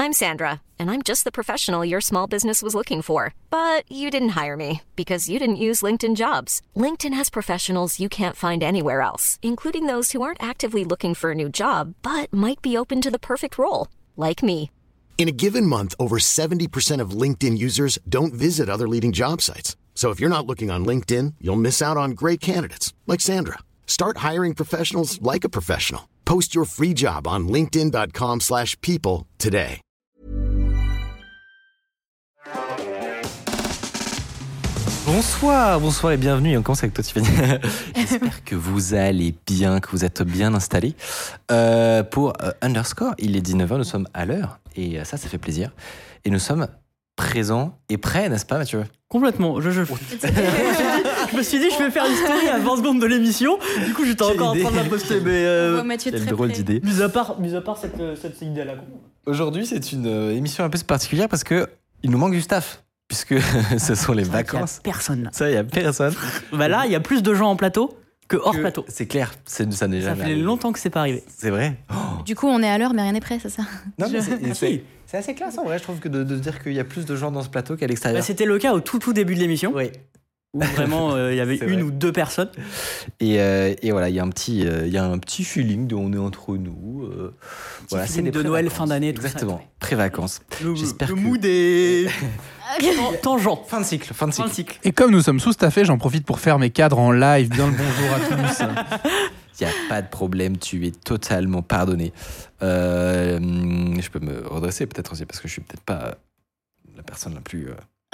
I'm Sandra, and I'm just the professional your small business was looking for. But you didn't hire me because you didn't use LinkedIn Jobs. LinkedIn has professionals you can't find anywhere else, including those who aren't actively looking for a new job, but might be open to the perfect role, like me. In a given month, over 70% of LinkedIn users don't visit other leading job sites. So if you're not looking on LinkedIn, you'll miss out on great candidates like Sandra. Start hiring professionals like a professional. Post your free job on linkedin.com/people today. Bonsoir et bienvenue. On commence avec toi, Tiffany. J'espère que vous allez bien, que vous êtes bien installés. Pour Underscore, il est 19h, nous sommes à l'heure et ça fait plaisir. Et nous sommes présents et prêts, n'est-ce pas, Mathieu ? Complètement. Je me suis dit, je vais faire l'histoire à 20 secondes de l'émission. Du coup, j'étais encore en train de la poster. Mais Mathieu quelle très drôle près. d'idée. mis à part cette idée à la con. Aujourd'hui, c'est une émission un peu particulière parce que il nous manque du staff. Puisque ce sont les vacances. Il n'y a personne. Ça, il n'y a personne. Bah là, il y a plus de gens en plateau que hors plateau. C'est clair, ça n'est Ça jamais fait arrivé. longtemps que c'est pas arrivé. C'est vrai. Du coup, on est à l'heure, mais rien n'est prêt, c'est ça? Non, mais Ah, si. c'est assez classe en vrai, je trouve, que de dire qu'il y a plus de gens dans ce plateau qu'à l'extérieur. Bah, c'était le cas au tout début de l'émission. Oui. Où vraiment, il y avait C'est une vrai. ou deux personnes. Et voilà, il y a un petit feeling de on est entre nous. Voilà, feeling les de Noël, pré-vacances. fin d'année, tout ça. Exactement, pré-vacances. J'espère le que- mood est tangent. Fin de cycle. Fin de cycle. Et comme nous sommes sous-staffés, j'en profite pour faire mes cadres en live. Bien le bonjour à tous. Il n'y a pas de problème, tu es totalement pardonné. Je peux me redresser peut-être aussi parce que je suis peut-être pas la personne la plus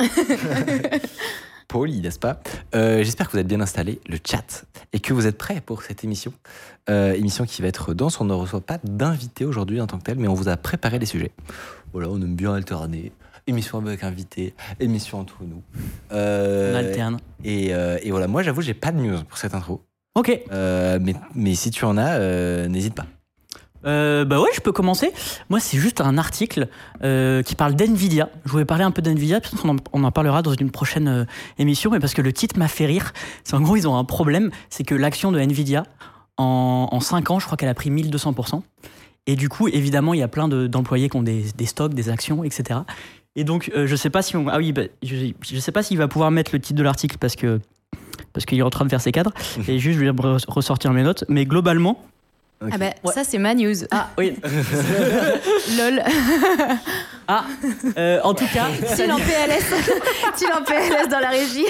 polie, n'est-ce pas ? J'espère que vous êtes bien installés, le chat, et que vous êtes prêts pour cette émission. Émission qui va être dense, on ne reçoit pas d'invité aujourd'hui en tant que tel, mais on vous a préparé les sujets. Voilà, on aime bien alterner. Émission avec invité, émission entre nous. On alterne. Et voilà, moi j'avoue, j'ai pas de news pour cette intro. Ok. Mais si tu en as, n'hésite pas. Bah ouais, je peux commencer. Moi, c'est juste un article qui parle d'NVIDIA. Je voulais parler un peu d'NVIDIA, peut-être on en parlera dans une prochaine émission, mais parce que le titre m'a fait rire. C'est en gros, ils ont un problème, c'est que l'action de NVIDIA, en 5 ans, je crois qu'elle a pris 1200%. Et du coup, évidemment, il y a plein d'employés qui ont des stocks, des actions, etc. Et donc, je sais pas si je sais pas s'il va pouvoir mettre le titre de l'article parce qu'il est en train de faire ses cadres. Et juste, je vais ressortir mes notes. Mais globalement... Ah bah, Ouais. ça, c'est ma news. Ah oui. Lol. Ah, en tout cas, T'il en PLS. T'il en PLS dans la régie.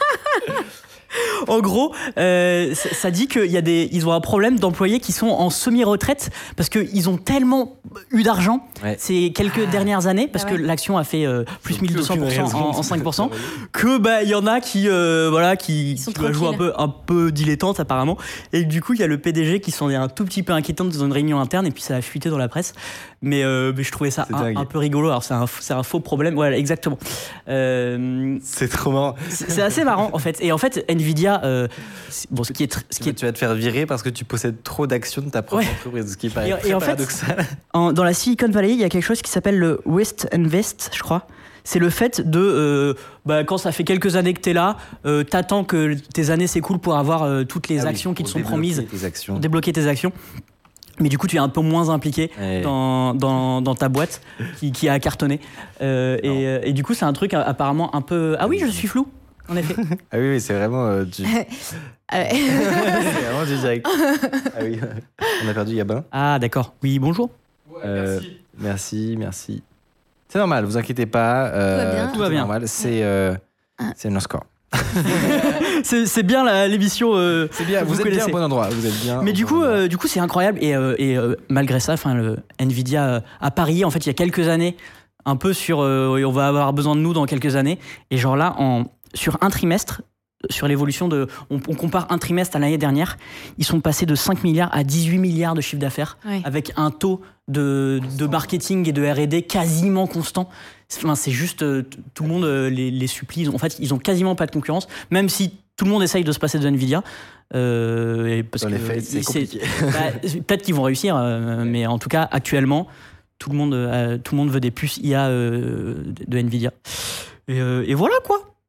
en gros, ça dit qu'ils ont un problème d'employés qui sont en semi-retraite parce qu'ils ont tellement eu d'argent ces quelques dernières années, parce que l'action a fait plus 1200% en 5%, que il y en a qui jouent un peu dilettantes apparemment, et du coup il y a le PDG qui s'en est un tout petit peu inquiétant dans une réunion interne, et puis ça a fuité dans la presse. Mais je trouvais ça un peu rigolo. Alors c'est un faux problème, voilà, exactement. C'est trop marrant. C'est assez marrant en fait. Et en fait, Nvidia, tu vas te faire virer parce que tu possèdes trop d'actions de ta propre entreprise, ce qui paraît très paradoxal. Dans la Silicon Valley, il y a quelque chose qui s'appelle le West Invest, je crois. C'est le fait de, quand ça fait quelques années que t'es là, t'attends que tes années s'écoulent pour avoir toutes les actions qui te sont promises, débloquer tes actions. Mais du coup, tu es un peu moins impliqué dans ta boîte qui a cartonné. Et du coup, c'est un truc apparemment un peu... Ah oui, je suis flou, en effet. Ah oui, c'est vraiment... c'est vraiment du direct. Ah oui, on a perdu Gabin. Ah d'accord, oui, bonjour. Merci. C'est normal, vous inquiétez pas. Tout va bien. Normal. C'est Underscore. C'est bien l'émission. C'est bien, vous êtes bien au bon endroit. Vous êtes bien. Mais du coup, c'est incroyable. Et malgré ça, le Nvidia a parié, en fait, il y a quelques années, un peu sur on va avoir besoin de nous dans quelques années. Et genre là, sur un trimestre, sur l'évolution on compare un trimestre à l'année dernière, ils sont passés de 5 milliards à 18 milliards de chiffre d'affaires, avec un taux de marketing et de R&D quasiment constant. Enfin, c'est juste, tout le monde les supplie. Ils ont quasiment pas de concurrence, même si tout le monde essaye de se passer de Nvidia. Parce dans les faits, c'est compliqué. Peut-être qu'ils vont réussir, mais en tout cas, actuellement, tout le monde veut des puces IA de Nvidia. Et voilà quoi.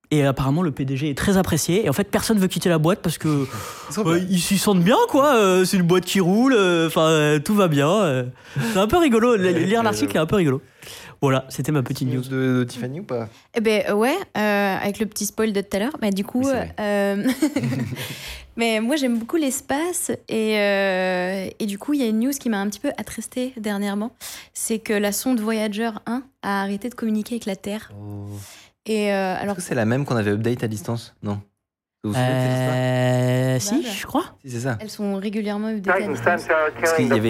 Et apparemment, le PDG est très apprécié. Et en fait, personne veut quitter la boîte parce que ils s'y sentent bien, quoi. C'est une boîte qui roule. Enfin, tout va bien. C'est un peu rigolo. Lire l'article est un peu rigolo. Voilà, c'était ma petite news. De Tiffany ou pas? Eh ben ouais, avec le petit spoil de tout à l'heure. Mais du coup, Oui, c'est mais moi j'aime beaucoup l'espace et du coup il y a une news qui m'a un petit peu attristée dernièrement, c'est que la sonde Voyager 1 a arrêté de communiquer avec la Terre. Et alors Est-ce que c'est la même qu'on avait update à distance? Non. Vous vous souvenez de cette histoire? Si, je crois. Si, c'est ça. elles sont régulièrement updatées à distance. Parce qu'il y avait,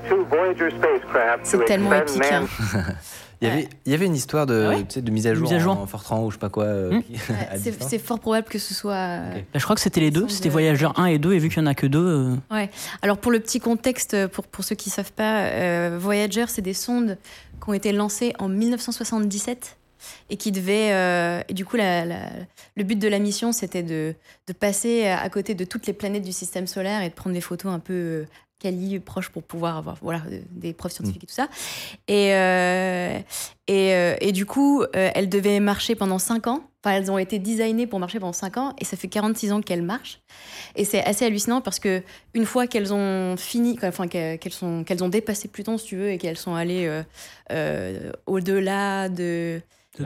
C'est tellement épique. Hein. il y avait une histoire de, Ah ouais, tu sais, de mise à jour, mise à jour. en Fortran ou je sais pas quoi. À C'est distance. c'est fort probable que ce soit. Ok. Je crois que c'était les deux. Sonde C'était de- Voyager 1 et 2. Et vu qu'il y en a que 2. Alors pour le petit contexte, pour ceux qui savent pas, Voyager, c'est des sondes qui ont été lancées en 1977 et qui devaient. Et du coup, le but de la mission, c'était de passer à côté de toutes les planètes du système solaire et de prendre des photos un peu quali, proches pour pouvoir avoir des preuves scientifiques et tout ça. Et du coup, elles devaient marcher pendant 5 ans. Enfin, elles ont été designées pour marcher pendant 5 ans et ça fait 46 ans qu'elles marchent. Et c'est assez hallucinant parce que une fois qu'elles ont fini, enfin qu'elles ont dépassé Pluton, si tu veux, et qu'elles sont allées au-delà du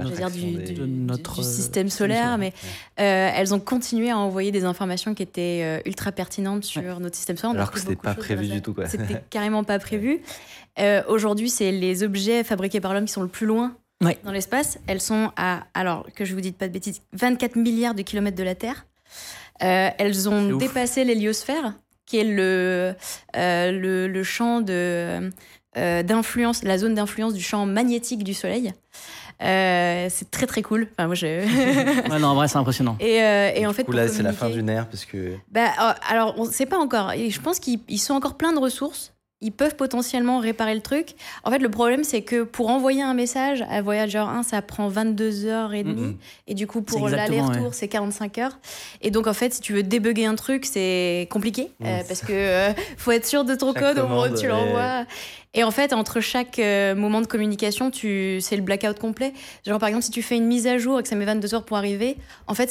système solaire, mais elles ont continué à envoyer des informations qui étaient ultra pertinentes sur notre système solaire. On a Alors que appris c'était beaucoup pas de choses prévu grâce à- du tout, quoi. C'était carrément pas prévu. Aujourd'hui, c'est les objets fabriqués par l'homme qui sont le plus loin Ouais. dans l'espace. Elles sont à, alors que je vous dise pas de bêtises, 24 milliards de kilomètres de la Terre. Elles C'est ont ouf. dépassé l'héliosphère, qui est le champ d'influence, la zone d'influence du champ magnétique du Soleil. C'est très très cool. Enfin, moi, Ouais, non, en vrai, c'est impressionnant. et en fait, Du coup, pour là, c'est la fin communiquer- d'une ère parce que. alors, on ne sait pas encore. Et je pense qu'ils sont encore pleins de ressources. Ils peuvent potentiellement réparer le truc. En fait, le problème, c'est que pour envoyer un message à Voyager 1, ça prend 22h30. Mhm. Et du coup, C'est pour exactement, l'aller-retour, ouais. c'est 45 heures. Et donc, en fait, si tu veux débugger un truc, c'est compliqué. Parce que faut être sûr de ton Chaque code au moment où commande, tu l'envoies. Et en fait, entre chaque moment de communication, c'est le blackout complet. Genre, par exemple, si tu fais une mise à jour et que ça met 22 heures pour arriver, en fait,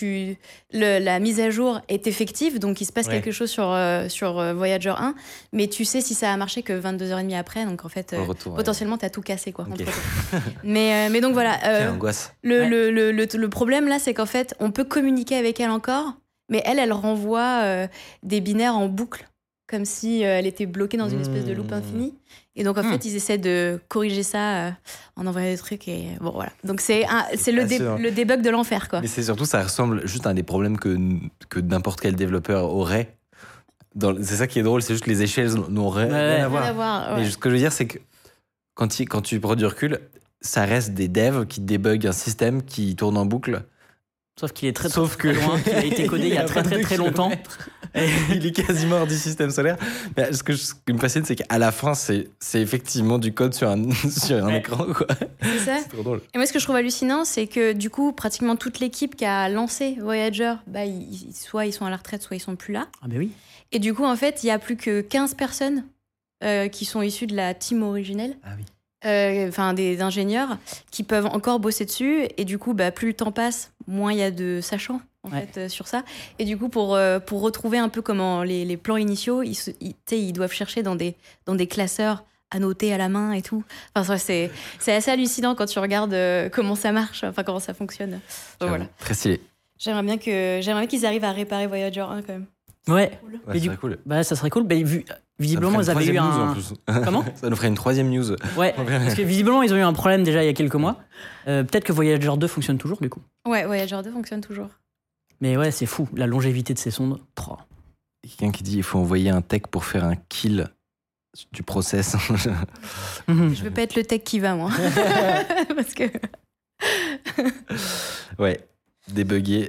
la mise à jour est effective. Donc, il se passe Ouais. quelque chose sur Voyager 1. Mais tu sais si ça a marché que 22h30 après. Donc, en fait, Au retour, ouais. potentiellement, t'as tout cassé, quoi. Ok. entre-temps. mais donc, voilà. Quelle angoisse. Le problème, là, c'est qu'en fait, on peut communiquer avec elle encore. Mais elle renvoie des binaires en boucle. Comme si elle était bloquée dans une espèce de loop infinie. Et donc, en fait, ils essaient de corriger ça en envoyant des trucs. Et bon, voilà. Donc, c'est le debug de l'enfer, quoi. Mais c'est surtout, ça ressemble juste à un des problèmes que n'importe quel développeur aurait. C'est ça qui est drôle, c'est juste que les échelles n'ont rien à voir. Rien à voir, ouais. Mais ce que je veux dire, c'est que quand tu prends du recul, ça reste des devs qui débuguent un système qui tourne en boucle. Sauf qu'il est très, Sauf très, très que- loin. Il a été codé il y a très très très longtemps. Il est quasiment hors du système solaire. Mais ce qui me fascine, c'est qu'à la fin, c'est effectivement du code sur un Ouais. écran, quoi. C'est ça. C'est trop drôle. Et moi, ce que je trouve hallucinant, c'est que du coup, pratiquement toute l'équipe qui a lancé Voyager, soit ils sont à la retraite, soit ils sont plus là. Ah, ben oui. Et du coup, en fait, il y a plus que 15 personnes qui sont issues de la team originelle. Ah oui. Enfin des ingénieurs qui peuvent encore bosser dessus et du coup plus le temps passe, moins il y a de sachants en Ouais. fait sur ça, et du coup pour retrouver un peu comment les plans initiaux ils doivent chercher dans des classeurs à noter à la main et tout. Enfin c'est assez hallucinant quand tu regardes comment ça marche, enfin comment ça fonctionne. Donc, voilà. Très stylé. J'aimerais bien qu'ils arrivent à réparer Voyager 1 quand même. Ouais. Ouais, Mais c'est du très cool. Bah, ça serait cool. Bah, visiblement, ils Ça nous ferait avaient eu une troisième un. news, en plus. Comment Ça nous ferait une troisième news. Ouais. Parce que visiblement, ils ont eu un problème déjà il y a quelques mois. Peut-être que Voyager 2 fonctionne toujours du coup. Ouais, Voyager 2 fonctionne toujours. Mais ouais, c'est fou. La longévité de ces sondes. Oh. Quelqu'un qui dit il faut envoyer un tech pour faire un kill du process. Mhm. Je veux pas être le tech qui va moi. Parce que Ouais, débugger,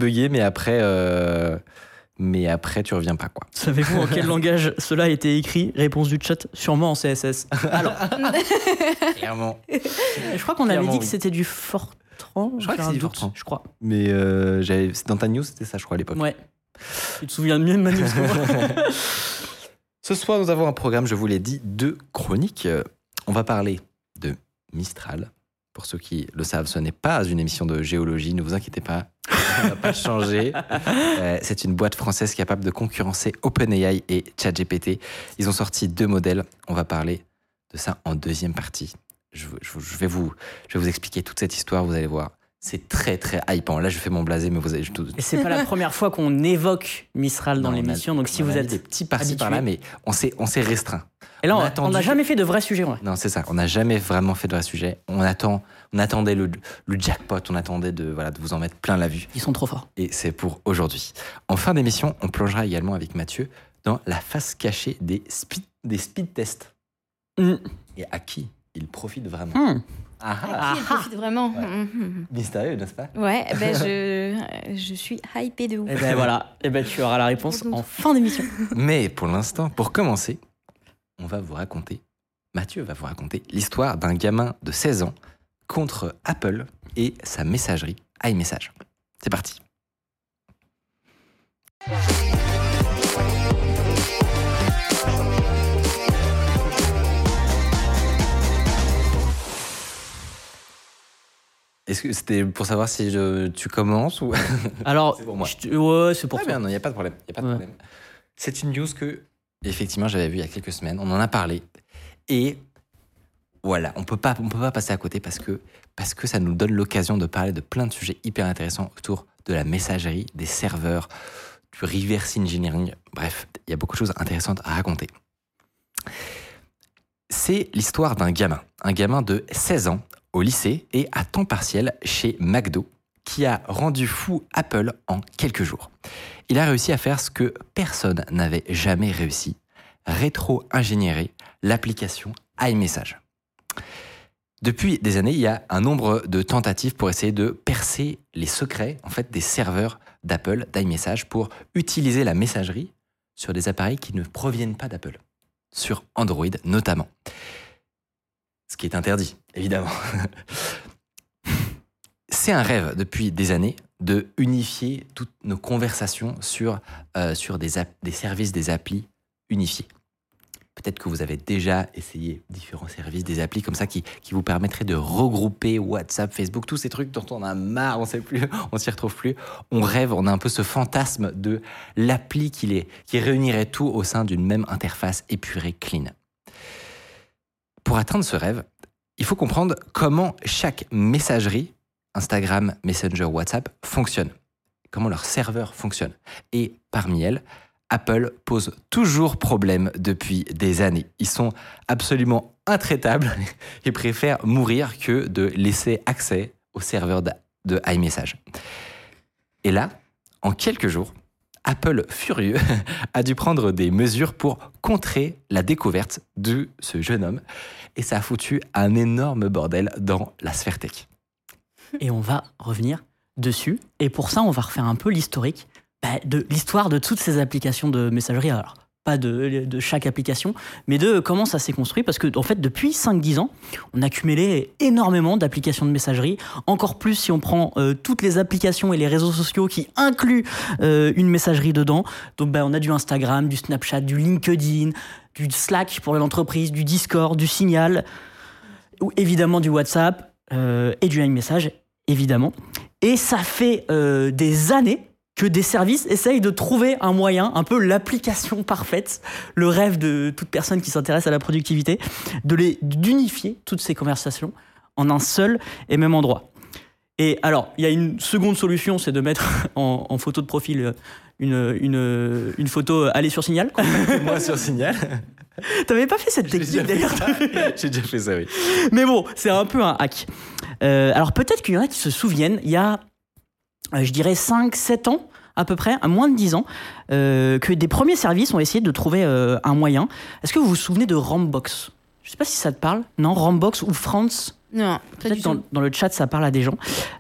mais après tu reviens pas, quoi. Savez-vous en quel langage cela a été écrit? Réponse du chat, sûrement en CSS. Alors, Clairement. je crois qu'on avait Clairement, dit que oui. c'était du Fortran. Je crois J'ai que un c'est du doute, Fortran. je crois. Mais c'est dans ta news, c'était ça, je crois, à l'époque. Ouais. Tu te souviens mieux de ma news que moi. Ce soir, nous avons un programme, je vous l'ai dit, de chroniques. On va parler de Mistral, Pour ceux qui le savent, ce n'est pas une émission de géologie, ne vous inquiétez pas, on n'a pas changé. C'est une boîte française capable de concurrencer OpenAI et ChatGPT. Ils ont sorti 2 modèles, on va parler de ça en deuxième partie. Je vais vous expliquer toute cette histoire, vous allez voir. C'est très très hypant. Là, je fais mon blasé, mais vous avez tout. Et c'est pas la première fois qu'on évoque Mistral dans l'émission, donc si vous êtes des petits par-ci par-là, mais on s'est restreint. Et là, on n'a jamais fait de vrais sujets. Ouais. Non, c'est ça. On n'a jamais vraiment fait de vrais sujets. On attendait le jackpot. On attendait de vous en mettre plein la vue. Ils sont trop forts. Et c'est pour aujourd'hui. En fin d'émission, on plongera également avec Mathieu dans la face cachée des speed tests. Et à qui il profite vraiment. À qui il profite vraiment. Ouais. Mystérieux, n'est-ce pas? Ouais, je suis hypée de ouf. Et ben voilà, tu auras la réponse en fin d'émission. Mais pour l'instant, pour commencer, Mathieu va vous raconter l'histoire d'un gamin de 16 ans contre Apple et sa messagerie iMessage. C'est parti. Est-ce que c'était pour savoir si tu commences ou... Alors, c'est pour moi. C'est pour toi. Bien, non, il n'y a pas de problème. C'est une news que, effectivement, j'avais vue il y a quelques semaines. On en a parlé. Et voilà, on peut pas passer à côté parce que ça nous donne l'occasion de parler de plein de sujets hyper intéressants autour de la messagerie, des serveurs, du reverse engineering. Bref, il y a beaucoup de choses intéressantes à raconter. C'est l'histoire d'un gamin de 16 ans au lycée et à temps partiel chez McDo qui a rendu fou Apple en quelques jours. Il a réussi à faire ce que personne n'avait jamais réussi, rétro-ingénierer l'application iMessage. Depuis des années, il y a un nombre de tentatives pour essayer de percer les secrets des serveurs d'Apple, d'iMessage, pour utiliser la messagerie sur des appareils qui ne proviennent pas d'Apple, sur Android notamment. Ce qui est interdit, évidemment. C'est un rêve depuis des années de unifier toutes nos conversations sur des services, des applis unifiés. Peut-être que vous avez déjà essayé différents services, des applis comme ça qui vous permettraient de regrouper WhatsApp, Facebook, tous ces trucs dont on a marre, on sait plus, on s'y retrouve plus. On rêve, on a un peu ce fantasme de l'appli qui réunirait tout au sein d'une même interface épurée, clean. Pour atteindre ce rêve, il faut comprendre comment chaque messagerie, Instagram, Messenger, WhatsApp, fonctionne. Comment leur serveur fonctionne. Et parmi elles, Apple pose toujours problème depuis des années. Ils sont absolument intraitables et préfèrent mourir que de laisser accès au serveur de iMessage. Et là, en quelques jours, Apple, furieux, a dû prendre des mesures pour contrer la découverte de ce jeune homme. Et ça a foutu un énorme bordel dans la sphère tech. Et on va revenir dessus. Et pour ça, on va refaire un peu l'historique de l'histoire de toutes ces applications de messagerie. Alors, pas de chaque application, mais de comment ça s'est construit. Parce que, en fait, depuis 5-10 ans, on a cumulé énormément d'applications de messagerie. Encore plus si on prend toutes les applications et les réseaux sociaux qui incluent une messagerie dedans. Donc, on a du Instagram, du Snapchat, du LinkedIn, du Slack pour l'entreprise, du Discord, du Signal, ou évidemment du WhatsApp et du iMessage, évidemment. Et ça fait des années que des services essayent de trouver un moyen, un peu l'application parfaite, le rêve de toute personne qui s'intéresse à la productivité, d'unifier toutes ces conversations en un seul et même endroit. Et alors, il y a une seconde solution, c'est de mettre en photo de profil une photo aller sur Signal. Moi sur Signal. T'avais pas fait cette technique d'ailleurs? J'ai déjà fait ça, oui. Mais bon, c'est un peu un hack. Alors peut-être qu'il y en a qui se souviennent, il y a, je dirais 5-7 ans, à peu près, à moins de 10 ans, que des premiers services ont essayé de trouver un moyen. Est-ce que vous vous souvenez de Rambox? Je sais pas si ça te parle. Non, Rambox ou France? Non, peut-être dans le chat, ça parle à des gens.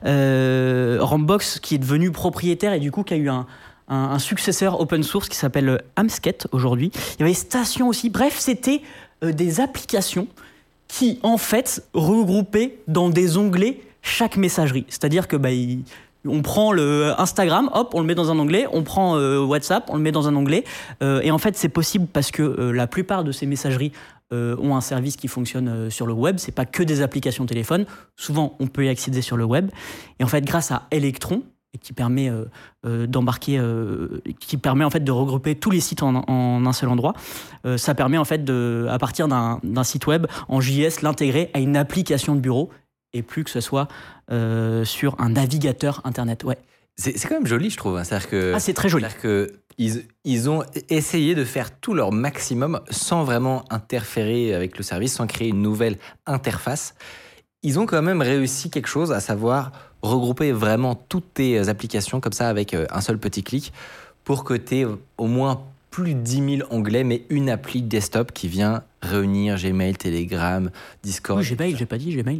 Rambox, qui est devenu propriétaire et du coup qui a eu un successeur open source qui s'appelle Amsket aujourd'hui. Il y avait Station aussi. Bref, c'était des applications qui, en fait, regroupaient dans des onglets chaque messagerie. C'est-à-dire que on prend le Instagram, hop, on le met dans un onglet, on prend WhatsApp, on le met dans un onglet. Et en fait, c'est possible parce que la plupart de ces messageries ont un service qui fonctionne sur le web. C'est pas que des applications téléphone. Souvent, on peut y accéder sur le web. Et en fait, grâce à Electron, qui permet d'embarquer, qui permet en fait de regrouper tous les sites en un seul endroit. Ça permet en fait à partir d'un site web en JS l'intégrer à une application de bureau et plus que ce soit sur un navigateur internet. Ouais. C'est quand même joli, je trouve. C'est-à-dire que c'est très joli. C'est-à-dire que ils ont essayé de faire tout leur maximum sans vraiment interférer avec le service, sans créer une nouvelle interface. Ils ont quand même réussi quelque chose, à savoir regrouper vraiment toutes tes applications comme ça avec un seul petit clic pour que tu aies au moins plus de 10 000 onglets, mais une appli desktop qui vient réunir Gmail, Telegram, Discord. Oui, Gmail, j'ai pas dit Gmail.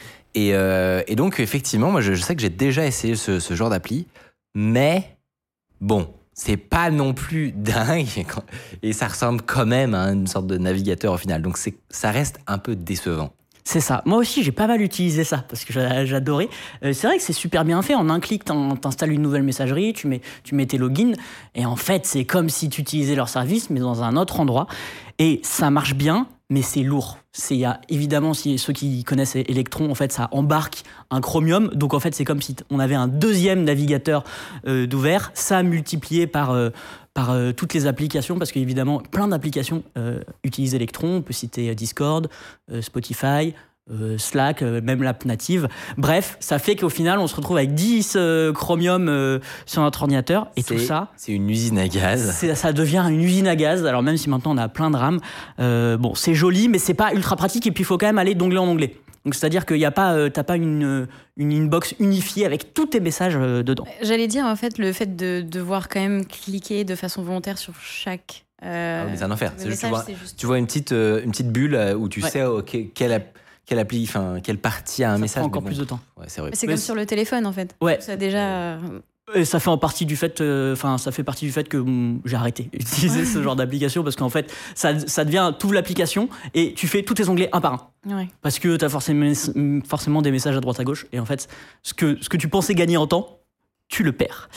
Et donc, effectivement, moi, je sais que j'ai déjà essayé ce genre d'appli, mais bon, c'est pas non plus dingue et ça ressemble quand même à une sorte de navigateur au final. Donc, ça reste un peu décevant. C'est ça. Moi aussi, j'ai pas mal utilisé ça parce que j'adorais. C'est vrai que c'est super bien fait. En un clic, t'installes une nouvelle messagerie, tu mets tes logins et en fait, c'est comme si tu utilisais leur service mais dans un autre endroit. Et ça marche bien, mais c'est lourd. Il y a évidemment, ceux qui connaissent Electron, en fait, ça embarque un Chromium. Donc en fait, c'est comme si on avait un deuxième navigateur d'ouvert, ça multiplié par toutes les applications, parce qu'évidemment, plein d'applications utilisent Electron. On peut citer Discord, Spotify, Slack, même l'app native. Bref, ça fait qu'au final, on se retrouve avec 10 Chromium sur notre ordinateur. Et tout ça... C'est une usine à gaz. Ça devient une usine à gaz. Alors même si maintenant, on a plein de RAM, bon, c'est joli, mais c'est pas ultra pratique. Et puis, il faut quand même aller d'onglet en onglet. Donc, c'est-à-dire qu'il y a pas, t'as pas une inbox unifiée avec tous tes messages dedans. J'allais dire, en fait, le fait de devoir quand même cliquer de façon volontaire sur chaque... mais c'est un enfer. C'est juste, message, tu vois une petite bulle où tu sais quelle appli, enfin quelle partie a un message. Ça prend encore plus de temps. Ouais, c'est vrai. C'est comme sur le téléphone, en fait. Ouais. Ça déjà... Et ça fait partie du fait que j'ai arrêté d'utiliser ce genre d'application parce qu'en fait, ça devient, t'ouvres l'application et tu fais tous tes onglets un par un. Ouais. Parce que t'as forcément des messages à droite à gauche et en fait, ce que tu pensais gagner en temps, tu le perds.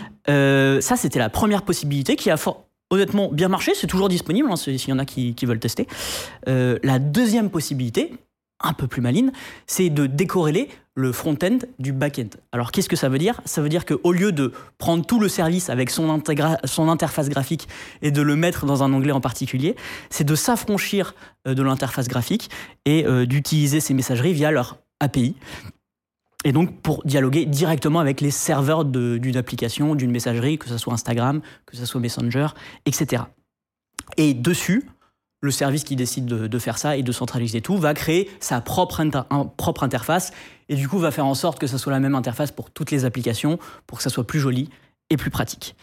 Ça, c'était la première possibilité qui a honnêtement bien marché. C'est toujours disponible, hein, s'il y en a qui veulent tester. La deuxième possibilité, un peu plus maligne, c'est de décorréler le front-end du back-end. Alors, qu'est-ce que ça veut dire ? Ça veut dire qu'au lieu de prendre tout le service avec son interface graphique et de le mettre dans un onglet en particulier, c'est de s'affranchir de l'interface graphique et d'utiliser ces messageries via leur API. Et donc, pour dialoguer directement avec les serveurs d'une application, d'une messagerie, que ce soit Instagram, que ce soit Messenger, etc. Et dessus, le service qui décide de faire ça et de centraliser tout va créer sa propre interface et du coup va faire en sorte que ça soit la même interface pour toutes les applications pour que ça soit plus joli et plus pratique.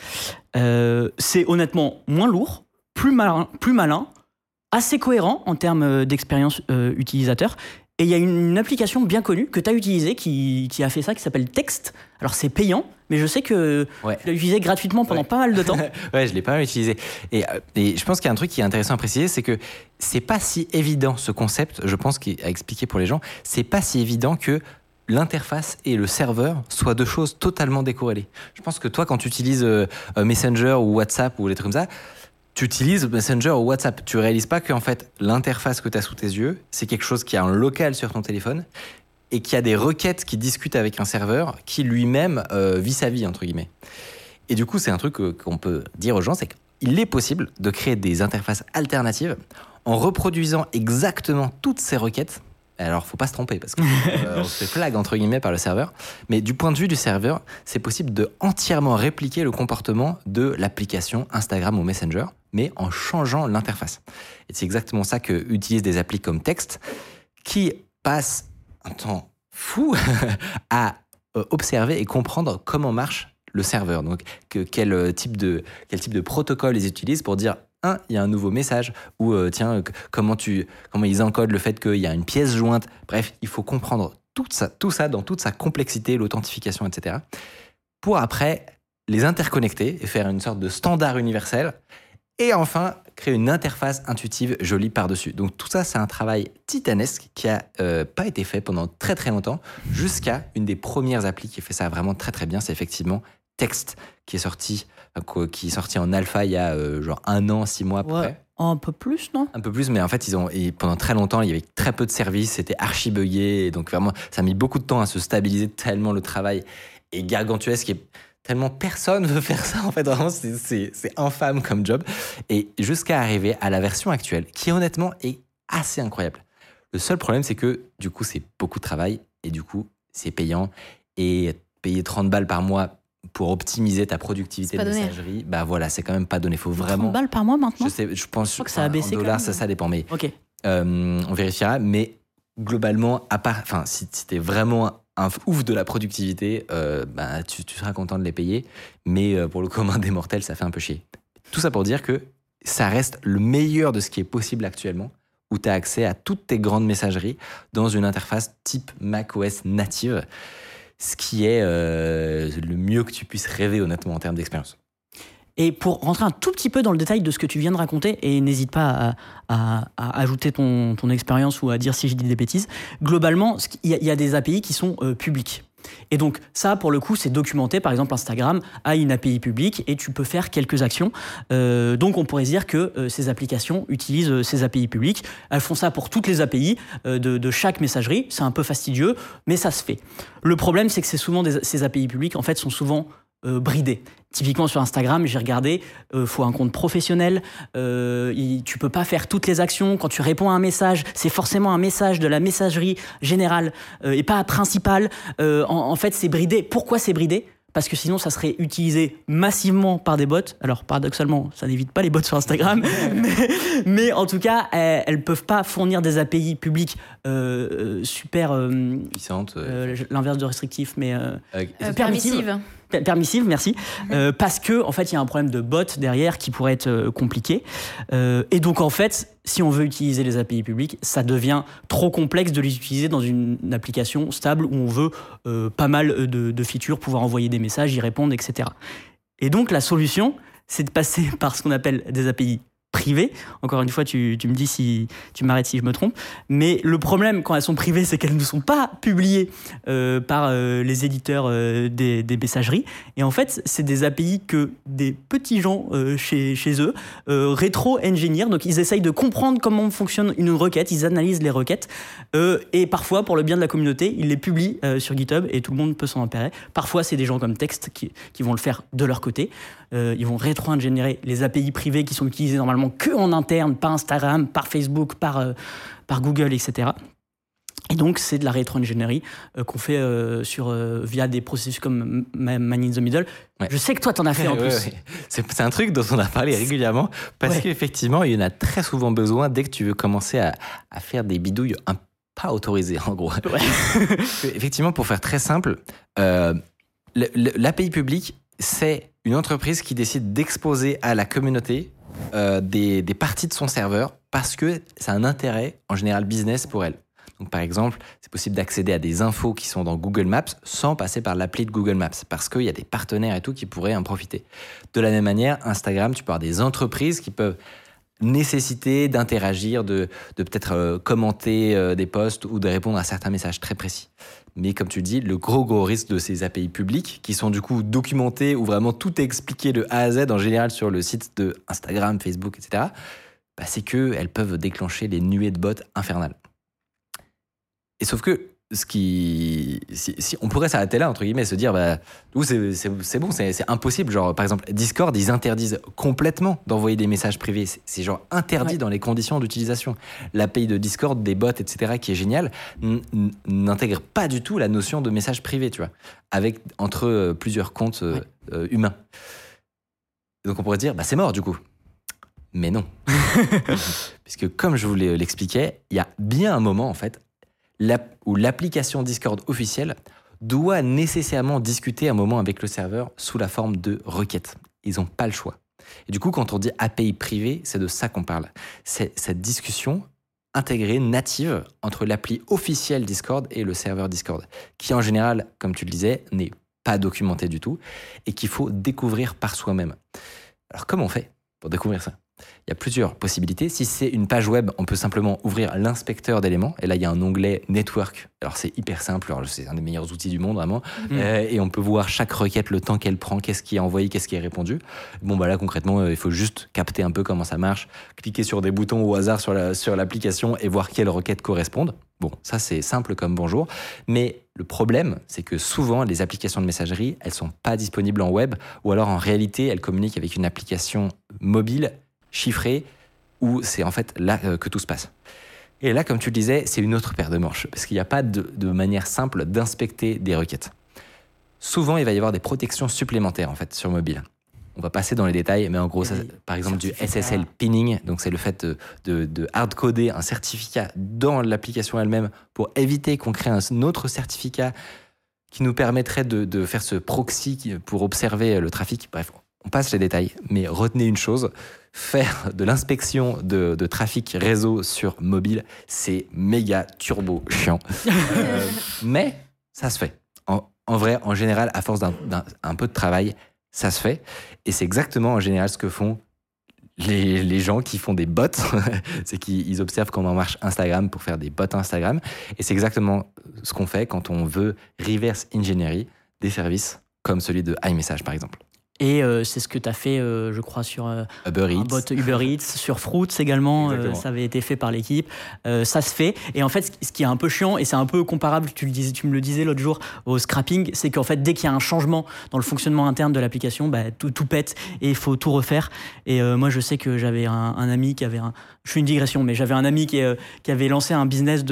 C'est honnêtement moins lourd, plus malin, assez cohérent en termes d'expérience utilisateur. Et il y a une application bien connue que tu as utilisée qui a fait ça, qui s'appelle Text. Alors c'est payant, mais je sais que tu l'as utilisé gratuitement pendant pas mal de temps. Ouais, je l'ai pas mal utilisé. Et je pense qu'il y a un truc qui est intéressant à préciser, c'est que c'est pas si évident ce concept, je pense, à expliquer pour les gens, c'est pas si évident que l'interface et le serveur soient deux choses totalement décorrélées. Je pense que toi, quand tu utilises Messenger ou WhatsApp ou des trucs comme ça, tu utilises Messenger ou WhatsApp. Tu réalises pas qu'en fait, l'interface que tu as sous tes yeux, c'est quelque chose qui est en local sur ton téléphone et qui a des requêtes qui discutent avec un serveur qui lui-même vit sa vie, entre guillemets. Et du coup, c'est un truc qu'on peut dire aux gens, c'est qu'il est possible de créer des interfaces alternatives en reproduisant exactement toutes ces requêtes. Alors, faut pas se tromper parce qu'on se fait flag, entre guillemets, par le serveur. Mais du point de vue du serveur, c'est possible de entièrement répliquer le comportement de l'application Instagram ou Messenger, mais en changeant l'interface. Et c'est exactement ça que utilisent des applis comme Text, qui passent un temps fou à observer et comprendre comment marche le serveur. Donc, quel type de protocole ils utilisent pour dire il y a un nouveau message, ou comment ils encodent le fait qu'il y a une pièce jointe. Bref, il faut comprendre tout ça dans toute sa complexité, l'authentification, etc. pour après les interconnecter et faire une sorte de standard universel. Et enfin, créer une interface intuitive jolie par-dessus. Donc tout ça, c'est un travail titanesque qui a pas été fait pendant très très longtemps, jusqu'à une des premières applis qui fait ça vraiment très très bien, c'est effectivement Text, qui est sorti en alpha il y a genre 1 an, 6 mois à peu près. Un peu plus, non ? Un peu plus, mais en fait, et pendant très longtemps, il y avait très peu de services, c'était archi buggé, et donc vraiment, ça a mis beaucoup de temps à se stabiliser tellement le travail est gargantuesque et tellement personne veut faire ça. En fait, vraiment, c'est infâme comme job. Et jusqu'à arriver à la version actuelle, qui honnêtement est assez incroyable. Le seul problème, c'est que du coup, c'est beaucoup de travail et du coup, c'est payant. Et payer 30 balles par mois pour optimiser ta productivité de messagerie, bah voilà, c'est quand même pas donné. Faut vraiment. 30 balles par mois maintenant ? Je pense que ça a baissé. En dollars, ça dépend. Mais ok. On vérifiera. Mais globalement, si t'es vraiment un ouf de la productivité, bah, tu seras content de les payer. Mais pour le commun des mortels, ça fait un peu chier. Tout ça pour dire que ça reste le meilleur de ce qui est possible actuellement, où tu as accès à toutes tes grandes messageries dans une interface type macOS native. Ce qui est le mieux que tu puisses rêver honnêtement en termes d'expérience. Et pour rentrer un tout petit peu dans le détail de ce que tu viens de raconter, et n'hésite pas à ajouter ton expérience ou à dire si je dis des bêtises, globalement, il y a des API qui sont publiques. Et donc ça, pour le coup, c'est documenté. Par exemple, Instagram a une API publique et tu peux faire quelques actions. Donc on pourrait dire que ces applications utilisent ces API publiques. Elles font ça pour toutes les API de chaque messagerie. C'est un peu fastidieux, mais ça se fait. Le problème, c'est que ces API publiques, en fait, sont souvent bridées. Typiquement sur Instagram, j'ai regardé, faut un compte professionnel, tu peux pas faire toutes les actions. Quand tu réponds à un message, c'est forcément un message de la messagerie générale et pas principale. En fait, c'est bridé. Pourquoi c'est bridé ? Parce que sinon, ça serait utilisé massivement par des bots. Alors, paradoxalement, ça n'évite pas les bots sur Instagram. mais en tout cas, elles peuvent pas fournir des API publiques super... puissantes. L'inverse de restrictif, mais... Permissive. Permissive, merci. Parce que en fait, il y a un problème de bot derrière qui pourrait être compliqué. Et donc, en fait, si on veut utiliser les API publiques, ça devient trop complexe de les utiliser dans une application stable où on veut pas mal de features, pouvoir envoyer des messages, y répondre, etc. Et donc, la solution, c'est de passer par ce qu'on appelle des API privées. Encore une fois, tu me dis si tu m'arrêtes si je me trompe. Mais le problème quand elles sont privées, c'est qu'elles ne sont pas publiées par les éditeurs des messageries. Et en fait, c'est des API que des petits gens chez eux rétro-engineer. Donc, ils essayent de comprendre comment fonctionne une requête. Ils analysent les requêtes. Et parfois, pour le bien de la communauté, ils les publient sur GitHub et tout le monde peut s'en emparer. Parfois, c'est des gens comme Text qui vont le faire de leur côté. Ils vont rétro-ingénierer les API privées qui sont utilisées normalement que en interne, par Instagram, par Facebook, par Google, etc. Et donc, c'est de la rétro-ingénierie qu'on fait via des processus comme Man in the Middle. Ouais. Je sais que toi, t'en as fait en plus. Ouais. C'est un truc dont on a parlé régulièrement parce qu'effectivement, il y en a très souvent besoin dès que tu veux commencer à faire des bidouilles pas autorisées, en gros. Ouais. Effectivement, pour faire très simple, l'API publique, c'est une entreprise qui décide d'exposer à la communauté des parties de son serveur parce que ça a un intérêt, en général, business pour elle. Donc, par exemple, c'est possible d'accéder à des infos qui sont dans Google Maps sans passer par l'appli de Google Maps parce qu'il y a des partenaires et tout qui pourraient en profiter. De la même manière, Instagram, tu peux avoir des entreprises qui peuvent nécessiter d'interagir, de peut-être commenter des posts ou de répondre à certains messages très précis. Mais comme tu dis, le gros risque de ces API publiques, qui sont du coup documentées, où vraiment tout est expliqué de A à Z en général sur le site de Instagram, Facebook, etc., bah, c'est qu'elles peuvent déclencher des nuées de bots infernales. Et sauf que, si on pourrait s'arrêter là, entre guillemets, se dire, bah, c'est bon, c'est impossible. Genre, par exemple, Discord, ils interdisent complètement d'envoyer des messages privés. C'est genre interdit dans les conditions d'utilisation. L'API de Discord, des bots, etc., qui est génial, n'intègre pas du tout la notion de message privé, tu vois, entre plusieurs comptes humains. Donc on pourrait se dire, bah, c'est mort du coup. Mais non. Puisque comme je vous l'expliquais, il y a bien un moment, en fait, où l'application Discord officielle doit nécessairement discuter un moment avec le serveur sous la forme de requêtes. Ils n'ont pas le choix. Et du coup, quand on dit API privée, c'est de ça qu'on parle. C'est cette discussion intégrée, native, entre l'appli officielle Discord et le serveur Discord, qui en général, comme tu le disais, n'est pas documenté du tout et qu'il faut découvrir par soi-même. Alors comment on fait pour découvrir ça ? Il y a plusieurs possibilités. Si c'est une page web, on peut simplement ouvrir l'inspecteur d'éléments. Et là, il y a un onglet Network. Alors, c'est hyper simple. Alors, c'est un des meilleurs outils du monde, vraiment. Et on peut voir chaque requête, le temps qu'elle prend, qu'est-ce qui est envoyé, qu'est-ce qui est répondu. Bon, bah là, concrètement, il faut juste capter un peu comment ça marche, cliquer sur des boutons au hasard sur l'application et voir quelles requêtes correspondent. Bon, ça, c'est simple comme bonjour. Mais le problème, c'est que souvent, les applications de messagerie, elles sont pas disponibles en web, ou alors, en réalité, elles communiquent avec une application mobile chiffrée, où c'est en fait là que tout se passe. Et là, comme tu le disais, c'est une autre paire de manches, parce qu'il n'y a pas de manière simple d'inspecter des requêtes. Souvent, il va y avoir des protections supplémentaires en fait sur mobile. On va passer dans les détails, mais en gros, ça, par exemple, du SSL pinning, donc c'est le fait de hard-coder un certificat dans l'application elle-même pour éviter qu'on crée un autre certificat qui nous permettrait de faire ce proxy pour observer le trafic. Bref, on passe les détails, mais retenez une chose, faire de l'inspection de trafic réseau sur mobile, c'est méga turbo chiant. Mais ça se fait. En vrai, en général, à force d'un peu de travail, ça se fait. Et c'est exactement en général ce que font les gens qui font des bots. C'est qu'ils observent comment marche Instagram pour faire des bots Instagram. Et c'est exactement ce qu'on fait quand on veut reverse engineer des services comme celui de iMessage, par exemple. Et c'est ce que tu as fait, je crois, sur Uber Eats. Un bot Uber Eats, sur Fruits également, ça avait été fait par l'équipe. Ça se fait. Et en fait, ce qui est un peu chiant, et c'est un peu comparable, tu me le disais l'autre jour, au scrapping, c'est qu'en fait, dès qu'il y a un changement dans le fonctionnement interne de l'application, bah, tout pète et il faut tout refaire. Et moi, je sais que j'avais un ami qui avait je fais une digression, mais j'avais un ami qui avait lancé un business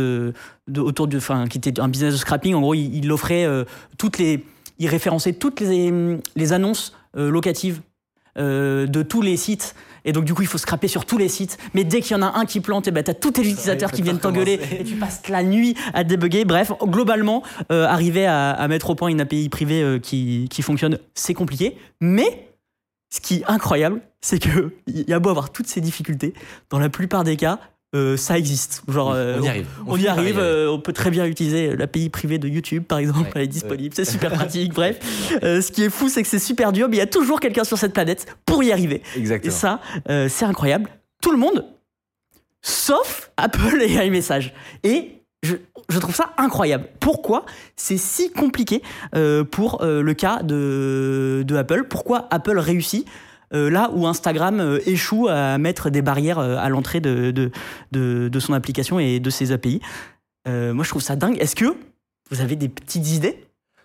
qui était un business de scrapping. En gros, il offrait il référençait toutes les annonces locatives de tous les sites. Et donc, du coup, il faut scraper sur tous les sites. Mais dès qu'il y en a un qui plante, et ben, t'as tous tes utilisateurs qui viennent t'engueuler et tu passes la nuit à débugger. Bref, globalement, arriver à mettre au point une API privée qui fonctionne, c'est compliqué. Mais ce qui est incroyable, c'est qu'il y a beau avoir toutes ces difficultés, dans la plupart des cas, ça existe. Genre, on y arrive. On peut très bien utiliser l'API privée de YouTube, par exemple. Elle est disponible, c'est super pratique. Bref, ce qui est fou, c'est que c'est super dur, mais il y a toujours quelqu'un sur cette planète pour y arriver. Exactement. Et ça, c'est incroyable. Tout le monde, sauf Apple et iMessage. Et je trouve ça incroyable. Pourquoi c'est si compliqué pour le cas de Apple? Pourquoi Apple réussit là où Instagram échoue à mettre des barrières à l'entrée de son application et de ses API. Moi, je trouve ça dingue. Est-ce que vous avez des petites idées?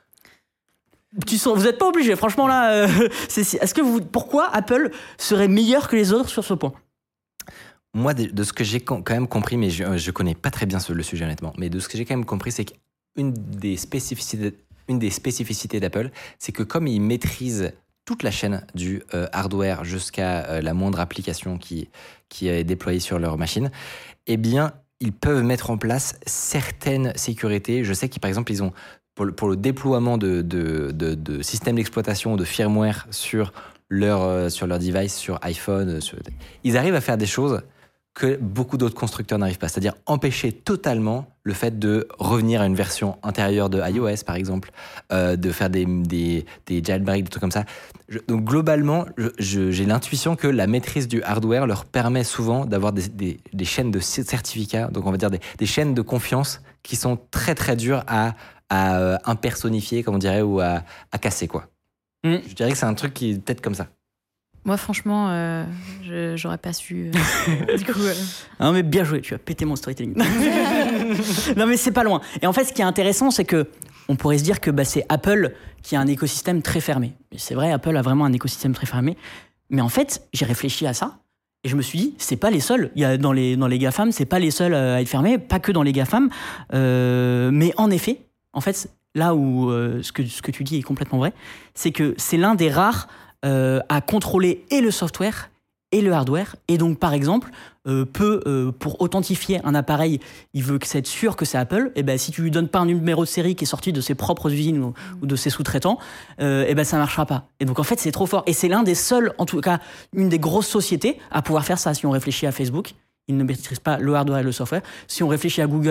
Vous n'êtes pas obligé, franchement, là. Pourquoi Apple serait meilleur que les autres sur ce point? Moi, de ce que j'ai quand même compris, mais je connais pas très bien le sujet, honnêtement, mais de ce que j'ai quand même compris, c'est qu'une des spécificités d'Apple, c'est que comme ils maîtrisent toute la chaîne du hardware jusqu'à la moindre application qui est déployée sur leur machine, eh bien, ils peuvent mettre en place certaines sécurités. Je sais qu'ils, par exemple, ils ont, pour le déploiement de systèmes d'exploitation, de firmware sur leur device, sur iPhone, ils arrivent à faire des choses que beaucoup d'autres constructeurs n'arrivent pas. C'est-à-dire empêcher totalement le fait de revenir à une version antérieure de iOS, par exemple, de faire des jailbreaks, des trucs comme ça. Donc globalement, j'ai l'intuition que la maîtrise du hardware leur permet souvent d'avoir des chaînes de certificats, donc on va dire des chaînes de confiance qui sont très très dures à impersonnifier, comme on dirait, ou à casser, quoi. Je dirais que c'est un truc qui est peut-être comme ça. Moi, franchement, j'aurais pas su. Du coup, Non, mais bien joué, tu as pété mon storytelling. Non, mais c'est pas loin. Et en fait, ce qui est intéressant, c'est que on pourrait se dire que c'est Apple qui a un écosystème très fermé. Et c'est vrai, Apple a vraiment un écosystème très fermé. Mais en fait, j'ai réfléchi à ça et je me suis dit, c'est pas les seuls. Il y a dans les GAFAM, c'est pas les seuls à être fermés, pas que dans les GAFAM. Mais en effet, en fait, là où ce que tu dis est complètement vrai, c'est que c'est l'un des rares à contrôler et le software et le hardware. Et donc, par exemple, pour authentifier un appareil, il veut être sûr que c'est Apple. Et ben, si tu lui donnes pas un numéro de série qui est sorti de ses propres usines ou de ses sous-traitants, et ben, ça marchera pas. Et donc, en fait, c'est trop fort. Et c'est l'un des seuls, en tout cas, une des grosses sociétés à pouvoir faire ça. Si on réfléchit à Facebook, ils ne maîtrisent pas le hardware et le software. Si on réfléchit à Google,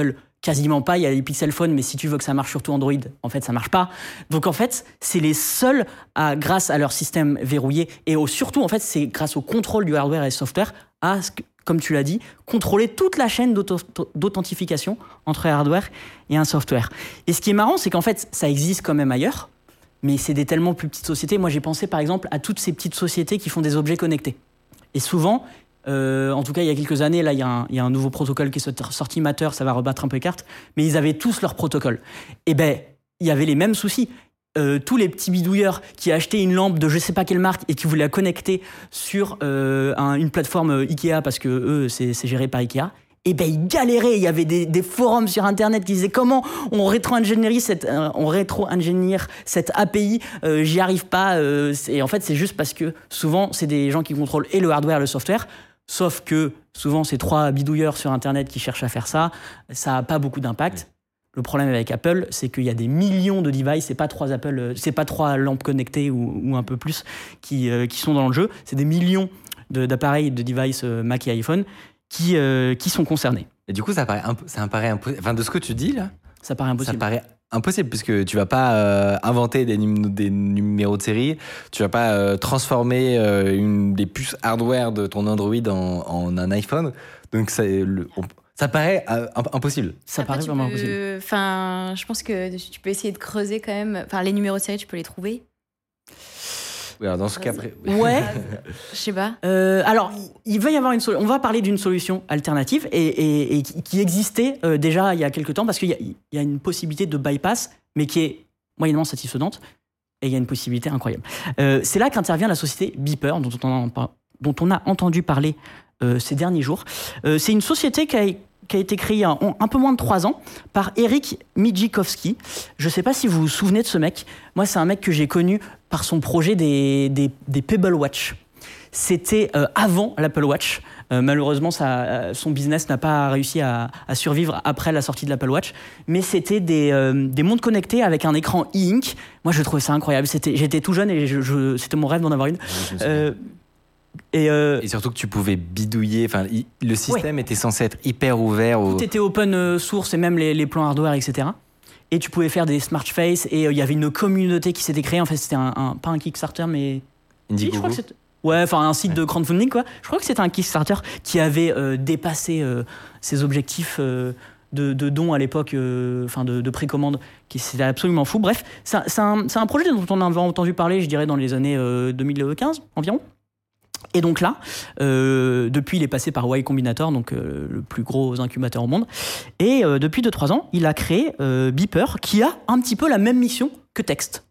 quasiment pas. Il y a les Pixel Phone, mais si tu veux que ça marche sur tout Android, en fait, ça marche pas. Donc, en fait, c'est les seuls grâce à leur système verrouillé et surtout, en fait, c'est grâce au contrôle du hardware et du software comme tu l'as dit, contrôler toute la chaîne d'authentification entre un hardware et un software. Et ce qui est marrant, c'est qu'en fait, ça existe quand même ailleurs, mais c'est des tellement plus petites sociétés. Moi, j'ai pensé, par exemple, à toutes ces petites sociétés qui font des objets connectés. Et souvent, en tout cas, il y a quelques années, là, il y a un nouveau protocole qui est sorti, Matter, ça va rebattre un peu les cartes, mais ils avaient tous leur protocole. Et ben, il y avait les mêmes soucis. Tous les petits bidouilleurs qui achetaient une lampe de je sais pas quelle marque et qui voulaient la connecter sur une plateforme Ikea parce que eux, c'est géré par Ikea, et ben ils galéraient. Il y avait des forums sur Internet qui disaient comment on rétro-ingénierie cette API, j'y arrive pas. Et en fait, c'est juste parce que souvent, c'est des gens qui contrôlent et le hardware et le software. Sauf que souvent, c'est 3 bidouilleurs sur Internet qui cherchent à faire ça. Ça n'a pas beaucoup d'impact. Le problème avec Apple, c'est qu'il y a des millions de devices, c'est pas 3 lampes connectées ou un peu plus qui sont dans le jeu, c'est des millions d'appareils, de devices Mac et iPhone qui sont concernés. Et du coup, ça paraît impossible. Enfin, de ce que tu dis là, ça paraît impossible. Ça paraît impossible puisque tu vas pas inventer des numéros de série, tu vas pas transformer des puces hardware de ton Android en un iPhone. Donc ça paraît impossible. Ça paraît vraiment impossible. Enfin, je pense que tu peux essayer de creuser quand même. Enfin, les numéros de série, tu peux les trouver. Oui, alors dans ce cas, ouais. Je sais pas. Alors, il va y avoir on va parler d'une solution alternative et qui existait déjà il y a quelques temps parce qu'il y a une possibilité de bypass, mais qui est moyennement satisfaisante. Et il y a une possibilité incroyable. C'est là qu'intervient la société Beeper, dont on a entendu parler ces derniers jours. C'est une société qui a été créée il y a un peu moins de 3 ans par Eric Mijikowski. Je ne sais pas si vous vous souvenez de ce mec. Moi, c'est un mec que j'ai connu par son projet des Pebble Watch. C'était avant l'Apple Watch. Malheureusement, son business n'a pas réussi à survivre après la sortie de l'Apple Watch. Mais c'était des montres connectées avec un écran e-ink. Moi, je trouvais ça incroyable. J'étais tout jeune et c'était mon rêve d'en avoir une. Et surtout que tu pouvais bidouiller. Enfin, le système était censé être hyper ouvert. Tout était open source et même les plans hardware, etc. Et tu pouvais faire des smart face et il y avait une communauté qui s'était créée. En fait, c'était pas un Kickstarter, mais Indiegogo. Je crois que c'était... Ouais, enfin un site de crowdfunding, quoi. Je crois que c'était un Kickstarter qui avait dépassé ses objectifs de dons à l'époque, de précommande, c'était absolument fou. Bref, c'est un projet dont on avait entendu parler, je dirais, dans les années 2015 environ. Et donc là, depuis, il est passé par Y Combinator, donc le plus gros incubateur au monde. Et depuis 2-3 ans, il a créé Beeper, qui a un petit peu la même mission que Text.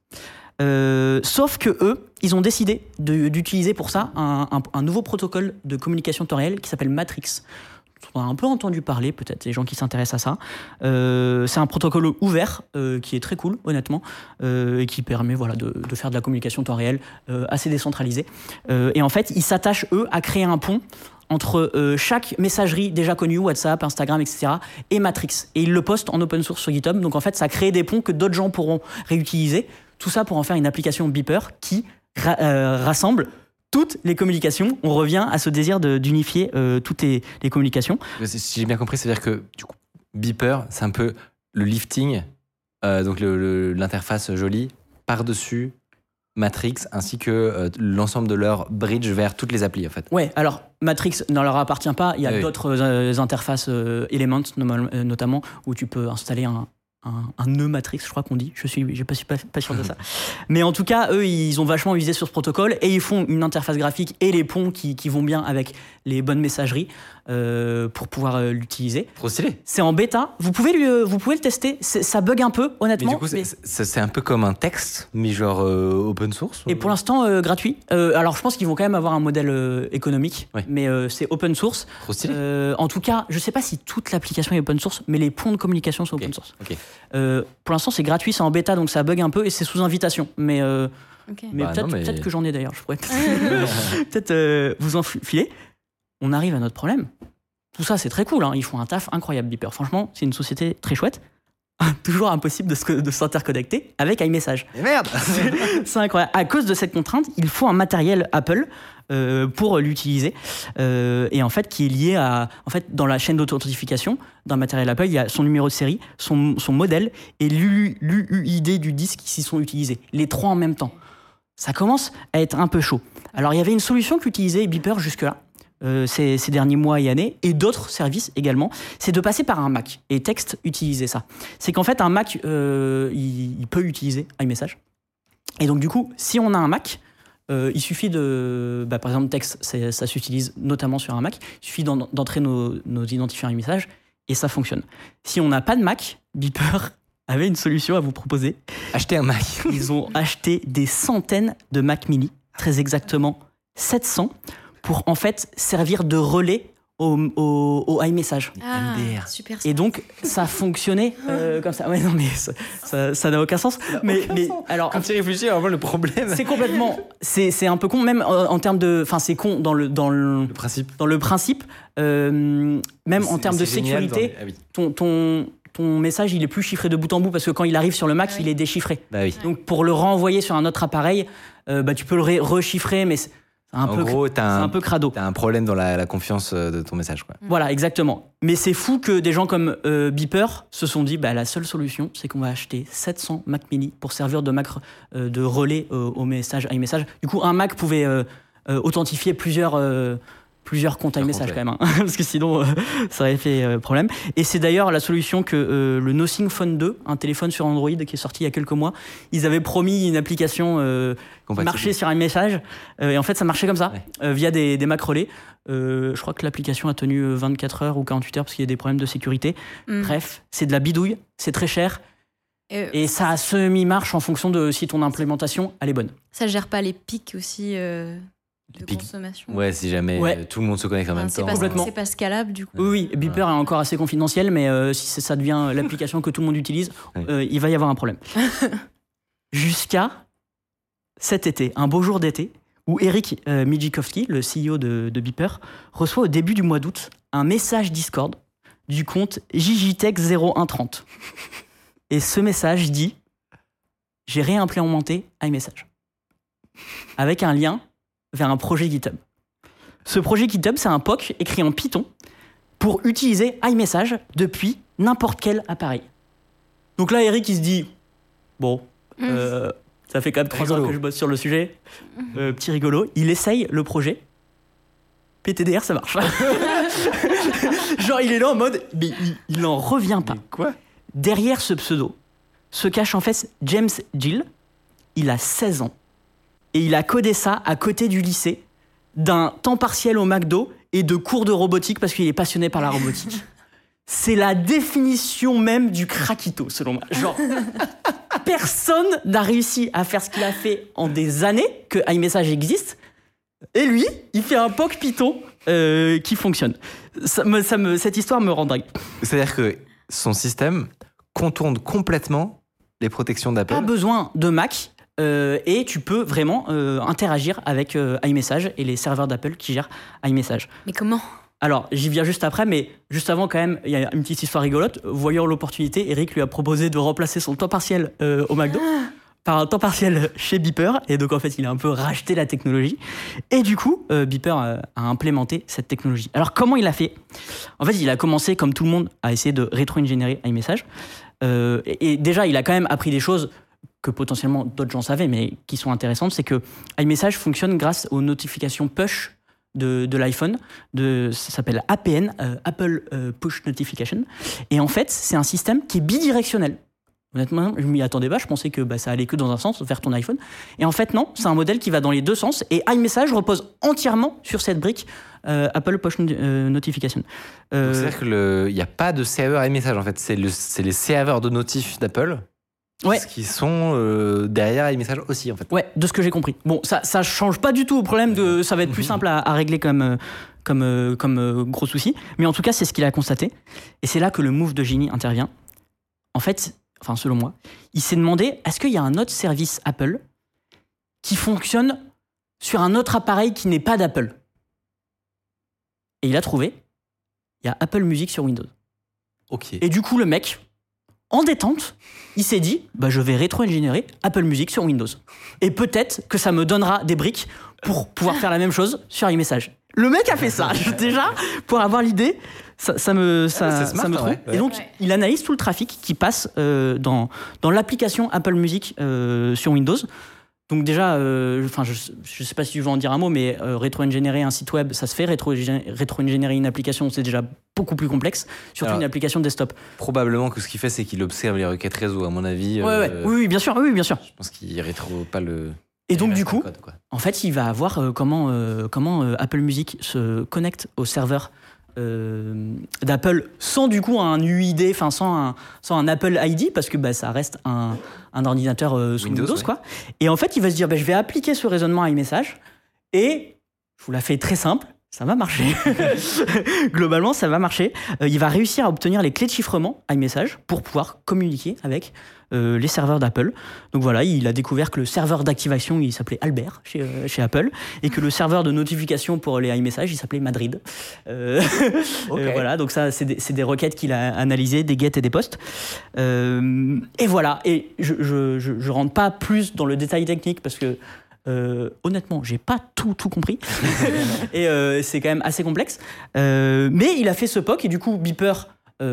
Sauf que eux, ils ont décidé d'utiliser pour ça un nouveau protocole de communication temps réel qui s'appelle Matrix. On a un peu entendu parler, peut-être, les gens qui s'intéressent à ça. C'est un protocole ouvert qui est très cool, honnêtement, et qui permet de faire de la communication temps réel assez décentralisée. Et en fait, ils s'attachent, eux, à créer un pont entre chaque messagerie déjà connue, WhatsApp, Instagram, etc., et Matrix. Et ils le postent en open source sur GitHub. Donc en fait, ça crée des ponts que d'autres gens pourront réutiliser. Tout ça pour en faire une application Beeper qui rassemble toutes les communications. On revient à ce désir d'unifier toutes les communications. Si j'ai bien compris, c'est-à-dire que du coup, Beeper, c'est un peu le lifting, donc l'interface jolie, par-dessus Matrix, ainsi que l'ensemble de leur bridge vers toutes les applis, en fait. Ouais, alors Matrix ne leur appartient pas. Il y a d'autres interfaces Elements, notamment, où tu peux installer un nœud Matrix, je crois qu'on dit. Je suis pas sûr de ça. Mais en tout cas, eux, ils ont vachement misé sur ce protocole et ils font une interface graphique et les ponts qui vont bien avec les bonnes messageries pour pouvoir l'utiliser. Trop stylé. C'est en bêta. Vous pouvez le tester. Ça bug un peu, honnêtement. Mais du coup, c'est un peu comme un texte, mais genre open source. Et pour l'instant, gratuit. Alors, je pense qu'ils vont quand même avoir un modèle économique, mais c'est open source. Trop stylé. En tout cas, je sais pas si toute l'application est open source, mais les ponts de communication sont open source. Okay. Pour l'instant, c'est gratuit, c'est en bêta, donc ça bug un peu et c'est sous invitation. Mais peut-être que j'en ai d'ailleurs. Je pourrais peut-être vous en filer. On arrive à notre problème. Tout ça, c'est très cool. Hein. Ils font un taf incroyable, Beeper. Franchement, c'est une société très chouette. toujours impossible de s'interconnecter avec iMessage. Et merde. C'est incroyable. À cause de cette contrainte, il faut un matériel Apple pour l'utiliser et en fait qui est lié à dans la chaîne d'authentification d'un matériel Apple, il y a son numéro de série, son modèle et l'UUID du disque qui sont utilisés, les trois en même temps. Ça commence à être un peu chaud. Alors il y avait une solution qu'utilisait Beeper jusque-là. Ces derniers mois et années, et d'autres services également, c'est de passer par un Mac. Et Text utilisait ça. C'est qu'en fait, un Mac, il peut utiliser iMessage. Et donc, du coup, si on a un Mac, il suffit de... par exemple, Text, ça s'utilise notamment sur un Mac. Il suffit d'entrer nos identifiants iMessage, et ça fonctionne. Si on n'a pas de Mac, Beeper avait une solution à vous proposer. Acheter un Mac. Ils ont acheté des centaines de Mac Mini, très exactement 700, pour en fait servir de relais au iMessage. Ah, MDR. super. Et donc ça fonctionnait comme ça. Ouais, non mais ça n'a aucun sens. Mais alors Quand tu réfléchis, vraiment le problème. c'est complètement, c'est un peu con même en termes de, enfin c'est con dans le Le principe. même en termes de C'est génial sécurité. Ah oui. Ton message il est plus chiffré de bout en bout parce que quand il arrive sur le Mac, Ah oui. il est déchiffré. Bah oui. Donc pour le renvoyer sur un autre appareil, tu peux le rechiffrer, mais c'est un En peu, gros, c'est un peu crado. T'as un problème dans la confiance de ton message, quoi. Voilà, exactement. Mais c'est fou que des gens comme Beeper se sont dit la seule solution, c'est qu'on va acheter 700 Mac Mini pour servir de Mac de relais au message iMessage. Du coup, un Mac pouvait authentifier plusieurs comptes iMessage quand même, hein, parce que sinon ça aurait fait problème. Et c'est d'ailleurs la solution que le Nothing Phone 2, un téléphone sur Android qui est sorti il y a quelques mois, ils avaient promis une application qui marchait sur iMessage, et en fait ça marchait comme ça, via des Mac relais. Je crois que l'application a tenu 24 heures ou 48 heures parce qu'il y a des problèmes de sécurité. Bref, c'est de la bidouille, c'est très cher, et ça a semi-marche en fonction de si ton implémentation elle est bonne. Ça gère pas les pics aussi de pics. consommation. Ouais, si jamais tout le monde se connecte en même temps. Complètement. C'est pas scalable du coup. Oui, Beeper est encore assez confidentiel, mais si ça devient l'application que tout le monde utilise, il va y avoir un problème. Jusqu'à cet été, un beau jour d'été, où Eric Mijikowski, le CEO de Beeper, reçoit au début du mois d'août un message Discord du compte JJTech0130. Et ce message dit « J'ai réimplémenté iMessage » avec un lien vers un projet GitHub. Ce projet GitHub, c'est un POC écrit en Python pour utiliser iMessage depuis n'importe quel appareil. Donc là, Eric, il se dit bon, ça fait quand même 3 ans que je bosse sur le sujet, petit rigolo. Il essaye le projet. PTDR, ça marche. Genre, il est là en mode, mais il n'en revient pas. Mais quoi ? Derrière ce pseudo se cache en fait James Gill. Il a 16 ans. Et il a codé ça à côté du lycée, d'un temps partiel au McDo et de cours de robotique parce qu'il est passionné par la robotique. C'est la définition même du craquito, selon moi. Genre, personne n'a réussi à faire ce qu'il a fait en des années que iMessage existe. Et lui, il fait un POC Python qui fonctionne. Cette histoire me rend dingue. C'est-à-dire que son système contourne complètement les protections d'Apple. Pas besoin de Mac. Et tu peux vraiment interagir avec iMessage et les serveurs d'Apple qui gèrent iMessage. Mais comment ? Alors, j'y viens juste après, mais juste avant quand même, il y a une petite histoire rigolote. Voyant l'opportunité, Eric lui a proposé de remplacer son temps partiel au McDo par un temps partiel chez Beeper. Et donc en fait, il a un peu racheté la technologie. Et du coup, Beeper a implémenté cette technologie. Alors comment il a fait ? En fait, il a commencé, comme tout le monde, à essayer de rétro-ingénierer iMessage. Et déjà, il a quand même appris des choses que potentiellement d'autres gens savaient, mais qui sont intéressantes, c'est que iMessage fonctionne grâce aux notifications push de l'iPhone, ça s'appelle APN, Apple Push Notification, et en fait, c'est un système qui est bidirectionnel. Honnêtement, je m'y attendais pas, je pensais que ça allait que dans un sens, vers ton iPhone, et en fait non, c'est un modèle qui va dans les deux sens, et iMessage repose entièrement sur cette brique Apple Push Notification. Donc, c'est-à-dire qu'il n'y a pas de serveur iMessage, en fait, c'est les serveurs de notifs d'Apple qui sont derrière iMessage aussi, en fait. Ouais, de ce que j'ai compris. Bon, ça change pas du tout au problème de... Ça va être plus simple à régler comme gros souci. Mais en tout cas, c'est ce qu'il a constaté. Et c'est là que le move de Ginny intervient. En fait, selon moi, il s'est demandé, est-ce qu'il y a un autre service Apple qui fonctionne sur un autre appareil qui n'est pas d'Apple ? Et il a trouvé, il y a Apple Music sur Windows. Ok. Et du coup, le mec... en détente, il s'est dit, je vais rétro-ingénierer Apple Music sur Windows. Et peut-être que ça me donnera des briques pour pouvoir faire la même chose sur iMessage. Le mec a fait ça. Déjà, pour avoir l'idée, ça me trouve. ouais. Et donc, il analyse tout le trafic qui passe dans l'application Apple Music sur Windows. Donc déjà, je sais pas si tu veux en dire un mot, mais rétro-ingénierer un site web, ça se fait. Rétro-ingénierer une application, c'est déjà beaucoup plus complexe, surtout une application desktop. Probablement que ce qu'il fait, c'est qu'il observe les requêtes réseau, à mon avis. Oui, bien sûr. Je pense qu'il rétro pas le... Et donc du coup, en fait, il va voir comment Apple Music se connecte au serveur d'Apple sans du coup un UID, sans un Apple ID, parce que ça reste un ordinateur sous Windows quoi. Et en fait, il va se dire, je vais appliquer ce raisonnement à iMessage, et je vous la fais très simple, ça va marcher. Globalement, ça va marcher. Il va réussir à obtenir les clés de chiffrement iMessage pour pouvoir communiquer avec les serveurs d'Apple. Donc voilà, il a découvert que le serveur d'activation, il s'appelait Albert chez Apple, et que le serveur de notification pour les iMessages, il s'appelait Madrid. Voilà, donc ça, c'est des requêtes qu'il a analysées, des get et des post. Et voilà, et je rentre pas plus dans le détail technique parce que honnêtement, j'ai pas tout compris. Et c'est quand même assez complexe. Mais il a fait ce POC, et du coup, Beeper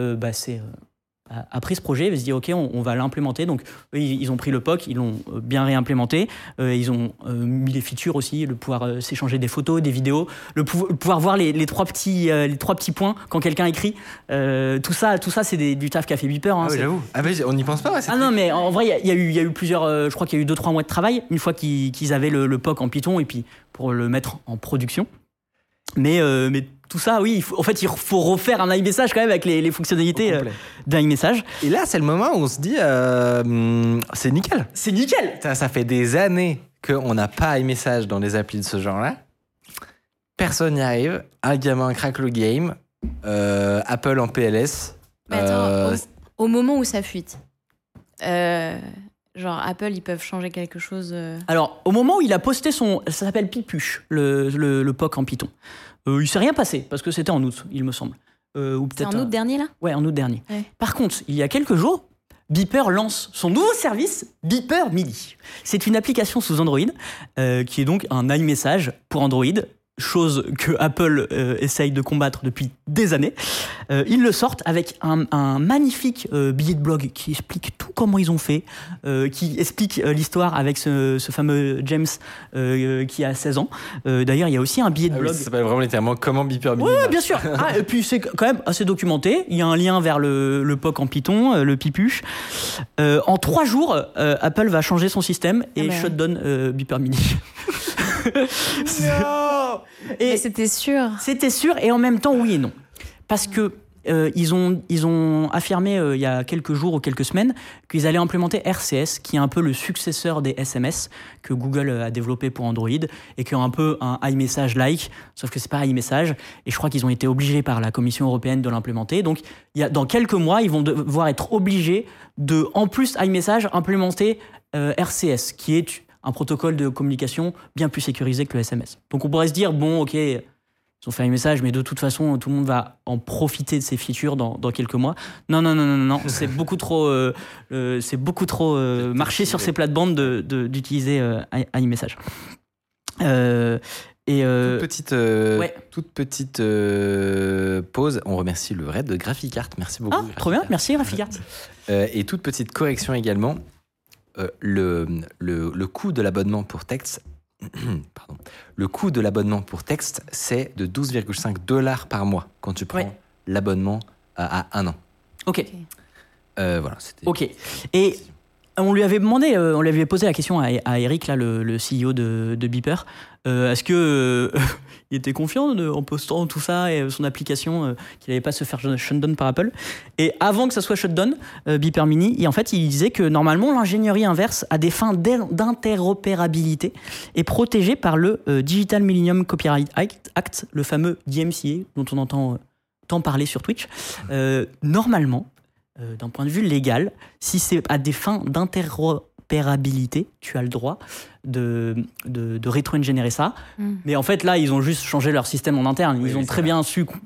a pris ce projet, il se dit ok, on va l'implémenter. Donc eux, ils ont pris le POC, ils l'ont bien réimplémenté, ils ont mis les features aussi, le pouvoir s'échanger des photos, des vidéos, le pouvoir voir les trois petits points quand quelqu'un écrit. Tout ça c'est du taf qu'a fait Beeper. Ah oui, j'avoue. Ah mais on n'y pense pas. Ouais, non, mais en vrai, il y a eu plusieurs. Je crois qu'il y a eu 2-3 mois de travail une fois qu'ils avaient le POC en Python, et puis pour le mettre en production. Mais tout ça, oui, il faut refaire un iMessage quand même avec les fonctionnalités d'un iMessage. Et là, c'est le moment où on se dit, c'est nickel. C'est nickel. Ça fait des années qu'on n'a pas iMessage dans des applis de ce genre-là. Personne n'y arrive. Un gamin craque le game. Apple en PLS. Mais attends, au moment où ça fuite, genre Apple, ils peuvent changer quelque chose. Alors, au moment où il a posté ça s'appelle Pipuche, le POC en Python. Il s'est rien passé, parce que c'était en août, il me semble. Ou peut-être c'est en août dernier, là ? Ouais, en août dernier. Ouais. Par contre, il y a quelques jours, Beeper lance son nouveau service, Beeper Mini. C'est une application sous Android, qui est donc un iMessage pour Android, chose que Apple essaye de combattre depuis des années. Ils le sortent avec un magnifique billet de blog qui explique tout comment ils ont fait, qui explique l'histoire avec ce fameux James qui a 16 ans. D'ailleurs, il y a aussi un billet de blog. Ça s'appelle vraiment littéralement comment Beeper Mini. Ouais, bien sûr. Et puis c'est quand même assez documenté. Il y a un lien vers le POC en Python, le Pipuche. En 3 jours, Apple va changer son système et shutdown Beeper Mini. Non. Et c'était sûr. C'était sûr, et en même temps oui et non, parce que ils ont affirmé il y a quelques jours ou quelques semaines qu'ils allaient implémenter RCS, qui est un peu le successeur des SMS que Google a développé pour Android, et qui est un peu un iMessage-like, sauf que c'est pas iMessage, et je crois qu'ils ont été obligés par la Commission européenne de l'implémenter. Donc dans quelques mois, ils vont devoir être obligés de, en plus iMessage, implémenter RCS, qui est un protocole de communication bien plus sécurisé que le SMS. Donc on pourrait se dire, bon, ok, ils ont fait un message, mais de toute façon, tout le monde va en profiter de ces features dans quelques mois. Non, c'est beaucoup trop, marcher sur ces plates-bandes d'utiliser iMessage. Toute petite pause. On remercie le raid de Graphicart. Merci beaucoup. Trop bien, merci Graphicart. Et toute petite correction également. Le coût de l'abonnement pour texte, le coût de l'abonnement pour texte, c'est de $12,5 par mois quand tu prends l'abonnement à 1 an. Ok. Voilà, c'était. Ok. Et on lui avait demandé, on lui avait posé la question à Eric, là, le CEO de Beeper. Est-ce que il était confiant en postant tout ça et son application qu'il n'allait pas se faire shutdown par Apple? Et avant que ça soit shutdown, Beeper Mini, en fait, il disait que normalement l'ingénierie inverse à des fins d'interopérabilité est protégée par le Digital Millennium Copyright Act, le fameux DMCA dont on entend tant parler sur Twitch. Normalement, d'un point de vue légal, si c'est à des fins d'interopérabilité, tu as le droit de rétro-ingénierer ça. Mais en fait, là, ils ont juste changé leur système en interne. Ils ont très bien su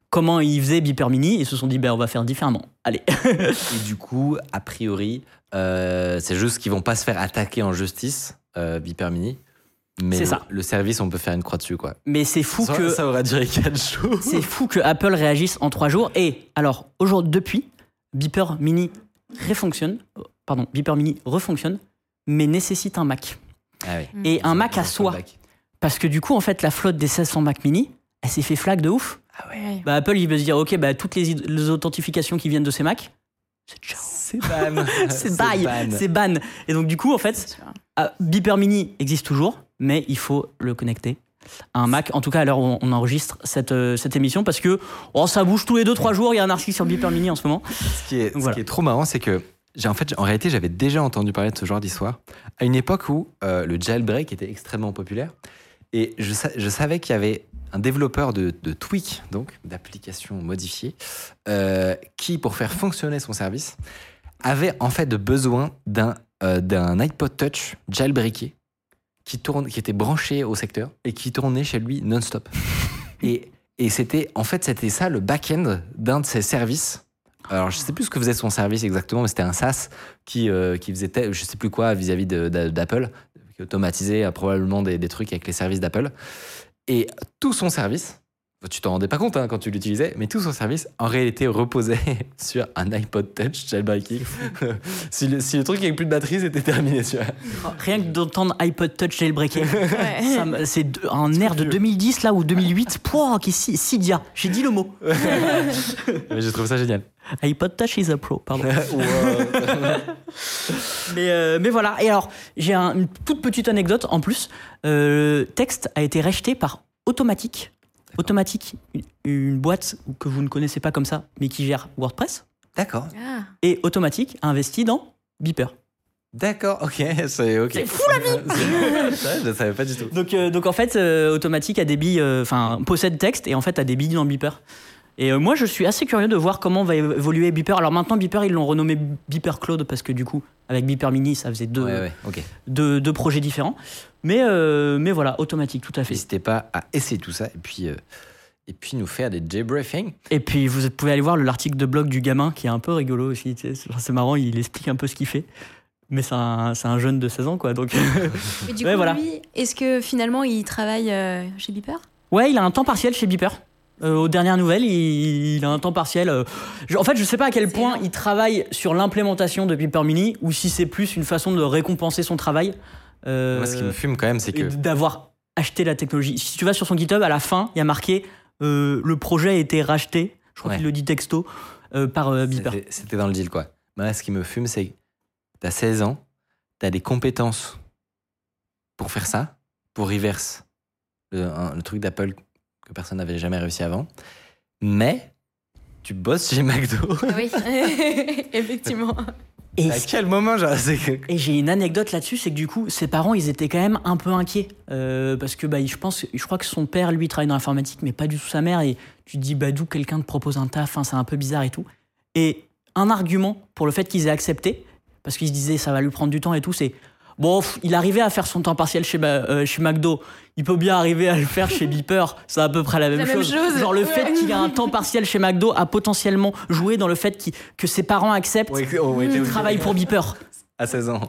comment ils faisaient Beeper Mini et se sont dit on va faire différemment. Allez. Et du coup, a priori, c'est juste qu'ils vont pas se faire attaquer en justice, Beeper Mini. Mais C'est ça. Le service, on peut faire une croix dessus, quoi. Mais c'est fou que Ça aura duré 4 jours. c'est fou que Apple réagisse en 3 jours. Et alors aujourd'hui, depuis, Beeper Mini refonctionne, mais nécessite un Mac. Ah oui. Et un Mac à soi. Parce que du coup, en fait, la flotte des 1600 Mac Mini, elle s'est fait flag de ouf. Ah ouais. Apple, il veut se dire, ok, toutes les authentifications qui viennent de ces Mac, c'est ciao. C'est ban. C'est bye, c'est ban. Et donc du coup, en fait, Beeper Mini existe toujours, mais il faut le connecter à un Mac. En tout cas, à l'heure où on enregistre cette émission, parce que ça bouge tous les 2-3 jours. Il y a un article sur Beeper Mini en ce moment. Ce qui est trop marrant, c'est que en réalité, j'avais déjà entendu parler de ce genre d'histoire à une époque où le jailbreak était extrêmement populaire. Et je savais qu'il y avait un développeur de tweak, donc d'applications modifiées, qui, pour faire fonctionner son service, avait en fait besoin d'un iPod Touch jailbreaké qui était branché au secteur et qui tournait chez lui non-stop. et c'était ça le back-end d'un de ses services. Alors, je sais plus ce que faisait son service exactement, mais c'était un SaaS qui faisait je sais plus quoi vis-à-vis d'Apple, qui automatisait probablement des trucs avec les services d'Apple. Et tout son service, tu t'en rendais pas compte quand tu l'utilisais, mais tout son service, en réalité, reposait sur un iPod Touch jailbreaké. si le truc avec plus de batterie, c'était terminé, tu vois. Rien que d'entendre iPod Touch jailbreaké, c'est un air de 2010 là ou 2008, qui est si dia. J'ai dit le mot. Mais je trouve ça génial. iPod Touch is a pro, pardon. mais voilà. Et alors, j'ai une toute petite anecdote en plus. Text a été racheté par Automatic. Automatic, une boîte que vous ne connaissez pas comme ça, mais qui gère WordPress. D'accord. Ah. Et Automatic a investi dans Beeper. D'accord, ok. C'est fou la vie. Je ne savais pas du tout. Donc en fait, Automatic a des billes, possède Text et en fait a des billes dans Beeper. Et moi, je suis assez curieux de voir comment va évoluer Beeper. Alors maintenant, Beeper, ils l'ont renommé Beeper Cloud parce que du coup, avec Beeper Mini, ça faisait deux projets différents. Mais voilà, Automatic, tout à fait. N'hésitez pas à essayer tout ça et puis nous faire des jailbreaking. Et puis vous pouvez aller voir l'article de blog du gamin qui est un peu rigolo aussi. Tu sais, c'est marrant, il explique un peu ce qu'il fait. Mais c'est un jeune de 16 ans, quoi. Donc... Mais du coup, voilà. lui, est-ce que finalement, il travaille chez Beeper ? Ouais, il a un temps partiel chez Beeper. Aux dernières nouvelles, il a un temps partiel. En fait, je sais pas à quel point il travaille sur l'implémentation de Beeper Mini ou si c'est plus une façon de récompenser son travail. Moi, ce qui me fume quand même, c'est que... d'avoir acheté la technologie. Si tu vas sur son GitHub, à la fin, il y a marqué le projet a été racheté, je crois qu'il le dit texto, par Beeper. C'était dans le deal, quoi. Moi, ce qui me fume, c'est que t'as 16 ans, t'as des compétences pour faire ça, pour reverse le truc d'Apple que personne n'avait jamais réussi avant, mais tu bosses chez McDo. Oui, effectivement. Et à quel moment Et j'ai une anecdote là-dessus, c'est que du coup, ses parents, ils étaient quand même un peu inquiets. Parce que je crois que son père, lui, travaille dans l'informatique, mais pas du tout sa mère. Et tu te dis, d'où quelqu'un te propose un taf, c'est un peu bizarre et tout. Et un argument pour le fait qu'ils aient accepté, parce qu'ils se disaient, ça va lui prendre du temps et tout, c'est, il arrivait à faire son temps partiel chez McDo, il peut bien arriver à le faire chez Beeper, c'est à peu près la même chose. Genre le fait qu'il ait un temps partiel chez McDo a potentiellement joué dans le fait que ses parents acceptent qu'il travaille pour Beeper. À 16 ans.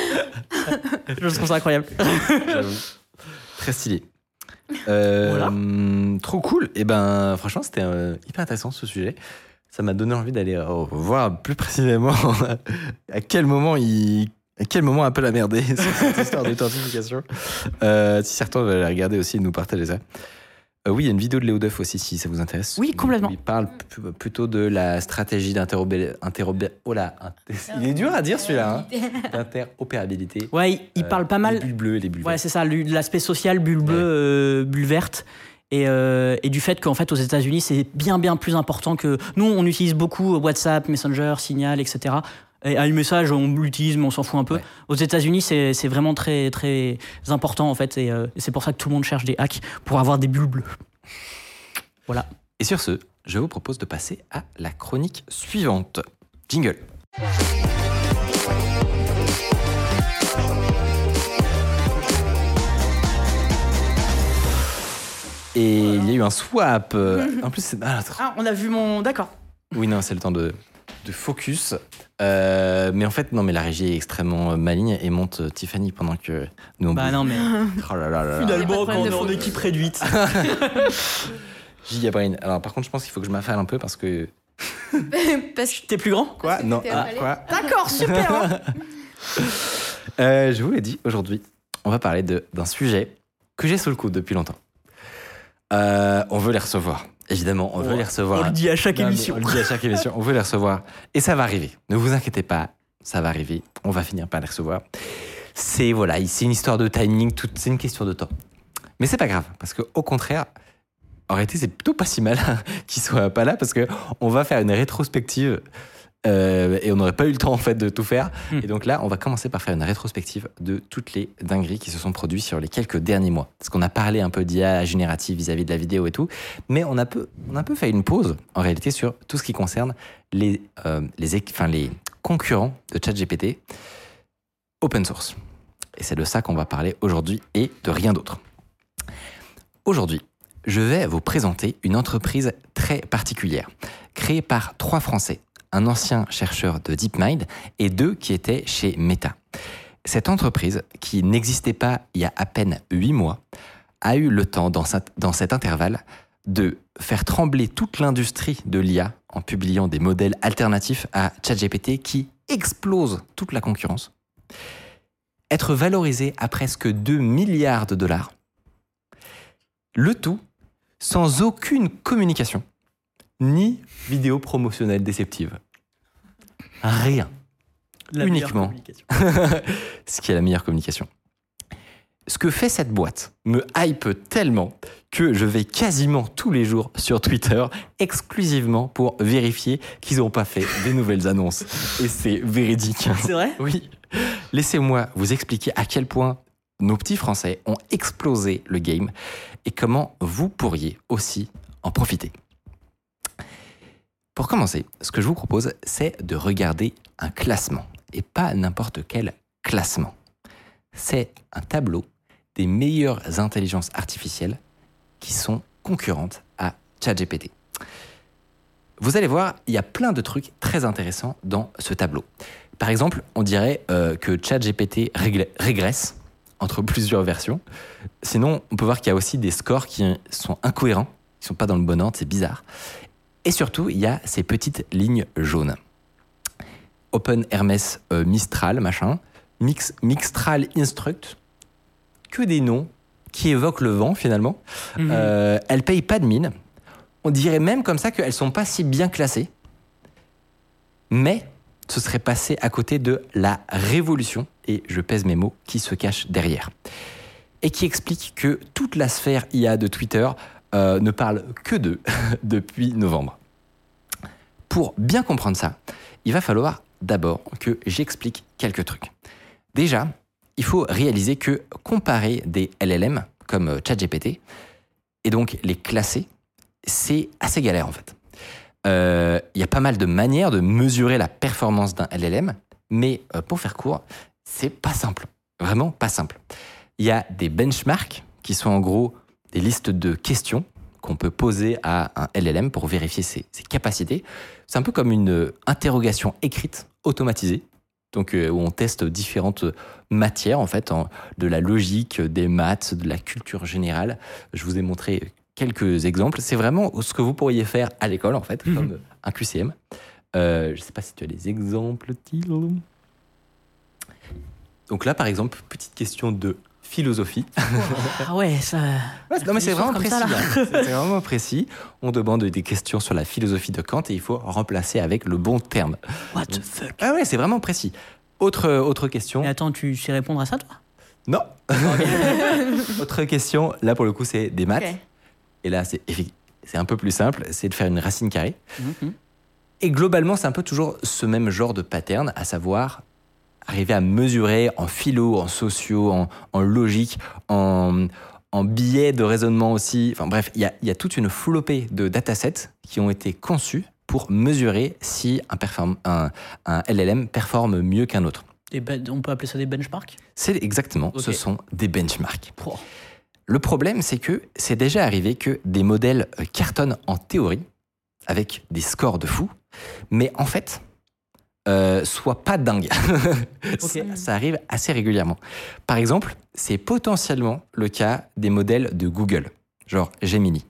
Je trouve ça incroyable. J'avoue. Très stylé. Voilà. Trop cool. Et franchement, c'était hyper intéressant ce sujet. Ça m'a donné envie d'aller voir plus précisément à quel moment Apple a merdé sur cette histoire d'authentification. Si certains veulent regarder aussi et nous partager ça. Oui, il y a une vidéo de Léo Duff aussi, si ça vous intéresse. Oui, complètement. Il parle plutôt de la stratégie il est dur à dire celui-là, d'interopérabilité. Ouais, il parle pas mal. Les bulles bleues et les bulles vertes. Ouais, c'est ça, l'aspect social, bulle bleue, bulle verte. Et du fait qu'en fait, aux États-Unis, c'est bien plus important que. Nous, on utilise beaucoup WhatsApp, Messenger, Signal, etc. Et un message, on l'utilise, mais on s'en fout un peu. Ouais. Aux États-Unis, c'est vraiment très, très important, en fait. Et c'est pour ça que tout le monde cherche des hacks pour avoir des bulles bleues. Voilà. Et sur ce, je vous propose de passer à la chronique suivante. Jingle. Et il y a eu eu un swap. En plus, c'est... Ah, on a vu mon... D'accord. Oui, non, c'est le temps de focus. Mais en fait, non, mais la régie est extrêmement maligne et monte Tiffany pendant que nous on Bah bouge. non, mais Oh là là là là. finalement, pas de quand on est problème en de équipe réduite. Gigabrain. Alors par contre, je pense qu'il faut que je m'affale un peu parce que... Parce que T'es plus grand? Quoi? que Non. t'étais affalé. Quoi? D'accord, super hein. Je vous l'ai dit, aujourd'hui, on va parler d'un sujet que j'ai sous le coude depuis longtemps. On veut les recevoir. Évidemment, on veut les recevoir. On le dit à chaque Non, mais émission. On le dit à chaque émission. On veut les recevoir. Et ça va arriver. Ne vous inquiétez pas, ça va arriver. On va finir par les recevoir. C'est une histoire de timing. C'est une question de temps. Mais c'est pas grave, parce que au contraire, en réalité, c'est plutôt pas si mal qu'ils soient pas là, parce que on va faire une rétrospective. Et on n'aurait pas eu le temps en fait de tout faire. Et donc là, on va commencer par faire une rétrospective de toutes les dingueries qui se sont produites sur les quelques derniers mois. Parce qu'on a parlé un peu d'IA générative vis-à-vis de la vidéo et tout, mais on a un peu fait une pause en réalité sur tout ce qui concerne les concurrents de ChatGPT open source. Et c'est de ça qu'on va parler aujourd'hui et de rien d'autre. Aujourd'hui, je vais vous présenter une entreprise très particulière, créée par 3 Français. Un ancien chercheur de DeepMind et 2 qui étaient chez Meta. Cette entreprise, qui n'existait pas il y a à peine 8 mois, a eu le temps, dans cet intervalle, de faire trembler toute l'industrie de l'IA en publiant des modèles alternatifs à ChatGPT qui explosent toute la concurrence, être valorisé à presque 2 milliards de dollars, le tout sans aucune communication, ni vidéo promotionnelle déceptive. Rien. La Uniquement. meilleure communication. Ce qui est la meilleure communication. Ce que fait cette boîte me hype tellement que je vais quasiment tous les jours sur Twitter exclusivement pour vérifier qu'ils n'ont pas fait des nouvelles annonces. Et c'est véridique. C'est vrai? Oui. Laissez-moi vous expliquer à quel point nos petits Français ont explosé le game et comment vous pourriez aussi en profiter. Pour commencer, ce que je vous propose, c'est de regarder un classement, et pas n'importe quel classement. C'est un tableau des meilleures intelligences artificielles qui sont concurrentes à ChatGPT. Vous allez voir, il y a plein de trucs très intéressants dans ce tableau. Par exemple, on dirait que ChatGPT régresse entre plusieurs versions. Sinon, on peut voir qu'il y a aussi des scores qui sont incohérents, qui ne sont pas dans le bon ordre, c'est bizarre. Et surtout, il y a ces petites lignes jaunes. Open Hermès Mistral, machin. Mixtral Instruct. Que des noms qui évoquent le vent, finalement. Elles payent pas de mine. On dirait même comme ça qu'elles sont pas si bien classées. Mais ce serait passé à côté de la révolution, et je pèse mes mots, qui se cache derrière. Et qui explique que toute la sphère IA de Twitter ne parle que d'eux depuis novembre. Pour bien comprendre ça, il va falloir d'abord que j'explique quelques trucs. Déjà, il faut réaliser que comparer des LLM comme ChatGPT et donc les classer, c'est assez galère en fait. Il y a pas mal de manières de mesurer la performance d'un LLM, mais pour faire court, c'est pas simple. Vraiment pas simple. Il y a des benchmarks qui sont en gros des listes de questions qu'on peut poser à un LLM pour vérifier ses capacités. C'est un peu comme une interrogation écrite automatisée, donc où on teste différentes matières en fait, de la logique, des maths, de la culture générale. Je vous ai montré quelques exemples. C'est vraiment ce que vous pourriez faire à l'école en fait, comme un QCM. Je ne sais pas si tu as des exemples, Thiel. Donc là, par exemple, petite question de philosophie. Ah ouais, ça... Non mais c'est vraiment précis. Ça, C'est vraiment précis. On demande des questions sur la philosophie de Kant et il faut remplacer avec le bon terme. What the fuck? Ah ouais, c'est vraiment précis. Autre question. Mais attends, tu sais répondre à ça, toi? Non. Autre question. Là, pour le coup, c'est des maths. Ok. Et là, c'est un peu plus simple. C'est de faire une racine carrée. Et globalement, c'est un peu toujours ce même genre de pattern, à savoir arriver à mesurer en philo, en sociaux, en logique, en biais de raisonnement aussi. Enfin bref, il y a toute une flopée de datasets qui ont été conçus pour mesurer si un LLM performe mieux qu'un autre. On peut appeler ça des benchmarks? C'est exactement, Ok. ce sont des benchmarks. Oh. le problème, c'est que c'est déjà arrivé que des modèles cartonnent en théorie, avec des scores de fou, mais en fait, soient pas dingues. Ok. Ça arrive assez régulièrement. Par exemple, c'est potentiellement le cas des modèles de Google, genre Gemini,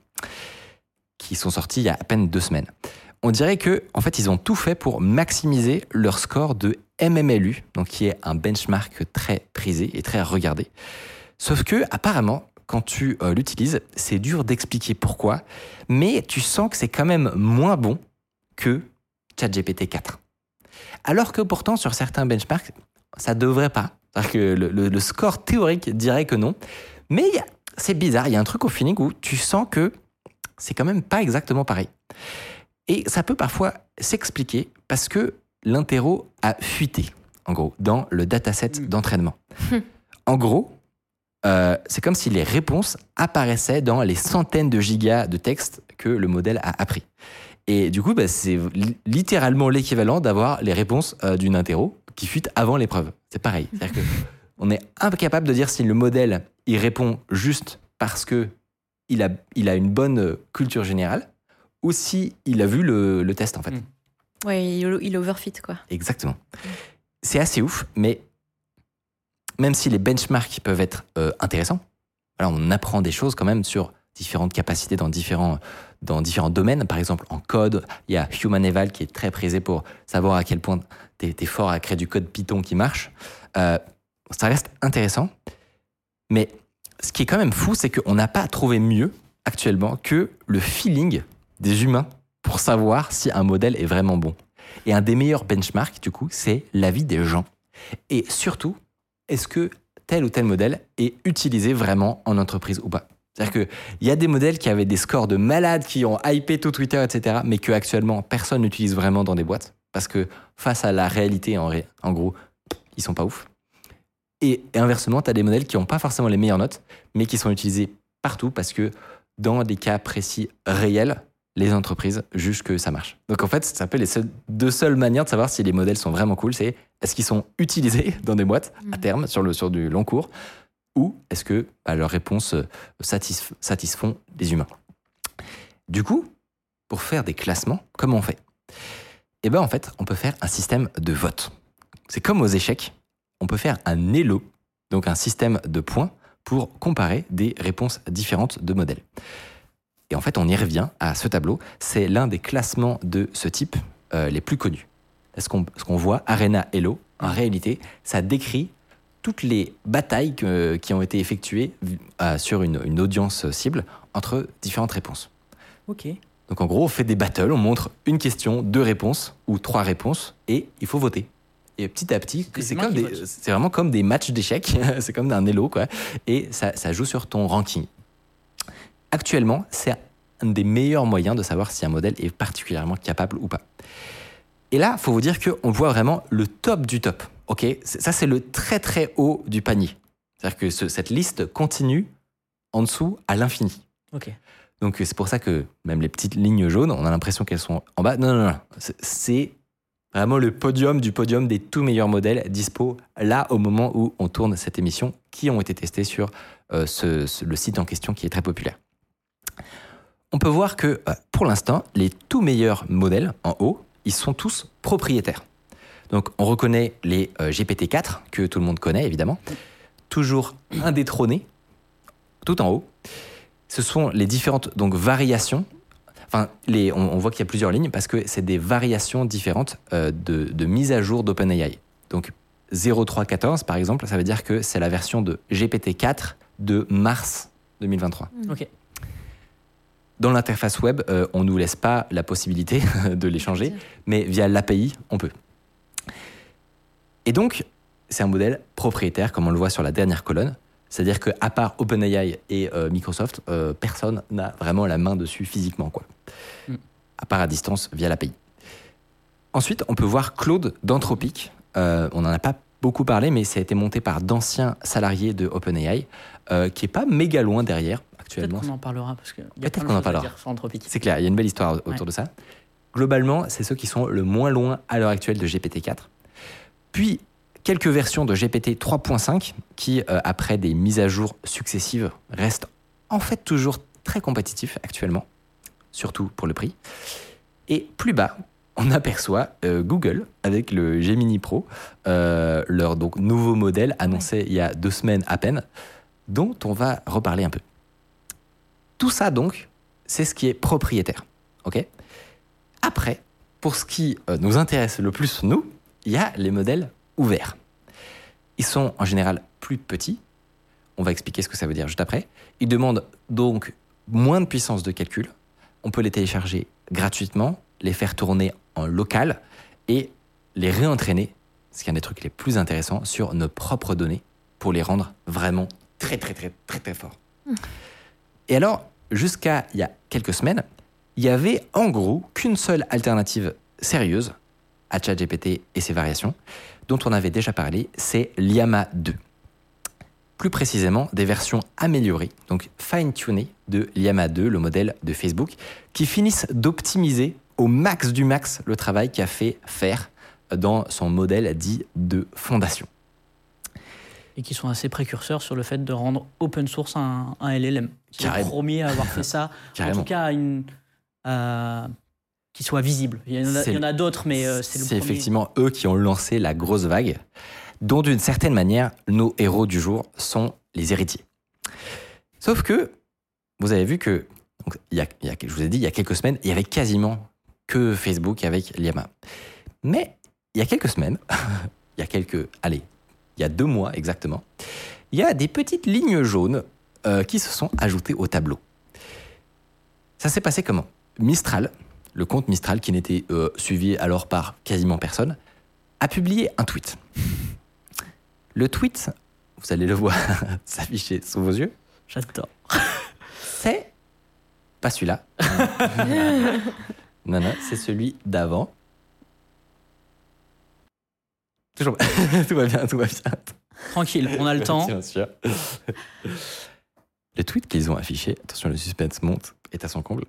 qui sont sortis il y a à peine 2 semaines. On dirait que, en fait, ils ont tout fait pour maximiser leur score de MMLU, donc qui est un benchmark très prisé et très regardé. Sauf que, apparemment, quand tu l'utilises, c'est dur d'expliquer pourquoi, mais tu sens que c'est quand même moins bon que ChatGPT 4. Alors que pourtant, sur certains benchmarks, ça devrait pas. C'est-à-dire que le score théorique dirait que non, mais c'est bizarre, il y a un truc au feeling où tu sens que c'est quand même pas exactement pareil. Et ça peut parfois s'expliquer parce que l'interro a fuité, en gros, dans le dataset d'entraînement. En gros, c'est comme si les réponses apparaissaient dans les centaines de gigas de texte que le modèle a appris. Et du coup, c'est littéralement l'équivalent d'avoir les réponses d'une interro qui fuite avant l'épreuve. C'est pareil. C'est-à-dire qu'on est incapable de dire si le modèle il répond juste parce que il a une bonne culture générale ou si il a vu le test, en fait. Ouais, il overfit, quoi. Exactement. C'est assez ouf, mais même si les benchmarks peuvent être intéressants, alors on apprend des choses quand même sur différentes capacités dans différents domaines. Par exemple, en code, il y a Human Eval qui est très prisé pour savoir à quel point t'es fort à créer du code Python qui marche. Ça reste intéressant, mais ce qui est quand même fou, c'est qu'on n'a pas trouvé mieux actuellement que le feeling des humains pour savoir si un modèle est vraiment bon. Et un des meilleurs benchmarks, du coup, c'est l'avis des gens. Et surtout, est-ce que tel ou tel modèle est utilisé vraiment en entreprise ou pas? C'est-à-dire qu'il y a des modèles qui avaient des scores de malades, qui ont hypé tout Twitter, etc., mais qu'actuellement, personne n'utilise vraiment dans des boîtes, parce que face à la réalité, en gros, ils sont pas ouf. Et inversement, tu as des modèles qui n'ont pas forcément les meilleures notes, mais qui sont utilisés partout, parce que dans des cas précis réels, les entreprises jugent que ça marche. Donc en fait, c'est un peu les deux seules manières de savoir si les modèles sont vraiment cool, c'est est-ce qu'ils sont utilisés dans des boîtes à terme, sur du long cours, ou est-ce que leurs réponses satisfont les humains. Du coup, pour faire des classements, comment on fait? Eh bien en fait, on peut faire un système de vote. C'est comme aux échecs, on peut faire un ELO, donc un système de points, pour comparer des réponses différentes de modèles. Et en fait, on y revient à ce tableau. C'est l'un des classements de ce type les plus connus. Ce qu'on voit, Arena Elo, en réalité, ça décrit toutes les batailles qui ont été effectuées sur une audience cible entre différentes réponses. Ok. Donc en gros, on fait des battles, on montre une question, 2 réponses ou 3 réponses, et il faut voter. Et petit à petit, c'est vraiment comme des matchs d'échecs, c'est comme un Elo, quoi. Et ça joue sur ton ranking. Actuellement, c'est un des meilleurs moyens de savoir si un modèle est particulièrement capable ou pas. Et là, il faut vous dire qu'on voit vraiment le top du top. Okay, ça, c'est le très très haut du panier. C'est-à-dire que cette liste continue en dessous à l'infini. Ok. Donc c'est pour ça que même les petites lignes jaunes, on a l'impression qu'elles sont en bas. Non. C'est vraiment le podium du podium des tout meilleurs modèles dispo là au moment où on tourne cette émission, qui ont été testés sur le site en question qui est très populaire. On peut voir que pour l'instant, les tout meilleurs modèles en haut, ils sont tous propriétaires. Donc on reconnaît les GPT-4, que tout le monde connaît évidemment, toujours indétrônés, tout en haut. Ce sont les différentes variations. Enfin, on voit qu'il y a plusieurs lignes parce que c'est des variations différentes de mise à jour d'OpenAI. Donc 0.3.14 par exemple, ça veut dire que c'est la version de GPT-4 de mars 2023. Ok. Dans l'interface web, on ne nous laisse pas la possibilité de les changer, mais via l'API, on peut. Et donc, c'est un modèle propriétaire, comme on le voit sur la dernière colonne. C'est-à-dire qu'à part OpenAI et Microsoft, personne n'a vraiment la main dessus physiquement, quoi. À part à distance via l'API. Ensuite, on peut voir Claude d'Anthropic. On n'en a pas beaucoup parlé, mais ça a été monté par d'anciens salariés de OpenAI, qui n'est pas méga loin derrière. Peut-être qu'on en parlera, parce que peut-être qu'on en parlera. C'est clair, il y a une belle histoire autour de ça. Globalement, c'est ceux qui sont le moins loin à l'heure actuelle de GPT-4. Puis, quelques versions de GPT 3.5 qui, après des mises à jour successives, restent en fait toujours très compétitifs actuellement, surtout pour le prix. Et plus bas, on aperçoit Google avec le Gemini Pro, leur donc, nouveau modèle annoncé il y a 2 semaines à peine, dont on va reparler un peu. Tout ça donc, c'est ce qui est propriétaire. Okay ? Après, pour ce qui nous intéresse le plus, nous, il y a les modèles ouverts. Ils sont en général plus petits. On va expliquer ce que ça veut dire juste après. Ils demandent donc moins de puissance de calcul. On peut les télécharger gratuitement, les faire tourner en local et les réentraîner, ce qui est un des trucs les plus intéressants, sur nos propres données pour les rendre vraiment très forts. Et alors, jusqu'à il y a quelques semaines, il y avait en gros qu'une seule alternative sérieuse à ChatGPT et ses variations, dont on avait déjà parlé, c'est Llama 2. Plus précisément, des versions améliorées, donc fine-tunées de Llama 2, le modèle de Facebook, qui finissent d'optimiser au max du max le travail qu'a fait faire dans son modèle dit de fondation. Et qui sont assez précurseurs sur le fait de rendre open source un LLM. Qui est le premier à avoir fait ça, en tout cas qui soit visible. Il y en a d'autres, mais c'est le premier. C'est effectivement eux qui ont lancé la grosse vague, dont d'une certaine manière, nos héros du jour sont les héritiers. Sauf que, vous avez vu que, donc, je vous ai dit, il y a quelques semaines, il y avait quasiment que Facebook avec Llama. Mais il y a quelques semaines, il y a 2 mois exactement, il y a des petites lignes jaunes qui se sont ajoutées au tableau. Ça s'est passé comment ? Mistral, le compte Mistral, qui n'était suivi alors par quasiment personne, a publié un tweet. Le tweet, vous allez le voir s'afficher sous vos yeux. J'adore. C'est pas celui-là. Non, c'est celui d'avant. Toujours tout va bien. Tranquille, on a le temps. Bien sûr. Le tweet qu'ils ont affiché, attention, le suspense monte, est à son comble.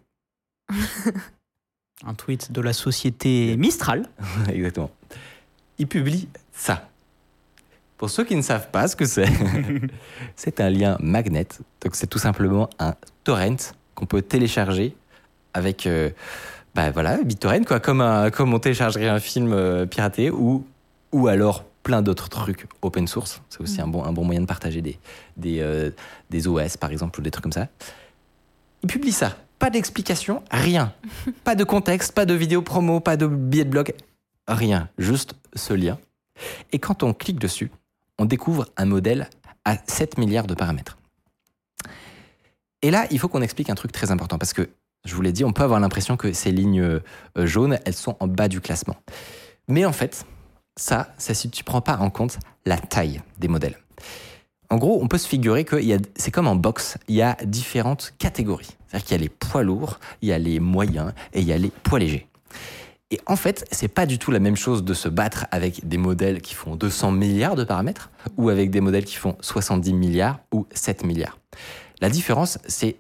Un tweet de la société Mistral. Exactement. Il publie ça. Pour ceux qui ne savent pas ce que c'est, c'est un lien magnet. Donc c'est tout simplement un torrent qu'on peut télécharger avec BitTorrent, quoi, comme on téléchargerait un film piraté ou alors plein d'autres trucs open source. C'est aussi un bon moyen de partager des OS, par exemple, ou des trucs comme ça. Il publie ça. Pas d'explication, rien. Pas de contexte, pas de vidéo promo, pas de billet de blog, rien. Juste ce lien. Et quand on clique dessus, on découvre un modèle à 7 milliards de paramètres. Et là, il faut qu'on explique un truc très important, parce que, je vous l'ai dit, on peut avoir l'impression que ces lignes jaunes, elles sont en bas du classement. Mais en fait, ça c'est si tu ne prends pas en compte la taille des modèles. En gros, on peut se figurer que c'est comme en boxe, il y a différentes catégories. C'est-à-dire qu'il y a les poids lourds, il y a les moyens et il y a les poids légers. Et en fait, c'est pas du tout la même chose de se battre avec des modèles qui font 200 milliards de paramètres ou avec des modèles qui font 70 milliards ou 7 milliards. La différence,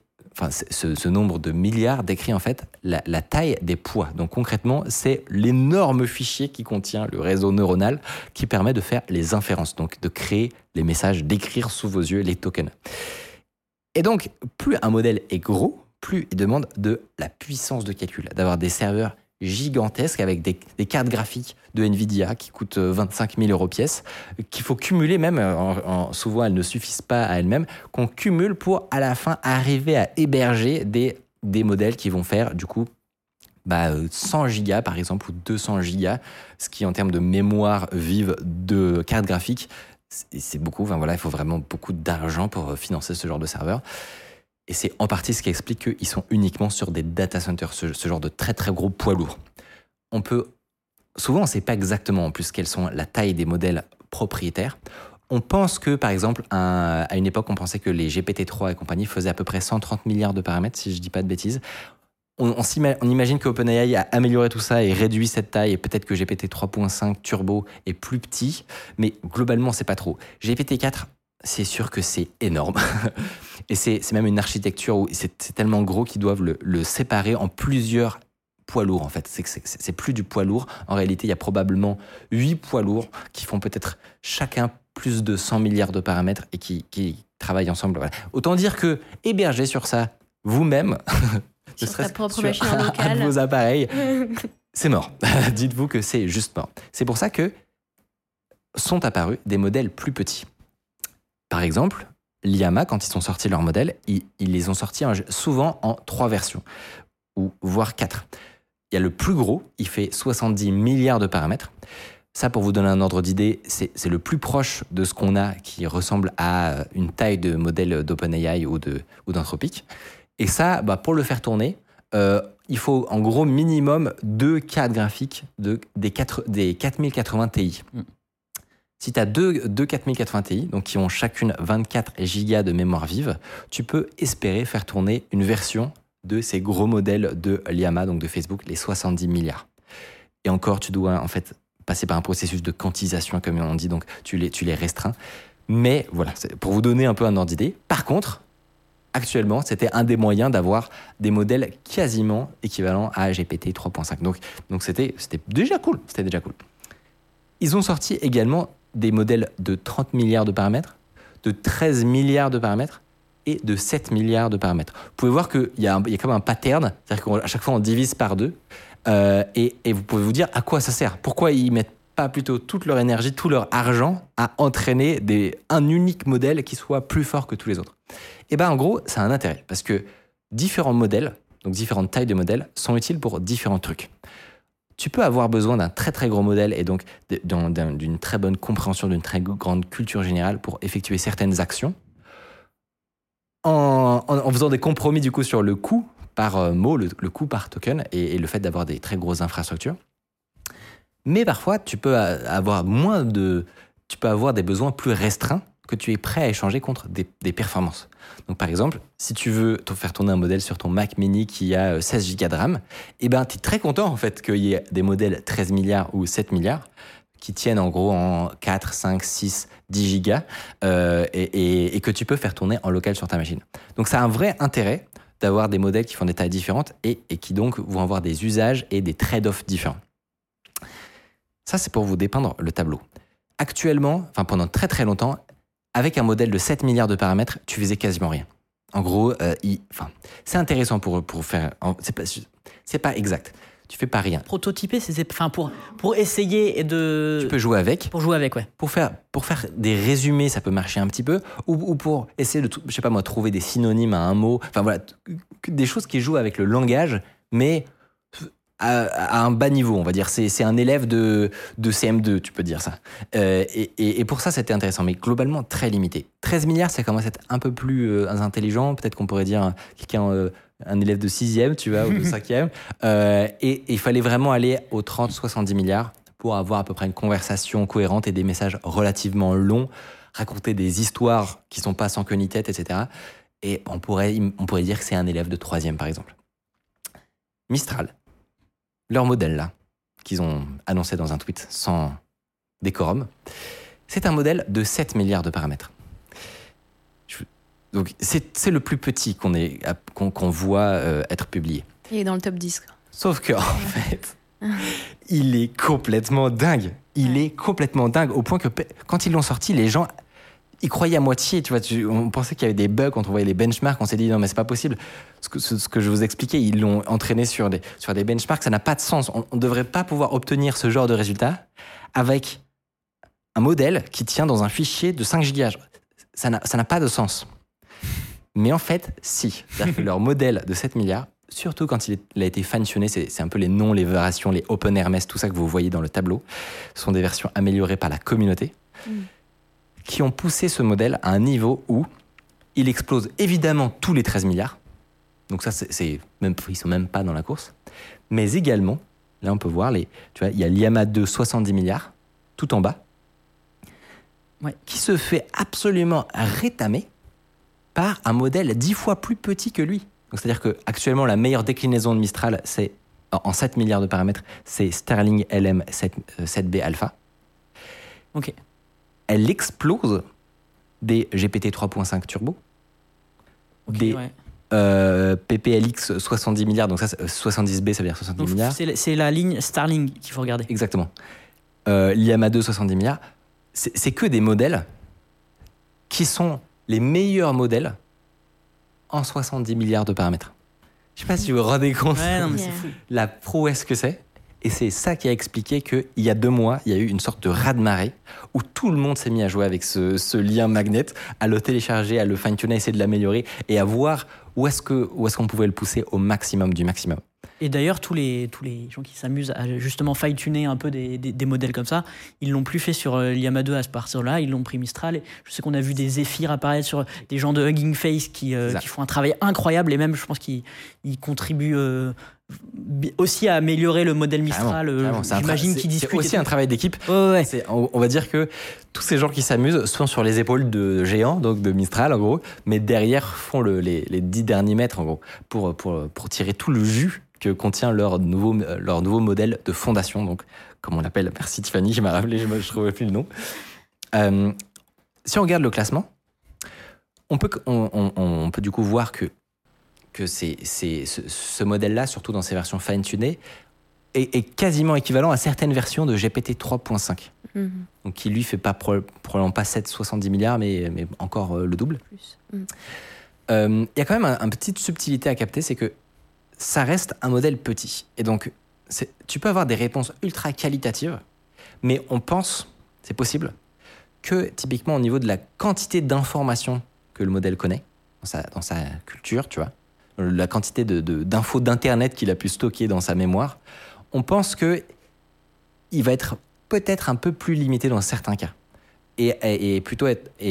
ce nombre de milliards décrit en fait la taille des poids. Donc concrètement, c'est l'énorme fichier qui contient le réseau neuronal qui permet de faire les inférences, donc de créer les messages, d'écrire sous vos yeux les tokens. Et donc, plus un modèle est gros, plus il demande de la puissance de calcul, d'avoir des serveurs gigantesques avec des cartes graphiques de Nvidia qui coûtent 25 000 € pièce, qu'il faut cumuler même, souvent elles ne suffisent pas à elles-mêmes, qu'on cumule pour à la fin arriver à héberger des modèles qui vont faire du coup 100 gigas par exemple ou 200 gigas, ce qui en termes de mémoire vive de cartes graphiques, c'est beaucoup. Il faut vraiment beaucoup d'argent pour financer ce genre de serveur. Et c'est en partie ce qui explique qu'ils sont uniquement sur des data centers, ce genre de très très gros poids lourds. Souvent, on ne sait pas exactement en plus quelles sont la taille des modèles propriétaires. On pense que, par exemple, à une époque, on pensait que les GPT-3 et compagnie faisaient à peu près 130 milliards de paramètres, si je ne dis pas de bêtises. On imagine que OpenAI a amélioré tout ça et réduit cette taille, et peut-être que GPT 3.5 Turbo est plus petit, mais globalement, c'est pas trop. GPT-4, c'est sûr que c'est énorme. Et c'est même une architecture où c'est tellement gros qu'ils doivent le séparer en plusieurs poids lourd en fait. C'est plus du poids lourd. En réalité, il y a probablement 8 poids lourds qui font peut-être chacun plus de 100 milliards de paramètres et qui travaillent ensemble. Voilà. Autant dire que héberger sur ça vous-même, Sur ta propre sur machine un locale. de vos appareils, c'est mort. Dites-vous que c'est juste mort. C'est pour ça que sont apparus des modèles plus petits. Par exemple, Llama, quand ils ont sorti leurs modèles, ils les ont sortis souvent en 3 versions, ou voire 4. Il y a le plus gros, il fait 70 milliards de paramètres. Ça, pour vous donner un ordre d'idée, c'est le plus proche de ce qu'on a qui ressemble à une taille de modèle d'OpenAI ou d'Anthropic. Et ça, pour le faire tourner, il faut en gros minimum 2 cartes graphiques des 4080 Ti. Si tu as deux 4080 Ti, donc qui ont chacune 24 Go de mémoire vive, tu peux espérer faire tourner une version de ces gros modèles de Llama, donc de Facebook, les 70 milliards. Et encore, tu dois en fait passer par un processus de quantisation, comme on dit, donc tu les restreins. Mais voilà, c'est pour vous donner un peu un ordre d'idée. Par contre, actuellement, c'était un des moyens d'avoir des modèles quasiment équivalents à GPT 3.5. Donc c'était déjà cool. C'était déjà cool. Ils ont sorti également des modèles de 30 milliards de paramètres, de 13 milliards de paramètres et de 7 milliards de paramètres. Vous pouvez voir qu'il y a quand même un pattern, c'est-à-dire qu'à chaque fois on divise par 2, et vous pouvez vous dire à quoi ça sert. Pourquoi ils mettent pas plutôt toute leur énergie, tout leur argent à entraîner un unique modèle qui soit plus fort que tous les autres. Et en gros, ça a un intérêt, parce que différents modèles, donc différentes tailles de modèles, sont utiles pour différents trucs. Tu peux avoir besoin d'un très très gros modèle et donc d'une très bonne compréhension, d'une très grande culture générale pour effectuer certaines actions en faisant des compromis du coup sur le coût par mot, le coût par token et le fait d'avoir des très grosses infrastructures. Mais parfois, tu peux avoir des besoins plus restreints que tu es prêt à échanger contre des performances. Donc par exemple, si tu veux te faire tourner un modèle sur ton Mac mini qui a 16 Go de RAM, tu es très content en fait qu'il y ait des modèles 13 milliards ou 7 milliards qui tiennent en gros en 4, 5, 6, 10 Go et que tu peux faire tourner en local sur ta machine. Donc ça a un vrai intérêt d'avoir des modèles qui font des tailles différentes et qui donc vont avoir des usages et des trade-offs différents. Ça, c'est pour vous dépeindre le tableau. Actuellement, pendant très très longtemps, avec un modèle de 7 milliards de paramètres, tu faisais quasiment rien. En gros, c'est intéressant pour faire... C'est pas exact. Tu fais pas rien. Prototyper, pour essayer et de... Tu peux jouer avec. Pour jouer avec, ouais. Pour faire des résumés, ça peut marcher un petit peu. Ou pour essayer de, trouver des synonymes à un mot. Enfin voilà, des choses qui jouent avec le langage, mais... à un bas niveau, on va dire. C'est un élève de CM2, tu peux dire ça. Et pour ça, c'était intéressant, mais globalement très limité. 13 milliards, ça commence à être un peu plus intelligent. Peut-être qu'on pourrait dire un élève de 6e, tu vois, ou de 5e. Et il fallait vraiment aller aux 30-70 milliards pour avoir à peu près une conversation cohérente et des messages relativement longs, raconter des histoires qui sont pas sans queue ni tête, etc. Et on pourrait dire que c'est un élève de 3e, par exemple. Mistral. Leur modèle là, qu'ils ont annoncé dans un tweet sans décorum, c'est un modèle de 7 milliards de paramètres. Donc c'est le plus petit qu'on voit être publié. Il est dans le top 10. Sauf que en fait, il est complètement dingue. Il est complètement dingue au point que quand ils l'ont sorti, les gens ils croyaient à moitié, tu vois, on pensait qu'il y avait des bugs quand on voyait les benchmarks, on s'est dit non mais c'est pas possible. Ce que je vous expliquais, ils l'ont entraîné sur des benchmarks, ça n'a pas de sens. On ne devrait pas pouvoir obtenir ce genre de résultat avec un modèle qui tient dans un fichier de 5 gigas. Ça n'a pas de sens. Mais en fait, si. C'est-à-dire que leur modèle de 7 milliards, surtout quand il a été fine-tuné, c'est un peu les noms, les variations, les OpenRMS, tout ça que vous voyez dans le tableau, ce sont des versions améliorées par la communauté. Qui ont poussé ce modèle à un niveau où il explose évidemment tous les 13 milliards. Donc ça, ils sont même pas dans la course. Mais également, là on peut voir, tu vois, il y a Llama 2 70 milliards, tout en bas, qui se fait absolument rétamer par un modèle 10 fois plus petit que lui. Donc c'est-à-dire qu'actuellement, la meilleure déclinaison de Mistral, c'est en 7 milliards de paramètres, c'est Sterling LM 7B Alpha. Ok. Elle explose des GPT 3.5 Turbo, des PPLX 70 milliards, donc ça 70B ça veut dire 70 Donc, milliards. c'est la ligne Starlink qu'il faut regarder. Exactement. Llama 2 70 milliards. C'est que des modèles qui sont les meilleurs modèles en 70 milliards de paramètres. Je sais pas si vous vous rendez compte Ouais, non, mais c'est fou. la prouesse que c'est. Et c'est ça qui a expliqué qu'il y a 2 mois, il y a eu une sorte de raz-de-marée où tout le monde s'est mis à jouer avec ce lien magnet, à le télécharger, à le fine-tuner, à essayer de l'améliorer et à voir où est-ce qu'on pouvait le pousser au maximum du maximum. Et d'ailleurs, tous les gens qui s'amusent à justement fine-tuner un peu des modèles comme ça, ils l'ont plus fait sur Llama 2 à ce partir-là, ils l'ont pris Mistral. Et je sais qu'on a vu des Zephyr apparaître sur des gens de Hugging Face qui font un travail incroyable et même, je pense qu'ils contribuent aussi à améliorer le modèle Mistral. Carrément. J'imagine qu'ils discutent. C'est aussi un travail d'équipe. Ouais. On va dire que tous ces gens qui s'amusent sont sur les épaules de géants, donc de Mistral en gros, mais derrière font les 10 derniers mètres en gros, pour tirer tout le jus que contient leur nouveau modèle de fondation, donc comme on l'appelle. Merci Tiffany, je m'ai rappelé, je ne trouvais plus le nom. Si on regarde le classement, on peut du coup voir que ce modèle-là, surtout dans ses versions fine-tunées, est quasiment équivalent à certaines versions de GPT 3.5. Donc qui lui fait probablement pas 70 milliards, mais encore le double. Il y a quand même une petite subtilité à capter, c'est que ça reste un modèle petit. Et donc, tu peux avoir des réponses ultra qualitatives, mais on pense, c'est possible, que typiquement au niveau de la quantité d'informations que le modèle connaît, dans sa culture, tu vois, la quantité d'infos d'Internet qu'il a pu stocker dans sa mémoire, on pense qu'il va être peut-être un peu plus limité dans certains cas. Et plutôt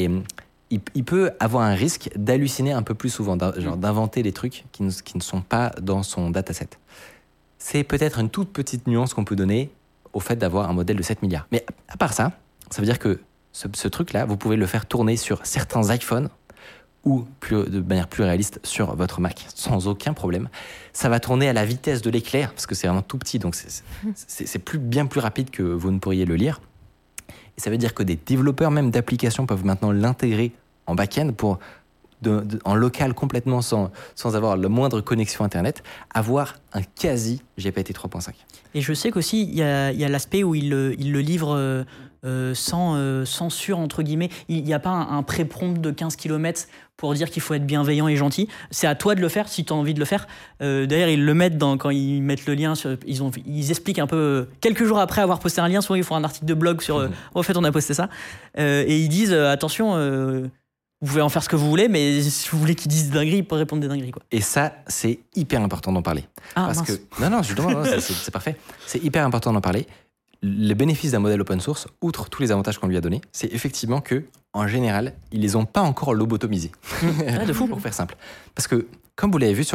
il peut avoir un risque d'halluciner un peu plus souvent, genre d'inventer des trucs qui ne sont pas dans son dataset. C'est peut-être une toute petite nuance qu'on peut donner au fait d'avoir un modèle de 7 milliards. Mais à part ça, ça veut dire que ce truc-là, vous pouvez le faire tourner sur certains iPhones ou de manière plus réaliste sur votre Mac, sans aucun problème. Ça va tourner à la vitesse de l'éclair, parce que c'est vraiment tout petit, donc c'est bien plus rapide que vous ne pourriez le lire. Et ça veut dire que des développeurs même d'applications peuvent maintenant l'intégrer en back-end pour, en local complètement sans avoir la moindre connexion Internet, avoir un quasi GPT 3.5. Et je sais qu'aussi, il y a l'aspect où il le livre sans censure, entre guillemets. Il n'y a pas un pré-prompt de 15 km pour dire qu'il faut être bienveillant et gentil. C'est à toi de le faire si tu as envie de le faire. D'ailleurs, ils le mettent quand ils mettent le lien. Ils expliquent un peu, quelques jours après avoir posté un lien, souvent ils font un article de blog sur en fait, on a posté ça. Et ils disent attention, vous pouvez en faire ce que vous voulez, mais si vous voulez qu'ils disent des dingueries, ils peuvent répondre des dingueries, quoi. Et ça, c'est hyper important d'en parler. Parce que justement, c'est parfait. C'est hyper important d'en parler. Le bénéfice d'un modèle open source, outre tous les avantages qu'on lui a donnés, c'est effectivement que, en général, ils les ont pas encore lobotomisés. De fou. Pour faire simple. Parce que, comme vous l'avez vu sur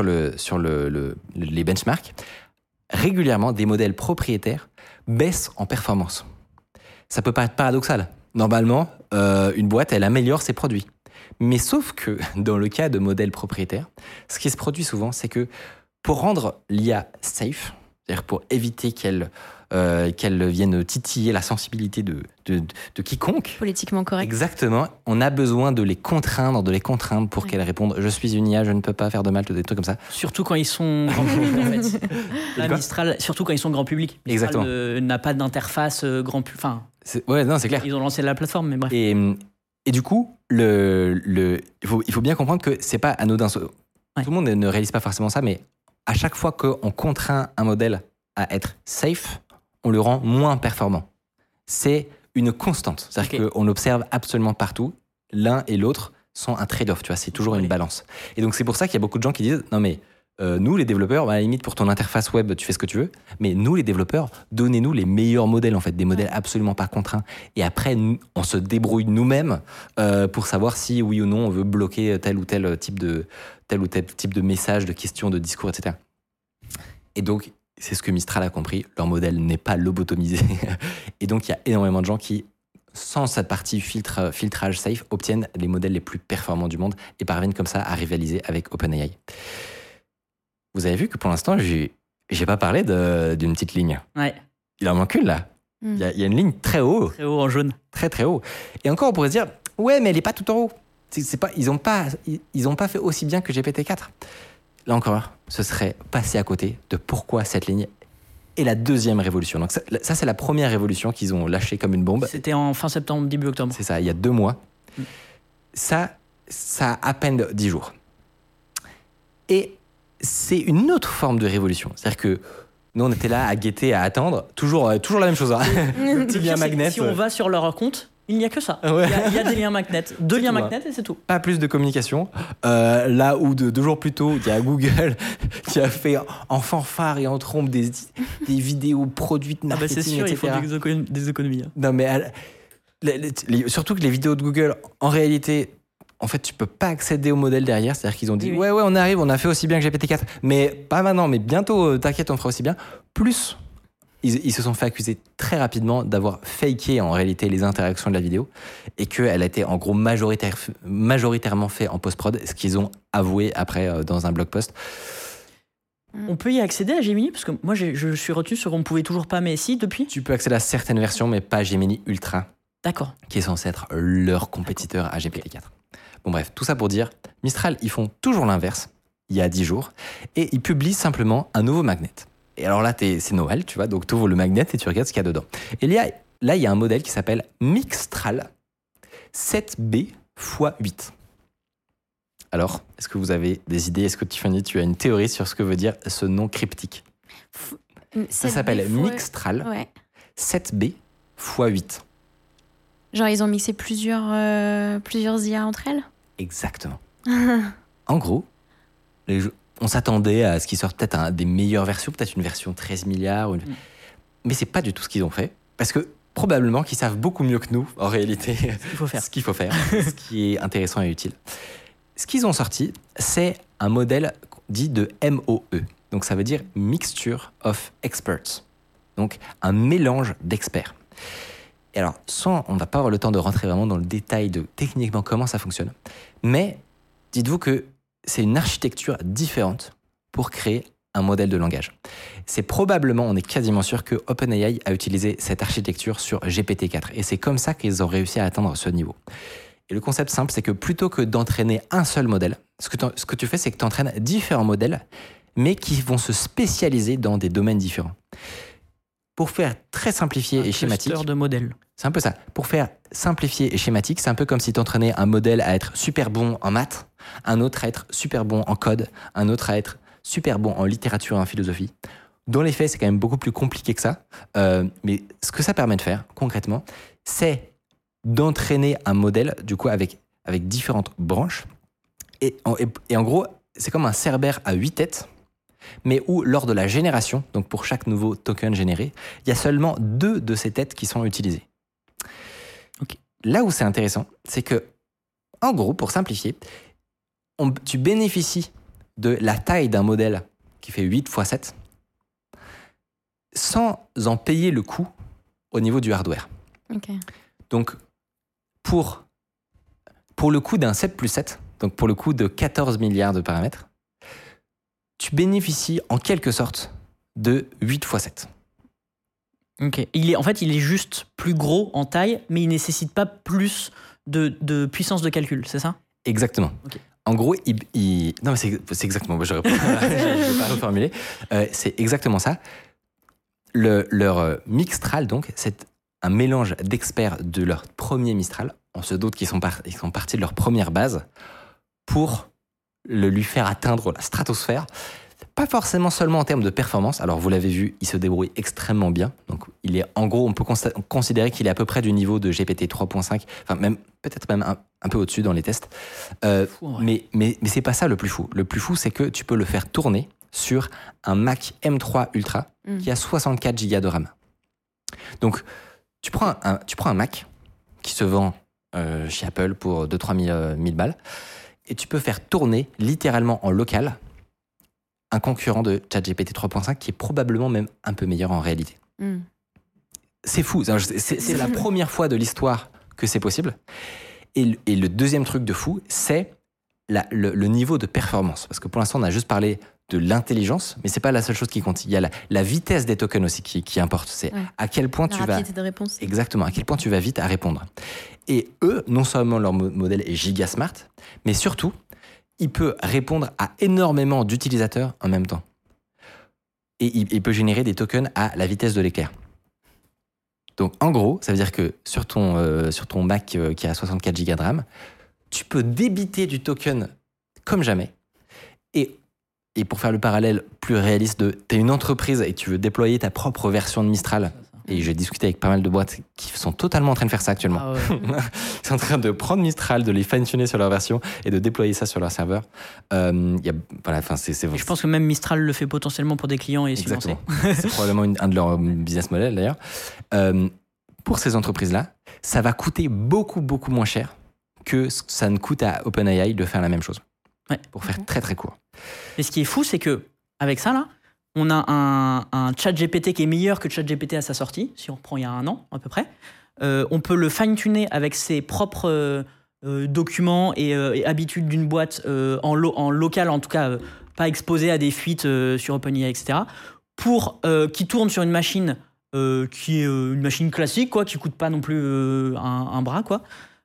les benchmarks, régulièrement, des modèles propriétaires baissent en performance. Ça peut paraître paradoxal. Normalement, une boîte, elle améliore ses produits. Mais sauf que, dans le cas de modèles propriétaires, ce qui se produit souvent, c'est que pour rendre l'IA safe, c'est-à-dire pour éviter qu'elle vienne titiller la sensibilité de quiconque. Politiquement correct. Exactement. On a besoin de les contraindre pour qu'elles répondent « Je suis une IA, je ne peux pas faire de mal », des trucs comme ça. Surtout quand ils sont grand public, en fait. Là, Mistral, surtout quand ils sont grand public. Mistral n'a pas d'interface grand public. Enfin, c'est clair. Ils ont lancé la plateforme, mais bref. Et du coup, il faut bien comprendre que c'est pas anodin. Tout le monde ne réalise pas forcément ça, mais à chaque fois qu'on contraint un modèle à être safe, on le rend moins performant. C'est une constante. C'est-à-dire qu'on l'observe absolument partout. L'un et l'autre sont un trade-off, tu vois, c'est toujours une balance. Et donc c'est pour ça qu'il y a beaucoup de gens qui disent « Non mais, nous les développeurs, à la limite pour ton interface web, tu fais ce que tu veux, mais nous les développeurs, donnez-nous les meilleurs modèles, en fait, des modèles absolument pas contraints. Et après, on se débrouille nous-mêmes pour savoir si, oui ou non, on veut bloquer tel ou tel type de message, de questions, de discours, etc. » Et donc, c'est ce que Mistral a compris, leur modèle n'est pas lobotomisé. Et donc, il y a énormément de gens qui, sans cette partie filtrage safe, obtiennent les modèles les plus performants du monde et parviennent comme ça à rivaliser avec OpenAI. Vous avez vu que pour l'instant, j'ai pas parlé d'une petite ligne. Ouais. Il en manque une, là. Il y a une ligne très haut. Très haut en jaune. Très, très haut. Et encore, on pourrait se dire, ouais, mais elle est pas tout en haut. c'est pas, ils ont pas fait aussi bien que GPT-4. Là encore, ce serait passer à côté de pourquoi cette ligne est la deuxième révolution. Donc ça c'est la première révolution qu'ils ont lâchée comme une bombe. C'était en fin septembre, début octobre. C'est ça, il y a 2 mois. Ça a à peine 10 jours. Et c'est une autre forme de révolution. C'est-à-dire que nous, on était là à guetter, à attendre. Toujours la même chose. Hein. Le petit lien magnet. Si on va sur leur compte, il n'y a que ça. Ouais. Il y a des liens magnets. 2 liens magnets et c'est tout. Pas plus de communication. Là où 2 jours plus tôt, il y a Google qui a fait en fanfare et en trompe des vidéos produites marketing, c'est sûr, etc. il faut des économies. Hein. Non, mais surtout que les vidéos de Google, en réalité, en fait, tu peux pas accéder au modèle derrière. C'est-à-dire qu'ils ont dit, ouais, on arrive, on a fait aussi bien que GPT-4. Mais pas maintenant, mais bientôt, t'inquiète, on fera aussi bien. Plus, ils se sont fait accuser très rapidement d'avoir faké en réalité les interactions de la vidéo et qu'elle a été en gros majoritairement fait en post-prod, ce qu'ils ont avoué après dans un blog post. On peut y accéder à Gemini parce que moi je suis retenu sur on ne pouvait toujours pas, mais si depuis. Tu peux accéder à certaines versions, mais pas Gemini Ultra. D'accord. Qui est censé être leur compétiteur à GPT-4. Bon bref, tout ça pour dire, Mistral, ils font toujours l'inverse, il y a 10 jours, et ils publient simplement un nouveau magnet. Et alors là, c'est Noël, tu vois, donc tu ouvres le magnet et tu regardes ce qu'il y a dedans. Et là, il y a un modèle qui s'appelle Mixtral 7B x8. Alors, est-ce que vous avez des idées? Est-ce que Tiffany, tu as une théorie sur ce que veut dire ce nom cryptique? Ça s'appelle Mixtral 7B x8. Genre, ils ont mixé plusieurs IA entre elles? Exactement. En gros, on s'attendait à ce qu'ils sortent peut-être des meilleures versions, peut-être une version 13 milliards. Mais c'est pas du tout ce qu'ils ont fait. Parce que probablement qu'ils savent beaucoup mieux que nous, en réalité, ce qu'il faut faire, ce qui est intéressant et utile. Ce qu'ils ont sorti, c'est un modèle dit de MOE. Donc ça veut dire Mixture of Experts. Donc un mélange d'experts. Et alors, on ne va pas avoir le temps de rentrer vraiment dans le détail de techniquement comment ça fonctionne, mais dites-vous que c'est une architecture différente pour créer un modèle de langage. C'est probablement, on est quasiment sûr que OpenAI a utilisé cette architecture sur GPT-4, et c'est comme ça qu'ils ont réussi à atteindre ce niveau. Et le concept simple, c'est que plutôt que d'entraîner un seul modèle, ce que tu fais, c'est que tu entraînes différents modèles, mais qui vont se spécialiser dans des domaines différents. Pour faire très simplifié et schématique... Un cluster de modèles. C'est un peu ça. Pour faire simplifié et schématique, c'est un peu comme si tu entraînais un modèle à être super bon en maths, un autre à être super bon en code, un autre à être super bon en littérature et en philosophie. Dans les faits, c'est quand même beaucoup plus compliqué que ça. Mais ce que ça permet de faire, concrètement, c'est d'entraîner un modèle, du coup, avec différentes branches. Et en gros, c'est comme un Cerbère à 8 têtes, mais où, lors de la génération, donc pour chaque nouveau token généré, il y a seulement 2 de ces têtes qui sont utilisées. Okay. Là où c'est intéressant, c'est que, en gros, pour simplifier, tu bénéficies de la taille d'un modèle qui fait 8 x 7 sans en payer le coût au niveau du hardware. Okay. Donc, pour le coût d'un 7 plus 7, donc pour le coût de 14 milliards de paramètres, tu bénéficies en quelque sorte de 8 x 7. Ok. Il est juste plus gros en taille, mais il ne nécessite pas plus de puissance de calcul, c'est ça? Exactement. Okay. En gros, non, mais c'est exactement. Je ne vais pas reformuler. C'est exactement ça. Leur Mixtral, donc, c'est un mélange d'experts de leur premier Mistral. On se doute qu'ils sont partis de leur première base pour lui faire atteindre la stratosphère. Pas forcément seulement en termes de performance. Alors, vous l'avez vu, il se débrouille extrêmement bien. Donc, il est, en gros, on peut considérer qu'il est à peu près du niveau de GPT 3.5. Enfin, peut-être même un peu au-dessus dans les tests. Fou, ouais. Mais c'est pas ça le plus fou. Le plus fou, c'est que tu peux le faire tourner sur un Mac M3 Ultra qui a 64 Go de RAM. Donc, tu prends un Mac qui se vend chez Apple pour 2-3 000 balles et tu peux faire tourner littéralement en local un concurrent de ChatGPT 3.5 qui est probablement même un peu meilleur en réalité. C'est fou. C'est la première fois de l'histoire que c'est possible. Et le deuxième truc de fou, c'est le niveau de performance. Parce que pour l'instant, on a juste parlé de l'intelligence, mais c'est pas la seule chose qui compte. Il y a la vitesse des tokens aussi qui importe. C'est à quel point La rapidité de réponse. Exactement, à quel point tu vas vite à répondre. Et eux, non seulement leur modèle est giga smart, mais surtout, il peut répondre à énormément d'utilisateurs en même temps. Et il peut générer des tokens à la vitesse de l'éclair. Donc en gros, ça veut dire que sur ton Mac qui a 64 Go de RAM, tu peux débiter du token comme jamais. Et pour faire le parallèle plus réaliste t'es une entreprise et tu veux déployer ta propre version de Mistral. Et j'ai discuté avec pas mal de boîtes qui sont totalement en train de faire ça actuellement. Ah ouais. Ils sont en train de prendre Mistral, de les fine-tuner sur leur version et de déployer ça sur leur serveur. Je pense que même Mistral le fait potentiellement pour des clients et exactement. C'est probablement un de leurs business models d'ailleurs. Pour ces entreprises-là, ça va coûter beaucoup, beaucoup moins cher que ça ne coûte à OpenAI de faire la même chose. Ouais. Pour faire très, très court. Et ce qui est fou, c'est que avec ça, là, on a un chat GPT qui est meilleur que chat GPT à sa sortie, si on reprend il y a 1 an à peu près. On peut le fine-tuner avec ses propres documents et habitudes d'une boîte en local, en tout cas pas exposé à des fuites sur OpenAI, etc. Qui tourne sur une machine qui est une machine classique, quoi, qui coûte pas non plus un bras, quoi.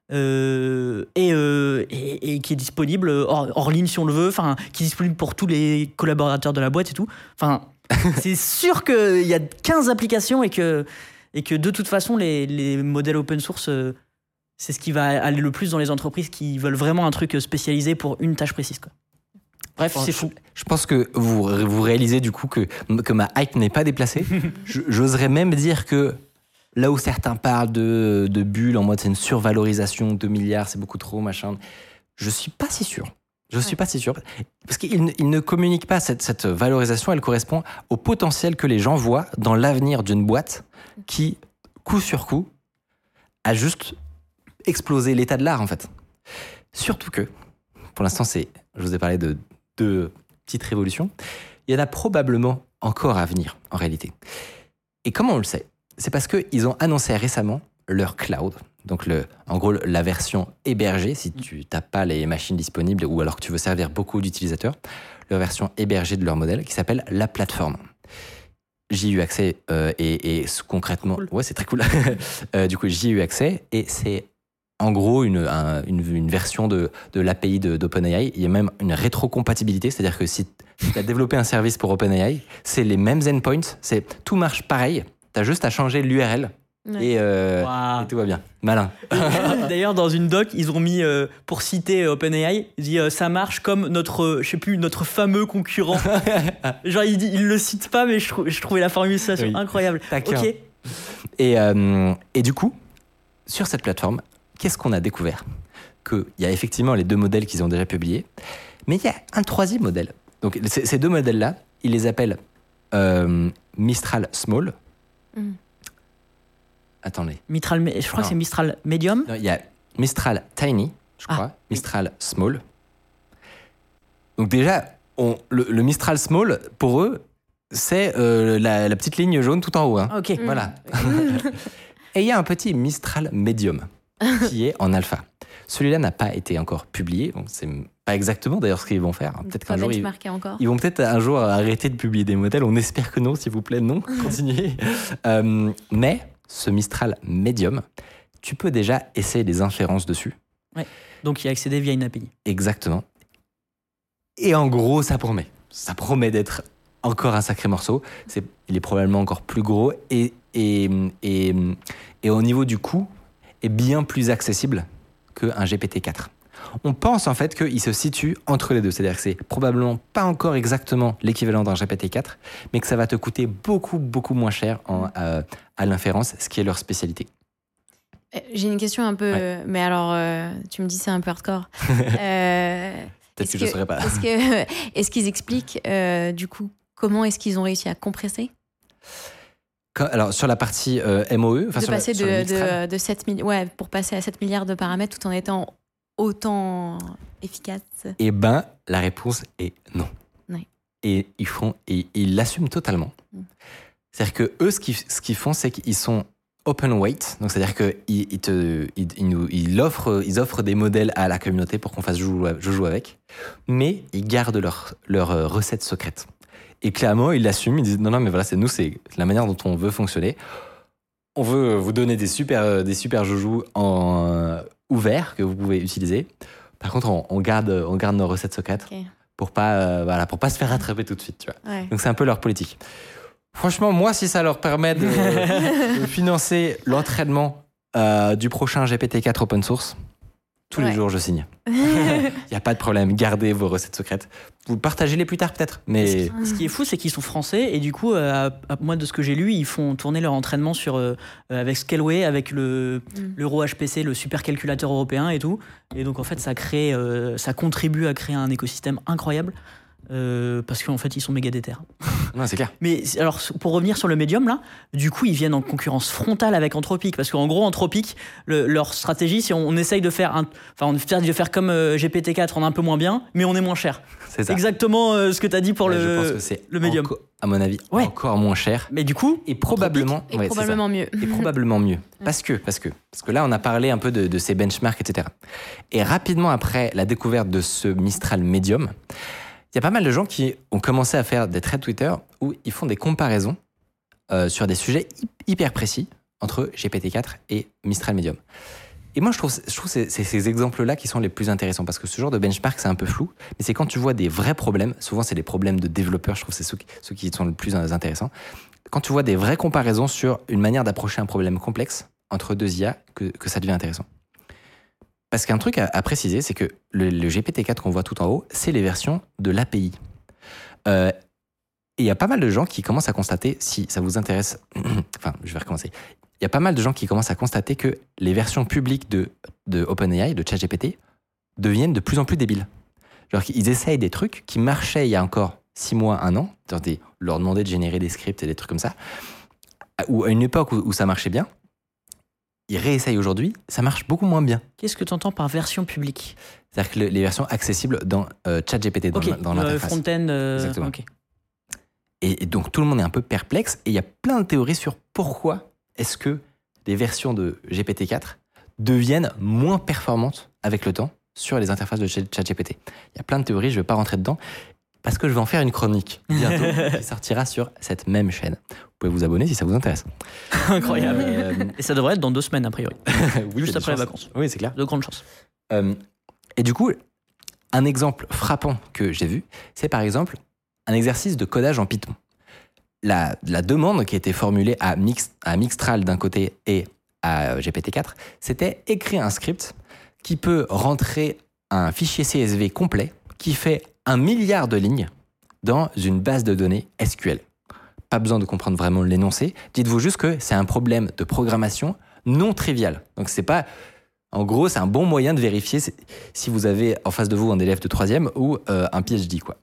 Et qui est disponible hors ligne si on le veut, enfin qui est disponible pour tous les collaborateurs de la boîte et tout. Enfin, c'est sûr qu'il y a 15 applications et que de toute façon les modèles open source c'est ce qui va aller le plus dans les entreprises qui veulent vraiment un truc spécialisé pour une tâche précise, quoi. Bref, c'est fou. Je pense que vous réalisez du coup que ma hype n'est pas déplacée. J'oserais même dire que là où certains parlent de bulles en mode c'est une survalorisation, 2 milliards, c'est beaucoup trop, machin, je suis pas si sûr. Pas si sûr. Parce qu'ils ne communiquent pas cette valorisation, elle correspond au potentiel que les gens voient dans l'avenir d'une boîte qui, coup sur coup, a juste explosé l'état de l'art, en fait. Surtout que, pour l'instant, je vous ai parlé de 2 petites révolutions. Il y en a probablement encore à venir, en réalité. Et comment on le sait ? C'est parce qu'ils ont annoncé récemment leur cloud, donc en gros la version hébergée, si tu n'as pas les machines disponibles ou alors que tu veux servir beaucoup d'utilisateurs, leur version hébergée de leur modèle qui s'appelle la plateforme. J'y ai eu accès et concrètement, cool. Ouais, c'est très cool. Du coup, j'y ai eu accès et c'est en gros une version de l'API d'OpenAI. Il y a même une rétrocompatibilité, c'est-à-dire que si tu as développé un service pour OpenAI, c'est les mêmes endpoints, tout marche pareil. T'as juste à changer l'URL et tout va bien. Malin. D'ailleurs, dans une doc, ils ont mis, pour citer OpenAI, ils disent ça marche comme notre fameux concurrent. Genre, il le cite pas, mais je trouvais la formulation incroyable. Ok. Et du coup, sur cette plateforme, qu'est-ce qu'on a découvert ? Qu'il y a effectivement les 2 modèles qu'ils ont déjà publiés, mais il y a un 3e modèle. Donc, ces 2 modèles-là, ils les appellent Mistral Small. Attendez. Je crois que c'est Mistral Medium. Non, il y a Mistral Tiny, je crois. Mistral Small. Donc déjà, le Mistral Small, pour eux, c'est la petite ligne jaune tout en haut. Hein. Ok. Voilà. Et il y a un petit Mistral Medium qui est en alpha. Celui-là n'a pas été encore publié. Donc c'est pas exactement d'ailleurs ce qu'ils vont faire. Peut-être qu'un jour, ils vont peut-être un jour arrêter de publier des modèles. On espère que non, s'il vous plaît, non. Continuez. Mais ce Mistral Medium, tu peux déjà essayer des inférences dessus. Ouais. Donc y accéder via une API. Exactement. Et en gros, ça promet. Ça promet d'être encore un sacré morceau. Il est probablement encore plus gros et au niveau du coût, est bien plus accessible qu'un GPT-4. On pense en fait qu'il se situe entre les deux. C'est-à-dire que c'est probablement pas encore exactement l'équivalent d'un GPT-4, mais que ça va te coûter beaucoup, beaucoup moins cher à l'inférence, ce qui est leur spécialité. J'ai une question un peu... Mais alors, tu me dis c'est un peu hardcore. Peut-être que je ne saurais pas. Est-ce qu'ils expliquent, du coup, comment est-ce qu'ils ont réussi à compresser ? Alors, sur la partie MOE, de passer de 7 milliards, pour passer à 7 milliards de paramètres tout en étant autant efficace. Eh ben, la réponse est non. Ouais. Et ils l'assument totalement. C'est-à-dire que eux, ce qu'ils font, c'est qu'ils sont open weight, donc c'est-à-dire qu'ils offrent des modèles à la communauté pour qu'on fasse joujou avec, mais ils gardent leur recette secrète. Et clairement, ils l'assument, ils disent non, mais voilà, c'est la manière dont on veut fonctionner. On veut vous donner des super joujous ouverts que vous pouvez utiliser. Par contre, on garde nos recettes secrètes pour pas se faire rattraper tout de suite, tu vois. Ouais. Donc c'est un peu leur politique. Franchement, moi, si ça leur permet de financer l'entraînement du prochain GPT-4 open source, tous les jours, je signe. Il n'y a pas de problème. Gardez vos recettes secrètes. Vous partagez-les plus tard, peut-être. Mais... Ce qui est fou, c'est qu'ils sont français. Et du coup, moi, de ce que j'ai lu, ils font tourner leur entraînement avec Scaleway, avec l'Euro HPC, le supercalculateur européen et tout. Et donc, en fait, ça contribue à créer un écosystème incroyable. Parce qu'en fait ils sont méga déter. Non, c'est clair. Mais alors pour revenir sur le médium là, du coup ils viennent en concurrence frontale avec Anthropic parce qu'en gros Anthropic leur stratégie c'est on essaye de faire comme GPT-4 on est un peu moins bien mais on est moins cher. C'est ça. Exactement ce que tu as dit pour je pense que c'est le médium. À mon avis encore moins cher. Mais du coup et probablement mieux. Et probablement mieux. Parce que là on a parlé un peu de ces benchmarks etc. Et rapidement après la découverte de ce Mistral Medium, il y a pas mal de gens qui ont commencé à faire des threads Twitter où ils font des comparaisons sur des sujets hyper précis entre GPT-4 et Mistral Medium. Et moi, je trouve c'est ces exemples-là qui sont les plus intéressants parce que ce genre de benchmark, c'est un peu flou, mais c'est quand tu vois des vrais problèmes, souvent c'est des problèmes de développeurs, je trouve que c'est ceux qui sont le plus intéressants. Quand tu vois des vraies comparaisons sur une manière d'approcher un problème complexe entre deux IA, que ça devient intéressant. Parce qu'un truc à préciser, c'est que le GPT-4 qu'on voit tout en haut, c'est les versions de l'API. Et il y a pas mal de gens qui commencent à constater, si ça vous intéresse, enfin, je vais recommencer. Il y a pas mal de gens qui commencent à constater que les versions publiques de OpenAI, de ChatGPT, deviennent de plus en plus débiles. Genre qu'ils essayent des trucs qui marchaient il y a encore 6 mois, 1 an, leur demander de générer des scripts et des trucs comme ça, ou à une époque où ça marchait bien. Ils réessayent aujourd'hui, ça marche beaucoup moins bien. Qu'est-ce que tu entends par version publique ? C'est-à-dire que les versions accessibles dans ChatGPT, dans l'interface. Front-end. Exactement. Okay. Et donc tout le monde est un peu perplexe et il y a plein de théories sur pourquoi est-ce que les versions de GPT-4 deviennent moins performantes avec le temps sur les interfaces de ChatGPT. Il y a plein de théories, je ne vais pas rentrer dedans parce que je vais en faire une chronique bientôt qui sortira sur cette même chaîne. Vous pouvez vous abonner si ça vous intéresse. Incroyable. Et ça devrait être dans 2 semaines, a priori. Oui, juste après les vacances. Oui, c'est clair. De grandes chances. Et du coup, un exemple frappant que j'ai vu, c'est par exemple un exercice de codage en Python. La demande qui a été formulée à Mixtral d'un côté et à GPT-4, c'était écrire un script qui peut rentrer un fichier CSV complet qui fait 1 milliard de lignes dans une base de données SQL. Pas besoin de comprendre vraiment l'énoncé. Dites-vous juste que c'est un problème de programmation non trivial. Donc c'est pas... En gros, c'est un bon moyen de vérifier si vous avez en face de vous un élève de 3e ou un PhD, quoi.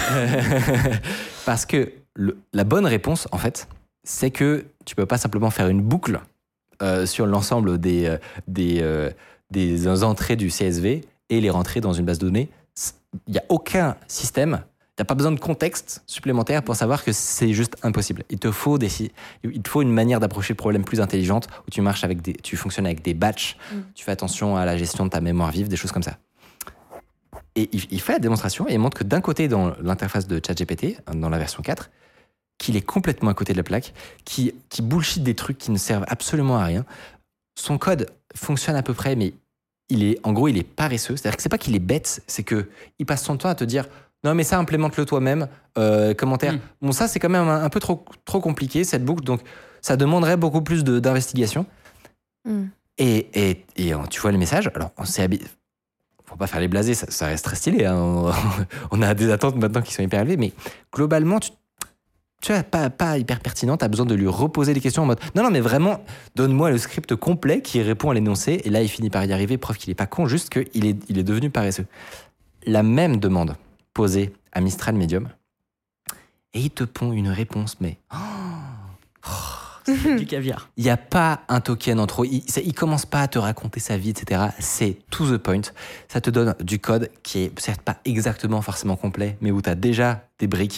Parce que la bonne réponse, en fait, c'est que tu peux pas simplement faire une boucle sur l'ensemble des entrées du CSV et les rentrer dans une base de données. Il n'y a aucun système. Tu n'as pas besoin de contexte supplémentaire pour savoir que c'est juste impossible. Il te faut une manière d'approcher le problème plus intelligente où tu fonctionnes avec des batchs, tu fais attention à la gestion de ta mémoire vive, des choses comme ça. Et il fait la démonstration et il montre que d'un côté, dans l'interface de ChatGPT, dans la version 4, qu'il est complètement à côté de la plaque, qui bullshit des trucs qui ne servent absolument à rien. Son code fonctionne à peu près, mais il est paresseux. C'est-à-dire que c'est pas qu'il est bête, c'est qu'il passe son temps à te dire non, mais ça, implémente-le toi-même. Commentaire. Bon, ça, c'est quand même un peu trop compliqué, cette boucle. Donc, ça demanderait beaucoup plus d'investigation. Et tu vois le message. Alors, on s'est habitué. Faut pas faire les blasés, ça reste très stylé. Hein. On a des attentes maintenant qui sont hyper élevées. Mais globalement, tu vois, pas hyper pertinent. Tu as besoin de lui reposer des questions en mode non, mais vraiment, donne-moi le script complet qui répond à l'énoncé. Et là, il finit par y arriver. Preuve qu'il est pas con, juste qu'il est devenu paresseux. La même demande posé à Mistral Medium et il te pond une réponse, mais c'est du caviar. Il n'y a pas un token en trop, il commence pas à te raconter sa vie, etc. C'est to the point. Ça te donne du code qui est certes pas exactement forcément complet, mais où tu as déjà des briques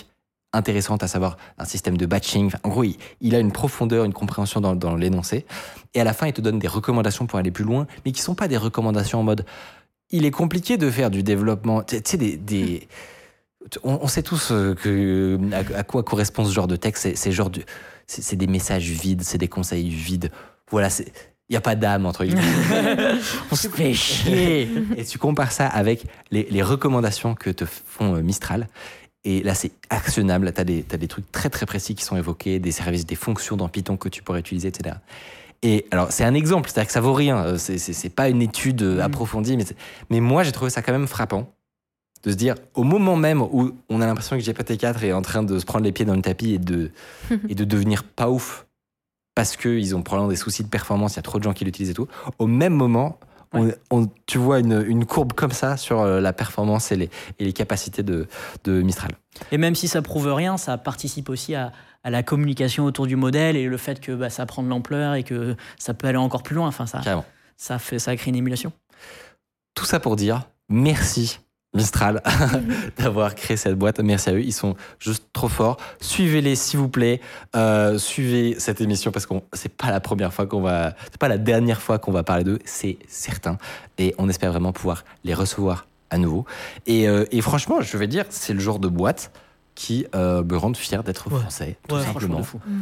intéressantes, à savoir un système de batching. Enfin, en gros, il a une profondeur, une compréhension dans l'énoncé. Et à la fin, il te donne des recommandations pour aller plus loin, mais qui ne sont pas des recommandations en mode il est compliqué de faire du développement. Tu sais, on sait tous à quoi correspond ce genre de texte. C'est des messages vides, c'est des conseils vides. Voilà, il n'y a pas d'âme entre guillemets. On se fait chier. Et tu compares ça avec les recommandations que te font Mistral. Et là, c'est actionnable. T'as des trucs très très précis qui sont évoqués, des services, des fonctions dans Python que tu pourrais utiliser, etc. Et alors, c'est un exemple, c'est-à-dire que ça vaut rien. C'est pas une étude approfondie, mais moi, j'ai trouvé ça quand même frappant de se dire, au moment même où on a l'impression que GPT-4 est en train de se prendre les pieds dans le tapis et de devenir pas ouf parce qu'ils ont probablement des soucis de performance, il y a trop de gens qui l'utilisent et tout, au même moment, tu vois une courbe comme ça sur la performance et les capacités de Mistral. Et même si ça prouve rien, ça participe aussi à la communication autour du modèle et le fait que ça prend de l'ampleur et que ça peut aller encore plus loin. Enfin, ça crée une émulation. Tout ça pour dire merci Mistral d'avoir créé cette boîte. Merci à eux, ils sont juste trop forts. Suivez-les s'il vous plaît. Suivez cette émission parce que c'est pas la première fois c'est pas la dernière fois qu'on va parler d'eux, c'est certain. Et on espère vraiment pouvoir les recevoir à nouveau. Et franchement, je vais dire, c'est le genre de boîte qui me rend fier d'être français, tout simplement.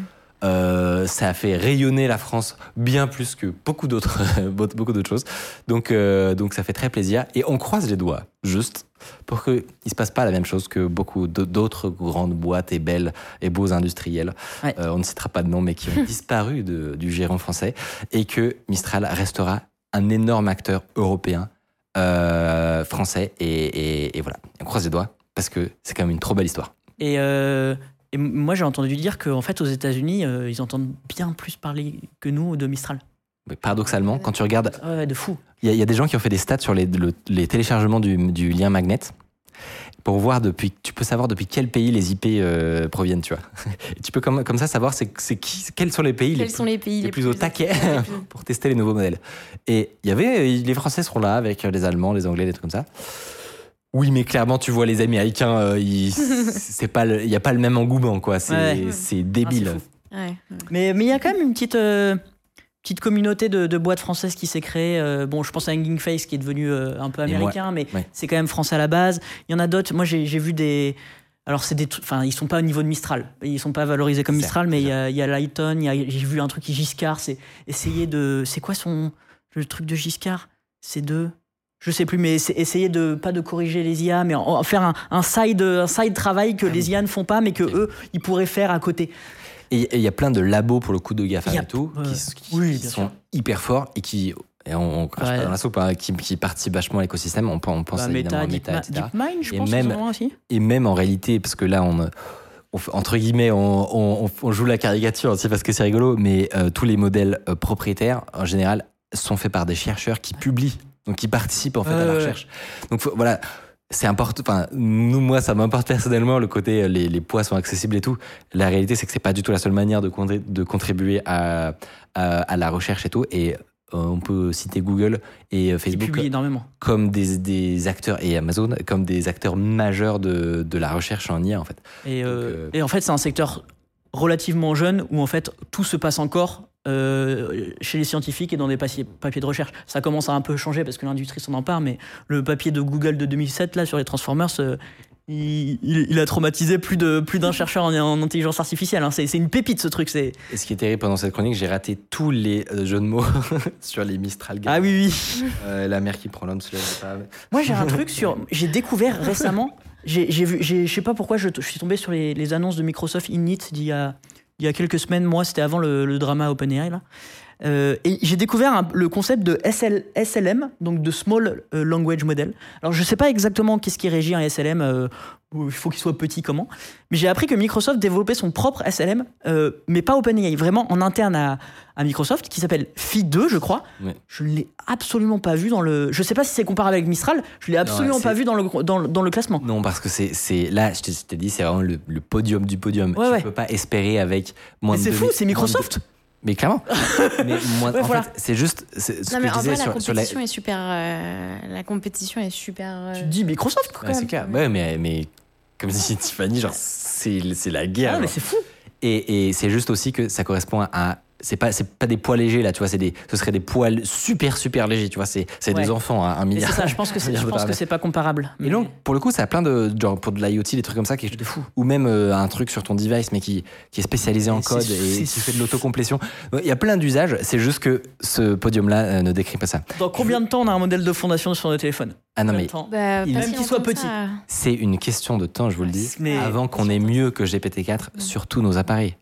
Ça a fait rayonner la France bien plus que beaucoup d'autres choses. Donc ça fait très plaisir. Et on croise les doigts, juste, pour qu'il ne se passe pas la même chose que beaucoup d'autres grandes boîtes et belles et beaux industriels. Ouais. On ne citera pas de nom, mais qui ont disparu du giron français. Et que Mistral restera un énorme acteur européen, français. Et voilà, on croise les doigts, parce que c'est quand même une trop belle histoire. Et moi, j'ai entendu dire qu'en fait, aux États-Unis, ils entendent bien plus parler que nous de Mistral. Mais paradoxalement, quand tu regardes... Ouais, de fou. Il y a des gens qui ont fait des stats sur les téléchargements du lien Magnet pour voir tu peux savoir depuis quel pays les IP proviennent, tu vois. Et tu peux comme ça savoir quels sont les pays les plus au taquet pour tester les nouveaux modèles. Et les Français seront là avec les Allemands, les Anglais, des trucs comme ça. Oui, mais clairement, tu vois, les Américains, il n'y a pas le même engouement, quoi. C'est débile. Ouais. Mais il y a quand même une petite communauté de boîtes françaises qui s'est créée. Je pense à Hanging Face qui est devenu un peu américain, mais c'est quand même français à la base. Il y en a d'autres. Moi, j'ai vu des... Alors, c'est des trucs... Enfin, ils sont pas au niveau de Mistral. Ils sont pas valorisés comme Mistral, mais il y a Lighton, j'ai vu un truc qui Giscard, c'est essayer de... C'est quoi le truc de Giscard ? Je sais plus, mais c'est essayer pas de corriger les IA, mais faire un side travail que les IA ne font pas, mais que eux, ils pourraient faire à côté. Et il y a plein de labos pour le coup de GAFA et tout, qui sont hyper forts et qui, et on crache pas dans la soupe, hein, qui participent vachement à l'écosystème. On pense évidemment à Meta, etc. DeepMind, je pense, et même en réalité, parce que là, entre guillemets, on joue la caricature aussi parce que c'est rigolo, mais tous les modèles propriétaires, en général, sont faits par des chercheurs qui publient. Donc, ils participent en fait à la recherche. Donc, voilà, c'est important. Enfin, moi, ça m'importe personnellement le côté les poids sont accessibles et tout. La réalité, c'est que c'est pas du tout la seule manière de contribuer à la recherche et tout. Et on peut citer Google et Facebook comme des acteurs, et Amazon comme des acteurs majeurs de la recherche en IA en fait. Et en fait, c'est un secteur relativement jeune où en fait tout se passe encore. Chez les scientifiques et dans des papiers de recherche. Ça commence à un peu changer parce que l'industrie s'en empare, mais le papier de Google de 2007 là, sur les Transformers, il a traumatisé plus d'un chercheur en intelligence artificielle. Hein. C'est une pépite ce truc. Et ce qui est terrible pendant cette chronique, j'ai raté tous les jeux de mots sur les Mistral Games. Ah oui. La mère qui prend l'homme, Moi j'ai un truc j'ai découvert récemment, je sais pas pourquoi je suis tombé sur les annonces de Microsoft Init il y a quelques semaines. Moi, c'était avant le drama OpenAI là. Et j'ai découvert le concept de SLM, donc de Small Language Model. Alors, je ne sais pas exactement qu'est-ce qui régit un SLM, il faut qu'il soit petit, comment. Mais j'ai appris que Microsoft développait son propre SLM, mais pas OpenAI, vraiment en interne à Microsoft, qui s'appelle Phi 2, je crois. Ouais. Je ne l'ai absolument pas vu Je ne sais pas si c'est comparable avec Mistral, je ne l'ai absolument pas vu dans le classement. Non, parce que c'est là, je t'ai dit, c'est vraiment le podium du podium. Tu ne peux pas espérer avec moins de... Mais c'est fou, c'est Microsoft. Mais clairement. Mais moi, en fait, c'est juste ce que je disais la compétition est super. La compétition est super. Tu dis Microsoft quand même. C'est clair. Ouais, mais comme dit Tiffany, genre c'est la guerre. Ah, mais genre. c'est fou. Et c'est juste aussi que ça correspond à c'est pas des poids légers là, tu vois, ce serait des poids super légers, tu vois, c'est Ouais. des enfants à 1 Mais milliard. c'est ça, je pense que c'est pas comparable. Et donc, pour le coup, ça a plein de genre pour de l'IoT, des trucs comme ça, qui est de fou. ou même un truc sur ton device, mais qui est spécialisé en Et code c'est- et c'est- qui fait de l'autocomplétion. Il y a plein d'usages. C'est juste que ce podium-là ne décrit pas ça. Dans combien de temps on a un modèle de fondation sur nos téléphones? Ah non, Combien mais de temps Bah, Il- pas Même si qu'il soit longtemps que petit. ça. c'est une question de temps, je vous le dis. Mais- Avant qu'on ait mieux que GPT-4 sur tous nos appareils.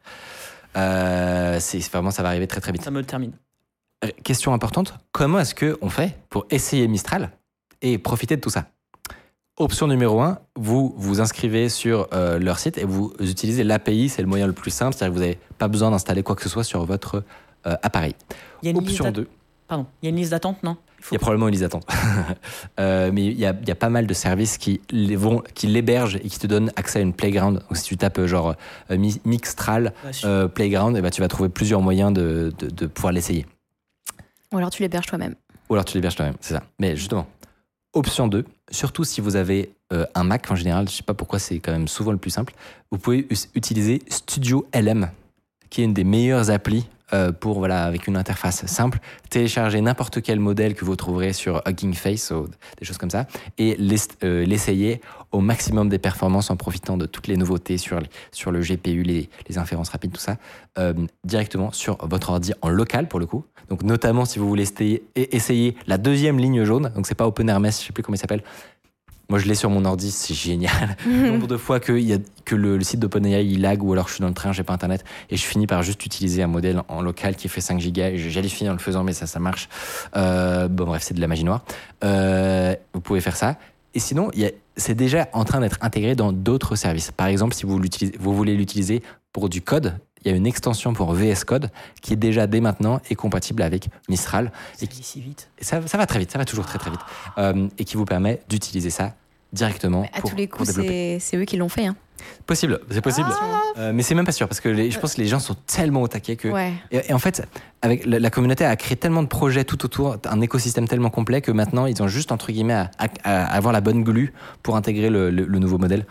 C'est vraiment, ça va arriver très vite. Ça me termine. Question importante, comment est-ce qu'on fait pour essayer Mistral et profiter de tout ça? Option numéro 1, vous vous inscrivez sur leur site et vous utilisez l'API, c'est le moyen le plus simple, c'est-à-dire que vous n'avez pas besoin d'installer quoi que ce soit sur votre appareil. Il y a une liste Option d'att- 2, Pardon, il y a une liste d'attente, non? il y a probablement une liste d'attente. Mais il y a pas mal de services qui l'hébergent et qui te donnent accès à une playground. Donc si tu tapes genre Mixtral Ouais, Playground, et tu vas trouver plusieurs moyens de pouvoir l'essayer. Ou alors tu l'héberges toi-même. Ou alors tu l'héberges toi-même, c'est ça. Mais justement, option 2, surtout si vous avez un Mac en général, je sais pas pourquoi c'est quand même souvent le plus simple, vous pouvez utiliser Studio LM, qui est une des meilleures applis pour, voilà, avec une interface simple, télécharger n'importe quel modèle que vous trouverez sur Hugging Face ou des choses comme ça, et l'essayer au maximum des performances en profitant de toutes les nouveautés sur le GPU, les inférences rapides, tout ça, directement sur votre ordi en local pour le coup. Donc notamment si vous voulez essayer la deuxième ligne jaune, donc c'est pas OpenRMS, je sais plus comment il s'appelle. Moi, je l'ai sur mon ordi, c'est génial. Le nombre de fois que le site d'OpenAI il lag, ou alors je suis dans le train, j'ai pas internet, et je finis par juste utiliser un modèle en local qui fait 5 gigas, et j'allais finir en le faisant, mais ça marche. Bon, bref, c'est de la magie noire. Vous pouvez faire ça. Et sinon, c'est déjà en train d'être intégré dans d'autres services. Par exemple, si vous voulez l'utiliser pour du code, il y a une extension pour VS Code qui est déjà dès maintenant est compatible avec Mistral. Ça allait si vite. Et ça va très vite, ça va toujours très vite. Et qui vous permet d'utiliser ça directement À pour, tous les pour coups, développer. c'est eux qui l'ont fait. Hein. C'est possible. Mais c'est même pas sûr parce que je pense que les gens sont tellement au taquet que. Ouais. Et en fait, avec la communauté a créé tellement de projets tout autour, un écosystème tellement complet que maintenant ils ont juste entre guillemets à avoir la bonne glue pour intégrer le nouveau modèle.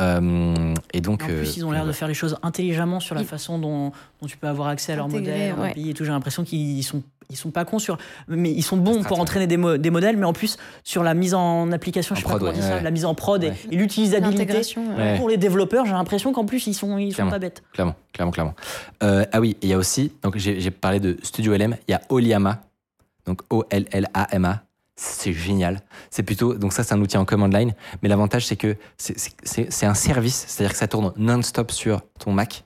Et donc. En plus, ils ont l'air de faire les choses intelligemment sur la façon dont tu peux avoir accès à leur Intégrer, modèle, leur ouais. API et tout. J'ai l'impression qu'ils sont pas cons mais ils sont bons pour Stratégie. entraîner des modèles, mais en plus sur la mise en application, En je sais pas prod, comment on dit ouais. ça, Ouais. la mise en prod Ouais. et l'utilisabilité L'intégration. Ouais. pour les développeurs. J'ai l'impression qu'en plus ils sont Clairement. pas bêtes. Clairement. Ah oui, il y a aussi, donc j'ai parlé de Studio LM, il y a Ollama, donc OLLAMA, c'est génial. C'est plutôt, donc ça c'est un outil en command line, mais l'avantage c'est que c'est un service, c'est-à-dire que ça tourne non-stop sur ton Mac,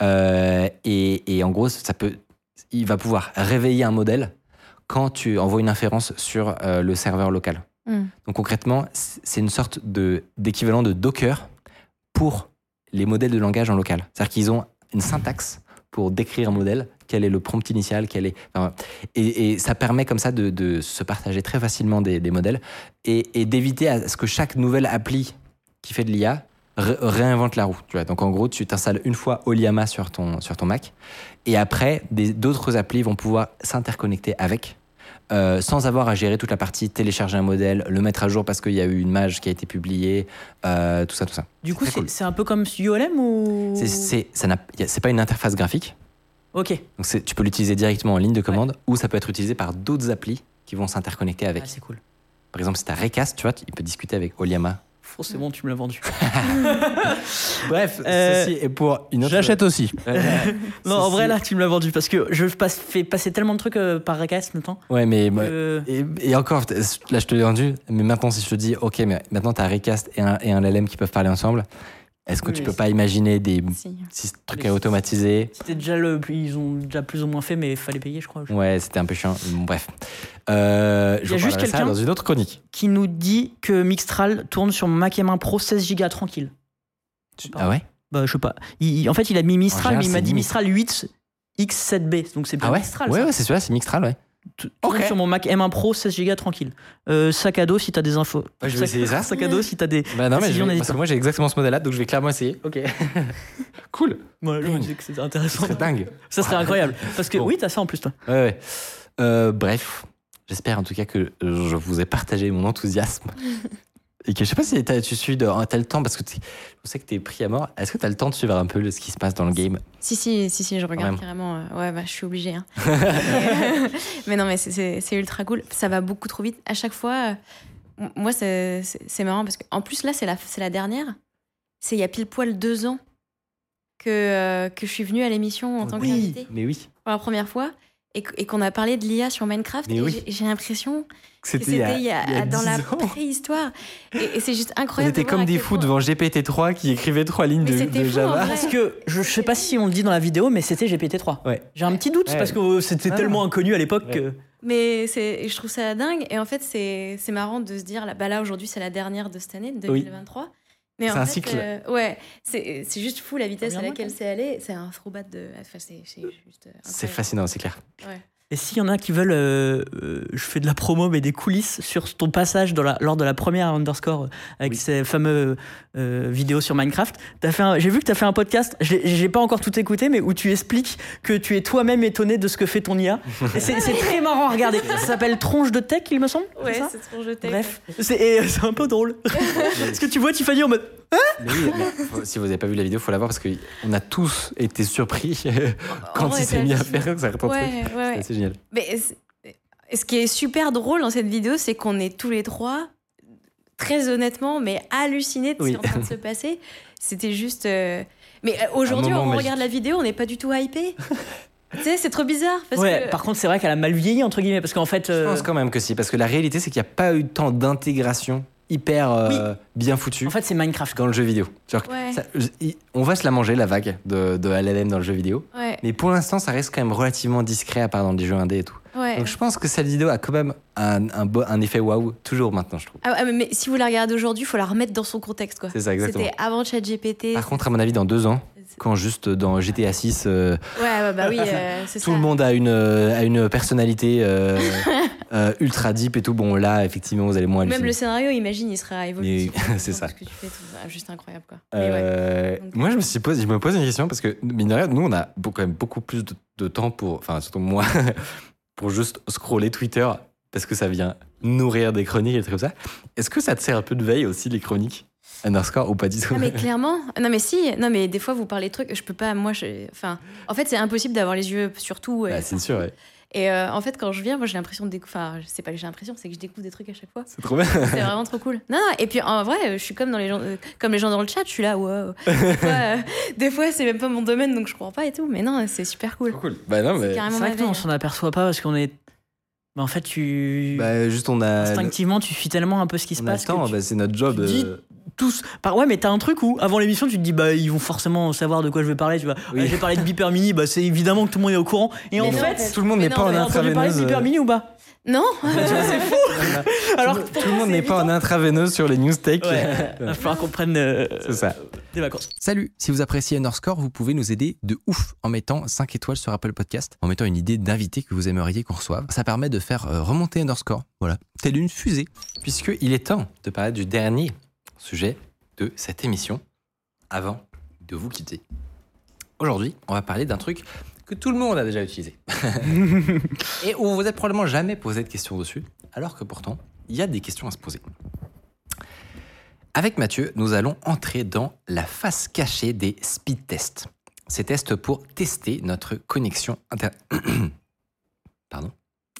et en gros il va pouvoir réveiller un modèle quand tu envoies une inférence sur le serveur local. Donc concrètement, c'est une sorte d'équivalent de Docker pour les modèles de langage en local. C'est-à-dire qu'ils ont une syntaxe pour décrire un modèle, quel est le prompt initial, et ça permet comme ça de se partager très facilement des modèles et d'éviter à ce que chaque nouvelle appli qui fait de l'IA réinvente la roue. Tu vois. Donc en gros, tu t'installes une fois Ollama sur ton Mac et après, d'autres applis vont pouvoir s'interconnecter avec sans avoir à gérer toute la partie télécharger un modèle, le mettre à jour parce qu'il y a eu une mage qui a été publiée, tout ça. Du coup, très cool. c'est un peu comme Studio LM ou C'est pas une interface graphique. Ok. Donc tu peux l'utiliser directement en ligne de commande ou ça peut être utilisé par d'autres applis qui vont s'interconnecter avec. Ah, c'est cool. Par exemple, si tu as Recast, tu vois, il peut discuter avec Ollama. Oh, c'est bon, tu me l'as vendu. Bref, ceci est pour une autre. J'achète aussi. Non, en Ceci- vrai, là, tu me l'as vendu parce que je fais passer tellement de trucs par Recast maintenant. Ouais, mais. que- Et encore, là je te l'ai vendu, mais maintenant si je te dis, ok, mais maintenant tu as Recast et un LM qui peuvent parler ensemble, est-ce que Oui, tu mais peux pas imaginer des Si. trucs à automatiser? C'était déjà ils ont déjà plus ou moins fait, mais il fallait payer, je crois. Ouais, c'était un peu chiant. Bon, bref. Il y a Je juste parlerai ça quelqu'un dans une autre chronique. Qui nous dit que Mixtral tourne sur mon Mac M1 Pro 16 Go tranquille. Ah ouais? Bah, je sais pas. En fait, il a mis Mistral, général, mais il m'a c'est dit limite. Mistral 8 X7B. Donc c'est bien Ah ouais? Mistral. Ouais, ça. ouais, c'est celui-là, c'est Mixtral, ouais. Tourne Ok. sur mon Mac M1 Pro 16 Go tranquille. Sac à dos si t'as des infos. Ouais, je vais essayer ça. Sac à dos si t'as des. Bah non, mais précisions, parce n'hésite que pas. moi j'ai exactement ce modèle-là, donc je vais clairement essayer. Ok. Cool. Ouais, je me disais que c'était Ce intéressant. serait dingue. Ça serait incroyable. Parce que Bon. oui, t'as ça en plus, toi. Ouais, ouais. Bref, j'espère en tout cas que je vous ai partagé mon enthousiasme Et que je sais pas si tu suis t'as le temps, parce que je sais que t'es pris à mort. Est-ce que t'as le temps de suivre un peu ce qui se passe dans le game? Si, je regarde carrément. Ouais, je suis obligée. Hein. Mais non, mais c'est ultra cool. Ça va beaucoup trop vite. À chaque fois, moi, c'est marrant parce qu'en plus, là, c'est la dernière. C'est il y a pile poil 2 ans que je suis venue à l'émission en tant qu'invitée. Mais oui. Pour la première fois. Et qu'on a parlé de l'IA sur Minecraft. Mais oui. J'ai l'impression que c'était il y a dans 10 la ans. préhistoire. Et c'est juste On incroyable. était comme des fous devant GPT-3 qui écrivait 3 lignes de Java. Parce que je sais pas si on le dit dans la vidéo, mais c'était GPT-3. Ouais. J'ai un petit doute parce que c'était tellement inconnu à l'époque que. Mais je trouve ça dingue. Et en fait, c'est marrant de se dire, là aujourd'hui, c'est la dernière de cette année, de 2023. Oui. Mais c'est un cycle. C'est juste fou la vitesse à laquelle c'est allé. C'est un throwback Enfin, c'est juste incroyable. C'est fascinant, c'est clair. Ouais. Et s'il y en a qui veulent, je fais de la promo, mais des coulisses sur ton passage lors de la première Underscore avec ces fameux vidéos sur Minecraft. J'ai vu que tu as fait un podcast, j'ai pas encore tout écouté, mais où tu expliques que tu es toi-même étonné de ce que fait ton IA. Et c'est très marrant à regarder. Ça s'appelle Tronche de Tech, il me semble. Ouais, c'est Tronche de Tech. Bref, c'est un peu drôle. Parce que tu vois Tiffany en mode... Mais oui, mais si vous n'avez pas vu la vidéo, il faut la voir parce qu'on a tous été surpris quand il s'est mis à faire certains trucs. C'est assez génial. Mais ce qui est super drôle dans cette vidéo, c'est qu'on est tous les trois, très honnêtement, mais hallucinés de ce qui est en train de se passer. C'était juste... Mais aujourd'hui, on regarde la vidéo, on n'est pas du tout hypé. Tu sais, c'est trop bizarre. Parce que... Par contre, c'est vrai qu'elle a mal vieilli, entre guillemets, parce qu'en fait... Je pense quand même que si, parce que la réalité, c'est qu'il n'y a pas eu tant d'intégration hyper bien foutu. En fait, c'est Minecraft dans le jeu vidéo. On va se la manger, la vague de LLM dans le jeu vidéo. Ouais. Mais pour l'instant, ça reste quand même relativement discret, à part dans des jeux indés et tout. Ouais. Donc je pense que cette vidéo a quand même un effet waouh, toujours maintenant, je trouve. Mais si vous la regardez aujourd'hui, il faut la remettre dans son contexte, quoi. C'est ça, exactement. C'était avant ChatGPT. Par contre, à mon avis, dans 2 ans, quand juste dans GTA 6, c'est tout le monde a une personnalité ultra deep et tout. Bon, là, effectivement, vous allez moins halluciner. Même le scénario, imagine, il sera évolué. C'est ça. Ce que tu fais, juste incroyable, quoi. Moi, je me pose une question parce que, mine de rien, nous, on a quand même beaucoup plus de temps enfin, surtout moi, pour juste scroller Twitter parce que ça vient nourrir des chroniques et des trucs comme ça. Est-ce que ça te sert un peu de veille aussi, les chroniques Underscore ou pas du tout? Mais clairement. Non, mais si. Non, mais des fois, vous parlez de trucs. Je peux pas. En fait, c'est impossible d'avoir les yeux sur tout. C'est sûr, ouais. Et en fait, quand je viens, moi, j'ai l'impression de découvrir. Enfin, c'est pas que j'ai l'impression, c'est que je découvre des trucs à chaque fois. C'est trop bien. C'est vraiment trop cool. Non. Et puis, en vrai, je suis comme les gens dans le chat. Je suis là, wow. Des fois, c'est même pas mon domaine, donc je comprends pas et tout. Mais non, c'est super cool. Trop cool. Bah non, mais c'est vrai que on s'en aperçoit pas parce qu'on est. En fait, juste on a. Instinctivement, tu suis tellement un peu ce qui se passe. C'est notre job. Tous. Ouais, mais t'as un truc où, avant l'émission, tu te dis, ils vont forcément savoir de quoi je vais parler. Tu vois. Je vais parler de Beeper Mini, c'est évidemment que tout le monde est au courant. Et en fait, tout le monde n'est pas en intraveineuse. Tu parler de Beeper Mini ou pas? Non. C'est fou. Alors, tout le monde n'est pas en intraveineuse sur les news tech. Il va falloir qu'on prenne c'est ça. Des vacances. Salut, si vous appréciez Underscore, vous pouvez nous aider de ouf en mettant 5 étoiles sur Apple Podcast, en mettant une idée d'invité que vous aimeriez qu'on reçoive. Ça permet de faire remonter Underscore, voilà, telle une fusée. Puisqu'il est temps de parler du dernier sujet de cette émission avant de vous quitter. Aujourd'hui, on va parler d'un truc que tout le monde a déjà utilisé et où vous n'êtes probablement jamais posé de questions dessus, alors que pourtant, il y a des questions à se poser. Avec Mathieu, nous allons entrer dans la face cachée des speed tests. Ces tests pour tester notre connexion internet. Pardon.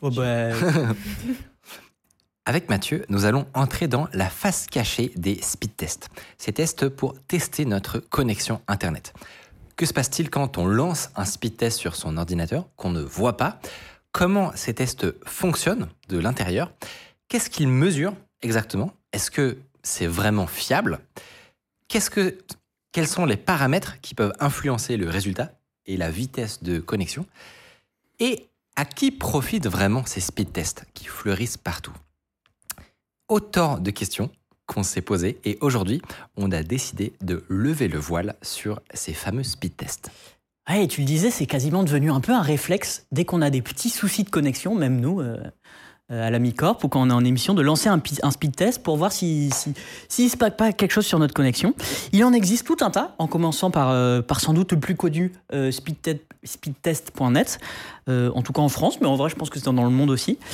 Avec Mathieu, nous allons entrer dans la face cachée des speed tests. Ces tests pour tester notre connexion Internet. Que se passe-t-il quand on lance un speed test sur son ordinateur qu'on ne voit pas? Comment ces tests fonctionnent de l'intérieur? Qu'est-ce qu'ils mesurent exactement? Est-ce que c'est vraiment fiable? Quels sont les paramètres qui peuvent influencer le résultat et la vitesse de connexion? Et à qui profitent vraiment ces speed tests qui fleurissent partout? Autant de questions qu'on s'est posées et aujourd'hui, on a décidé de lever le voile sur ces fameux speed tests. Et tu le disais, c'est quasiment devenu un peu un réflexe dès qu'on a des petits soucis de connexion, même nous, à la Mi-Corp, ou quand on est en émission, de lancer un speed test pour voir s'il se passe pas quelque chose sur notre connexion. Il en existe tout un tas, en commençant par sans doute le plus connu, speedtest.net, en tout cas en France, mais en vrai, je pense que c'est dans le monde aussi.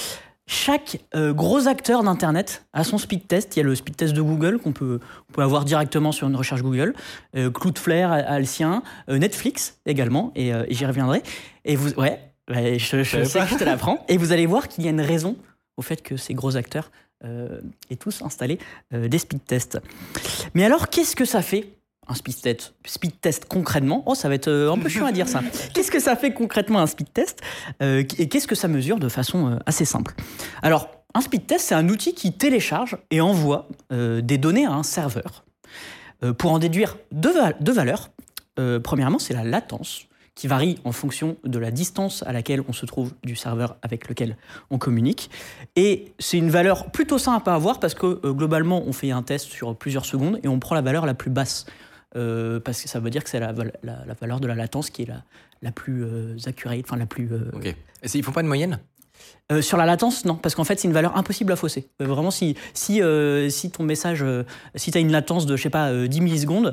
chaque gros acteur d'Internet a son speed test. Il y a le speed test de Google qu'on peut avoir directement sur une recherche Google. Cloudflare a le sien. Netflix également, et j'y reviendrai. Et vous, je sais que je te l'apprends. Et vous allez voir qu'il y a une raison au fait que ces gros acteurs aient tous installé des speed tests. Mais alors, qu'est-ce que ça fait un speed test concrètement? Ça va être un peu chiant à dire ça. Qu'est-ce que ça fait concrètement un speed test et qu'est-ce que ça mesure de façon assez simple? Alors, un speed test, c'est un outil qui télécharge et envoie des données à un serveur. Pour en déduire deux valeurs, premièrement, c'est la latence, qui varie en fonction de la distance à laquelle on se trouve du serveur avec lequel on communique. Et c'est une valeur plutôt simple à avoir parce que globalement, on fait un test sur plusieurs secondes et on prend la valeur la plus basse. Parce que ça veut dire que c'est la valeur de la latence qui est la plus accurate, enfin la plus... Ok. Et ils font pas une moyenne? Sur la latence, non, parce qu'en fait, c'est une valeur impossible à fausser. Vraiment, si ton message, si tu as une latence de, je sais pas, 10 millisecondes,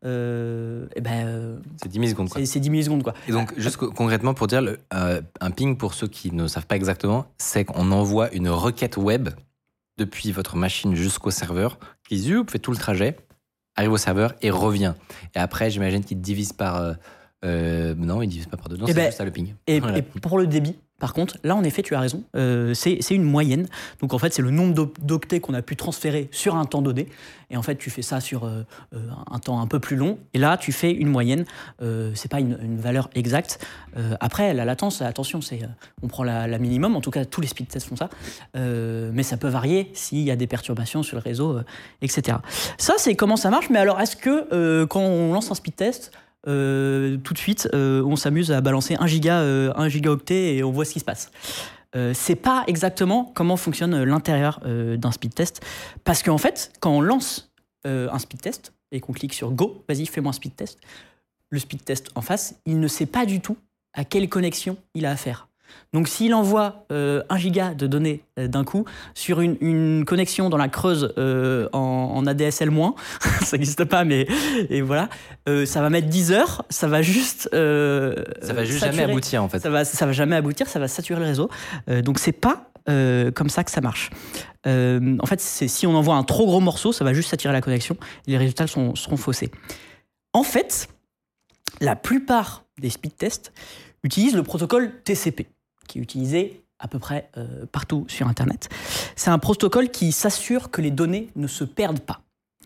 c'est 10 millisecondes, quoi. C'est 10 millisecondes, quoi. Et donc, juste concrètement, pour dire, un ping, pour ceux qui ne savent pas exactement, c'est qu'on envoie une requête web depuis votre machine jusqu'au serveur, qui fait tout le trajet, arrive au serveur et revient. Et après, j'imagine qu'il divise par... non, il divise pas par deux. Non, c'est juste ça, le ping. Et pour le débit, par contre, là, en effet, tu as raison. C'est une moyenne. Donc, en fait, c'est le nombre d'octets qu'on a pu transférer sur un temps donné. Et en fait, tu fais ça sur un temps un peu plus long. Et là, tu fais une moyenne. C'est pas une valeur exacte. Après, la latence, attention, on prend la minimum. En tout cas, tous les speed tests font ça. Mais ça peut varier s'il y a des perturbations sur le réseau, etc. Ça, c'est comment ça marche. Mais alors, est-ce que quand on lance un speed test, tout de suite, on s'amuse à balancer 1 gigaoctet et on voit ce qui se passe. C'est pas exactement comment fonctionne l'intérieur d'un speed test, parce qu'en fait, quand on lance un speed test et qu'on clique sur Go, vas-y, fais-moi un speed test, le speed test en face, il ne sait pas du tout à quelle connexion il a affaire. Donc s'il envoie 1 giga de données d'un coup sur une connexion dans la Creuse en ADSL-, ça n'existe pas, mais et voilà, ça va mettre 10 heures, ça va juste jamais aboutir en fait. Ça va jamais aboutir, ça va saturer le réseau. Donc c'est pas comme ça que ça marche. En fait, si on envoie un trop gros morceau, ça va juste saturer la connexion et les résultats seront faussés. En fait, la plupart des speed tests utilisent le protocole TCP, qui est utilisé à peu près partout sur Internet. C'est un protocole qui s'assure que les données ne se perdent pas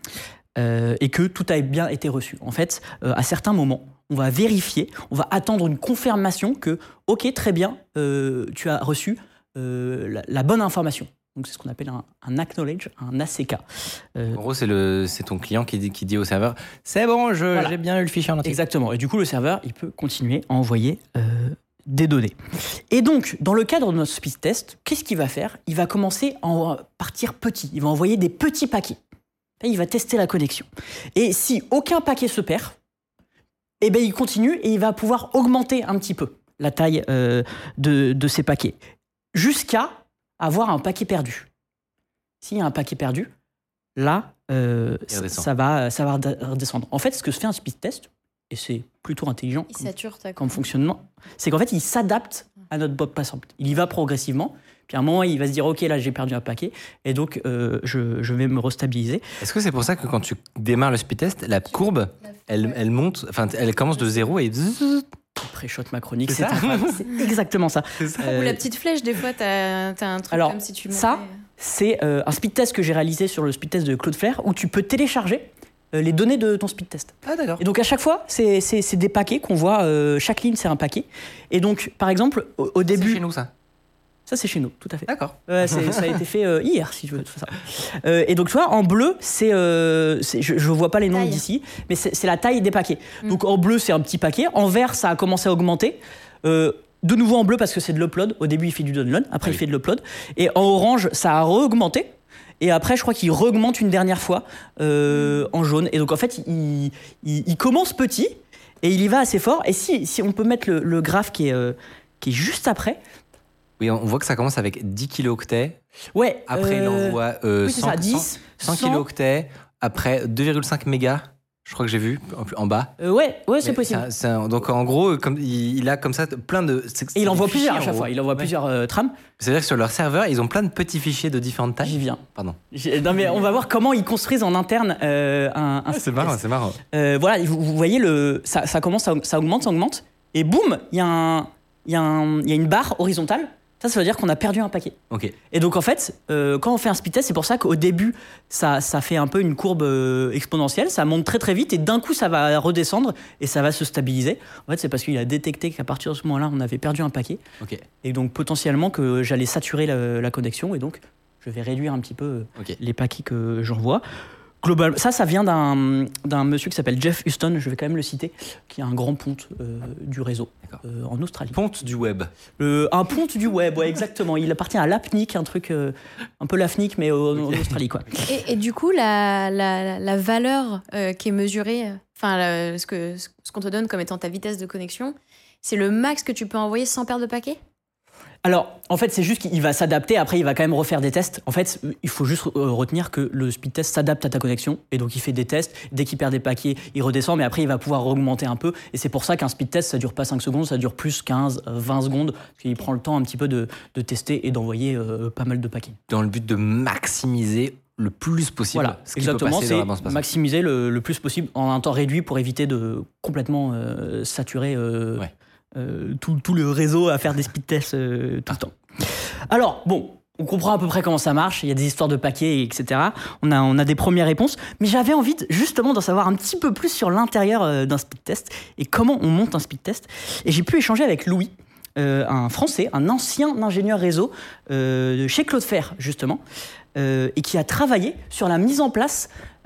et que tout a bien été reçu. En fait, à certains moments, on va vérifier, on va attendre une confirmation que, ok, très bien, tu as reçu la bonne information. Donc c'est ce qu'on appelle un acknowledge, un ACK. En gros, c'est ton client qui dit au serveur « C'est bon, j'ai bien eu le fichier en entier ». Exactement. Et du coup, le serveur, il peut continuer à envoyer des données. Et donc, dans le cadre de notre speed test, qu'est-ce qu'il va faire? Il va commencer à partir petit. Il va envoyer des petits paquets. Et il va tester la connexion. Et si aucun paquet se perd, eh ben, il continue et il va pouvoir augmenter un petit peu la taille de ces paquets, jusqu'à avoir un paquet perdu. S'il y a un paquet perdu, là, ça va redescendre. En fait, ce que fait un speed test, et c'est plutôt intelligent comme fonctionnement, c'est qu'en fait, il s'adapte à notre bande passante. Il y va progressivement, puis à un moment, il va se dire « Ok, là, j'ai perdu un paquet, et donc je vais me restabiliser. » Est-ce que c'est pour ça que quand tu démarres le speed test, la courbe, elle monte, enfin, elle commence de 0 et... Pré-shot macronique, c'est exactement ça. Ou la petite flèche, des fois, t'as un truc comme si tu le montais. Ça, c'est un speed test que j'ai réalisé sur le speed test de Cloudflare, où tu peux télécharger les données de ton speed test. Ah, d'accord. Et donc, à chaque fois, c'est des paquets qu'on voit. Chaque ligne, c'est un paquet. Et donc, par exemple, au début... C'est chez nous, ça? Ça, c'est chez nous, tout à fait. D'accord. Ça a été fait hier, si tu veux. Tout ça. Et donc, tu vois, en bleu, je vois pas les noms d'ici, mais c'est la taille des paquets. Donc, en bleu, c'est un petit paquet. En vert, ça a commencé à augmenter. De nouveau en bleu, parce que c'est de l'upload. Au début, il fait du download. Après, il fait de l'upload. Et en orange, ça a re-augmenté. Et après, je crois qu'il re-augmente une dernière fois en jaune. Et donc, en fait, il commence petit et il y va assez fort. Et si on peut mettre le graphe qui est juste après... Oui, on voit que ça commence avec 10 kilooctets. Ouais. Après, il envoie 100 10, 100 kilooctets. Après, 2,5 mégas. Je crois que j'ai vu en bas. Ouais, c'est Mais possible. donc en gros, comme il a comme ça plein de. Et il envoie des fichiers, plusieurs à chaque en fois. gros. Il envoie plusieurs trames. C'est-à-dire que sur leur serveur, ils ont plein de petits fichiers de différentes tailles. J'y viens. Pardon. Non, mais on va voir comment ils construisent en interne un C'est marrant, c'est marrant. voilà, vous voyez, ça commence, ça augmente. Et boum, il y a une barre horizontale. Ça veut dire qu'on a perdu un paquet. Ok. Et donc en fait, quand on fait un speed test, c'est pour ça qu'au début, ça fait un peu une courbe exponentielle, ça monte très très vite et d'un coup ça va redescendre et ça va se stabiliser. En fait, c'est parce qu'il a détecté qu'à partir de ce moment-là, on avait perdu un paquet. Ok. Et donc potentiellement que j'allais saturer la connexion et donc je vais réduire un petit peu les paquets que j'envoie. Globalement, ça vient d'un monsieur qui s'appelle Jeff Houston, je vais quand même le citer, qui est un grand ponte du réseau en Australie. Ponte du web. Un ponte du web, ouais, exactement. Il appartient à l'APNIC, un truc un peu l'AFNIC, mais en Australie, quoi. Et du coup, la valeur qui est mesurée, enfin, ce qu'on te donne comme étant ta vitesse de connexion, c'est le max que tu peux envoyer sans perdre de paquet ? Alors, en fait, c'est juste qu'il va s'adapter. Après, il va quand même refaire des tests. En fait, il faut juste retenir que le speed test s'adapte à ta connexion. Et donc, il fait des tests. Dès qu'il perd des paquets, il redescend. Mais après, il va pouvoir augmenter un peu. Et c'est pour ça qu'un speed test, ça dure pas 5 secondes. Ça dure plus 15, 20 secondes. Parce qu'il prend le temps un petit peu de tester et d'envoyer pas mal de paquets. Dans le but de maximiser le plus possible. Voilà, ce qui peut exactement. passer dans la bande C'est passante. maximiser le plus possible en un temps réduit pour éviter de complètement saturer tout le réseau à faire des speed tests tout le temps. Alors, bon, on comprend à peu près comment ça marche, il y a des histoires de paquets, etc. On a des premières réponses, mais j'avais envie justement d'en savoir un petit peu plus sur l'intérieur d'un speed test et comment on monte un speed test. Et j'ai pu échanger avec Louis, un Français, un ancien ingénieur réseau chez Cloudflare, justement, et qui a travaillé sur la mise en place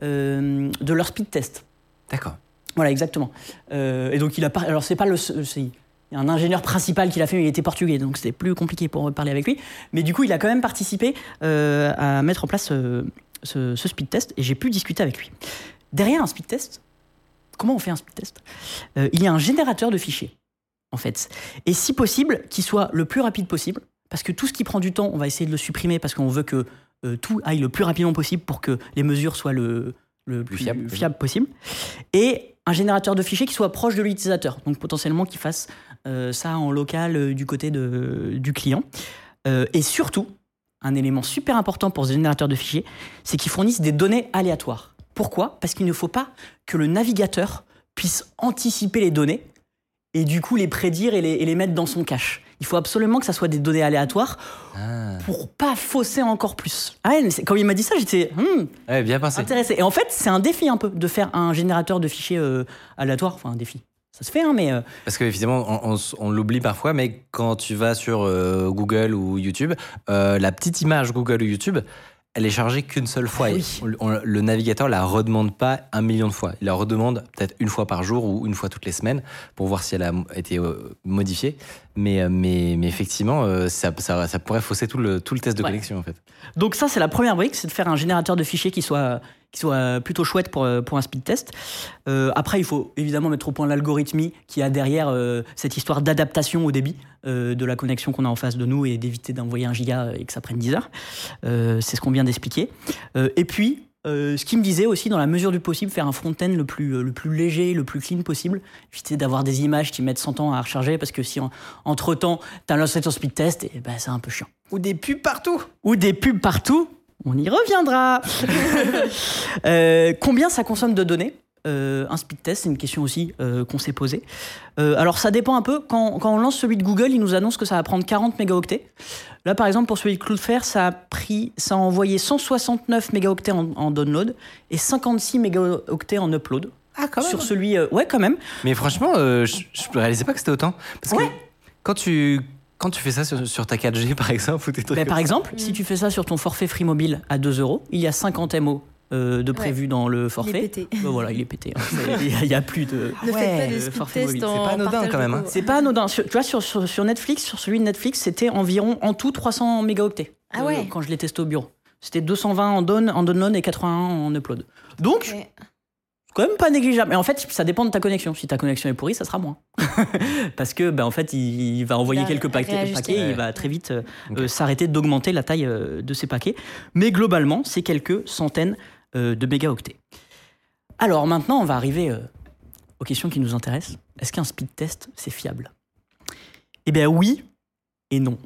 de leur speed test. D'accord. Voilà, exactement. Et donc, alors, c'est pas il y a un ingénieur principal qui l'a fait, mais il était portugais, donc c'était plus compliqué pour parler avec lui. Mais du coup, il a quand même participé à mettre en place ce speed test, et j'ai pu discuter avec lui. Derrière un speed test, comment on fait un speed test ? Il y a un générateur de fichiers, en fait. Et si possible, qu'il soit le plus rapide possible, parce que tout ce qui prend du temps, on va essayer de le supprimer, parce qu'on veut que tout aille le plus rapidement possible pour que les mesures soient le plus fiable possible. Et un générateur de fichiers qui soit proche de l'utilisateur, donc potentiellement qui fasse ça en local du côté du client. Et surtout, un élément super important pour ce générateur de fichiers, c'est qu'ils fournissent des données aléatoires. Pourquoi ? Parce qu'il ne faut pas que le navigateur puisse anticiper les données et du coup les prédire et les mettre dans son cache. Il faut absolument que ça soit des données aléatoires pour pas fausser encore plus. Ah ouais, quand il m'a dit ça, j'étais Bien pensé. intéressé. Et en fait, c'est un défi un peu de faire un générateur de fichiers aléatoires. Enfin, un défi. Ça se fait, mais... Parce qu'évidemment, on l'oublie parfois, mais quand tu vas sur Google ou YouTube, la petite image Google ou YouTube, elle est chargée qu'une seule fois. Oui. Le navigateur la redemande pas 1 million de fois. Il la redemande peut-être une fois par jour ou une fois toutes les semaines pour voir si elle a été modifiée. Mais effectivement, ça pourrait fausser tout le test de connexion en fait. Donc ça, c'est la première brique, c'est de faire un générateur de fichiers qui soit plutôt chouette pour un speed test. Après, il faut évidemment mettre au point l'algorithmie qui a derrière cette histoire d'adaptation au débit de la connexion qu'on a en face de nous et d'éviter d'envoyer 1 giga et que ça prenne 10 heures. C'est ce qu'on vient d'expliquer. Et puis, ce qui me disait aussi, dans la mesure du possible, faire un front-end le plus léger, le plus clean possible. Éviter d'avoir des images qui mettent 100 ans à recharger parce que si entre-temps, tu as lancé ton speed test, et c'est un peu chiant. Ou des pubs partout. On y reviendra. Combien ça consomme de données ? Un speed test, c'est une question aussi qu'on s'est posée. Alors ça dépend un peu. Quand on lance celui de Google, il nous annonce que ça va prendre 40 mégaoctets. Là, par exemple, pour celui de Cloudflare, ça a envoyé 169 mégaoctets en download et 56 mégaoctets en upload. Ah, quand même. Sur celui... ouais, quand même. Mais franchement, je ne réalisais pas que c'était autant. Parce que quand tu fais ça sur ta 4G, par exemple, ou tes trucs Par exemple, si tu fais ça sur ton forfait Free Mobile à 2 €, il y a 50 MO de prévu dans le forfait. Il est pété. Voilà, il est pété. Il n'y a plus de... Ne faites pas de speed forfait test mobile. en C'est pas anodin, partage quand même, de hein. cours. C'est pas anodin. Tu vois, sur Netflix, sur celui de Netflix, c'était environ en tout 300 mégaoctets. Ah ouais. Quand je l'ai testé au bureau. C'était 220 en download et 81 en upload. Donc, Ouais. quand même pas négligeable. Mais en fait, ça dépend de ta connexion. Si ta connexion est pourrie, ça sera moins. Parce que, en fait, il va envoyer Il va quelques paquets réajuster. et il va très vite s'arrêter d'augmenter la taille de ses paquets. Mais globalement, c'est quelques centaines de mégaoctets. Alors maintenant, on va arriver aux questions qui nous intéressent. Est-ce qu'un speed test, c'est fiable ? Eh bien oui et non.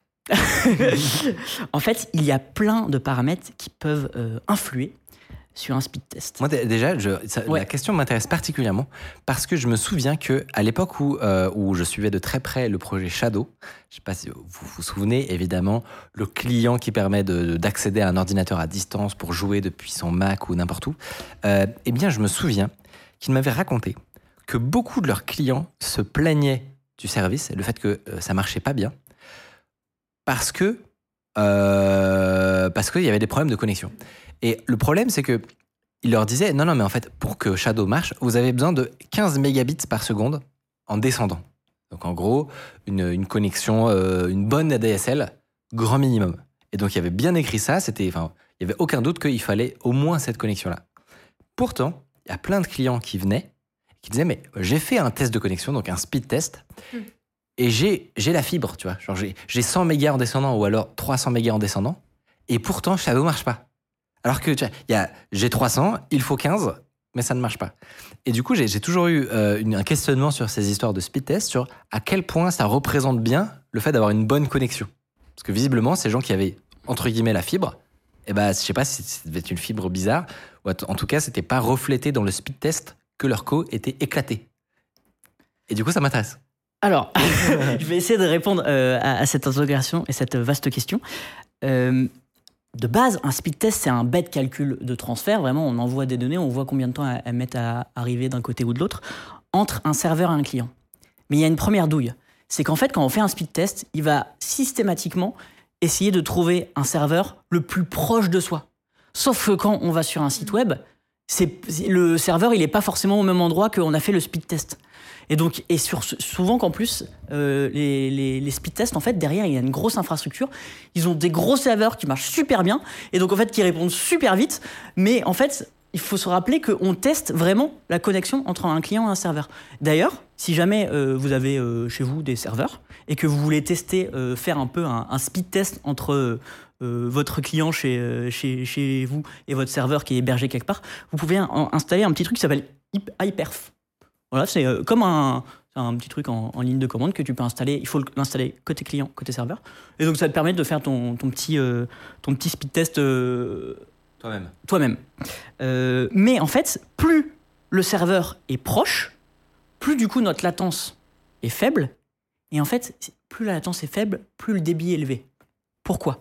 En fait, il y a plein de paramètres qui peuvent influer sur un speed test. Moi, déjà, la question m'intéresse particulièrement parce que je me souviens qu'à l'époque où je suivais de très près le projet Shadow, je ne sais pas si vous vous souvenez, évidemment, le client qui permet d'accéder à un ordinateur à distance pour jouer depuis son Mac ou n'importe où, eh bien, je me souviens qu'ils m'avaient raconté que beaucoup de leurs clients se plaignaient du service et le fait que ça ne marchait pas bien parce qu'il y avait des problèmes de connexion. Et le problème, c'est qu'il leur disait, non, mais en fait, pour que Shadow marche, vous avez besoin de 15 mégabits par seconde en descendant. Donc en gros, une connexion, une bonne ADSL, grand minimum. Et donc il y avait bien écrit ça, il n'y avait aucun doute qu'il fallait au moins cette connexion-là. Pourtant, il y a plein de clients qui venaient, qui disaient, mais j'ai fait un test de connexion, donc un speed test, et j'ai la fibre, tu vois. Genre j'ai 100 mégas en descendant ou alors 300 mégas en descendant, et pourtant Shadow ne marche pas. Alors que j'ai 300, il faut 15, mais ça ne marche pas. Et du coup, j'ai toujours eu un questionnement sur ces histoires de speed test, sur à quel point ça représente bien le fait d'avoir une bonne connexion. Parce que visiblement, ces gens qui avaient, entre guillemets, la fibre, je sais pas si ça devait être une fibre bizarre, ou en tout cas, c'était pas reflété dans le speed test que leur co était éclaté. Et du coup, ça m'intéresse. Alors, je vais essayer de répondre à cette interrogation et cette vaste question. De base, un speed test, c'est un bête calcul de transfert. Vraiment, on envoie des données, on voit combien de temps elles mettent à arriver d'un côté ou de l'autre, entre un serveur et un client. Mais il y a une première douille. C'est qu'en fait, quand on fait un speed test, il va systématiquement essayer de trouver un serveur le plus proche de soi. Sauf que quand on va sur un site web, le serveur, il n'est pas forcément au même endroit qu'on a fait le speed test. Et souvent qu'en plus, les speed tests, en fait, derrière, il y a une grosse infrastructure. Ils ont des gros serveurs qui marchent super bien, et donc, en fait, qui répondent super vite. Mais, en fait, il faut se rappeler qu'on teste vraiment la connexion entre un client et un serveur. D'ailleurs, si jamais vous avez chez vous des serveurs, et que vous voulez tester, faire un peu un speed test entre votre client chez vous et votre serveur qui est hébergé quelque part, vous pouvez installer un petit truc qui s'appelle iPerf. Voilà, c'est comme un petit truc en ligne de commande que tu peux installer. Il faut l'installer côté client, côté serveur. Et donc, ça te permet de faire ton petit speed test toi-même. Mais en fait, plus le serveur est proche, plus du coup notre latence est faible. Et en fait, plus la latence est faible, plus le débit est élevé. Pourquoi ?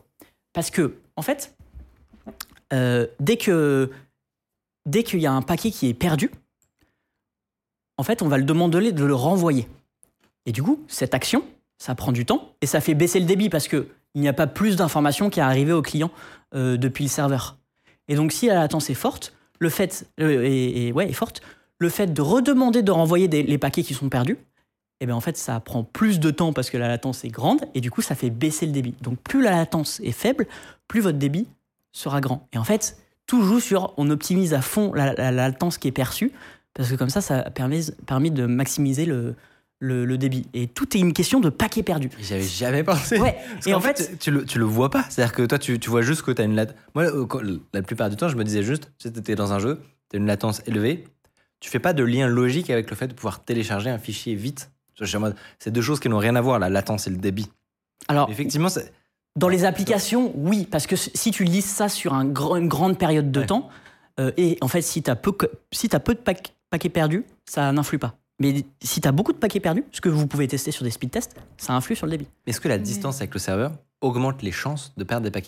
Parce que, en fait, dès qu'il y a un paquet qui est perdu, en fait, on va le demander de le renvoyer. Et du coup, cette action, ça prend du temps et ça fait baisser le débit parce qu'il n'y a pas plus d'informations qui est arrivé au client depuis le serveur. Et donc, si la latence est forte, le fait de redemander de renvoyer les paquets qui sont perdus, eh bien, en fait, ça prend plus de temps parce que la latence est grande et du coup, ça fait baisser le débit. Donc, plus la latence est faible, plus votre débit sera grand. Et en fait, tout joue sur on optimise à fond la latence qui est perçue. Parce que comme ça a permis de maximiser le débit. Et tout est une question de paquets perdus. J'avais jamais pensé. Ouais. Et en fait, tu le vois pas. C'est-à-dire que toi, tu vois juste que tu as une latence. Moi, la plupart du temps, je me disais juste, tu es dans un jeu, tu as une latence élevée, tu fais pas de lien logique avec le fait de pouvoir télécharger un fichier vite. C'est deux choses qui n'ont rien à voir, la latence et le débit. Alors, effectivement, dans les applications, oui, parce que si tu lises ça sur une grande période de temps, et en fait, si tu as peu de paquets perdus, ça n'influe pas. Mais si tu as beaucoup de paquets perdus, ce que vous pouvez tester sur des speed tests, ça influe sur le débit. Est-ce que la distance avec le serveur augmente les chances de perdre des paquets ?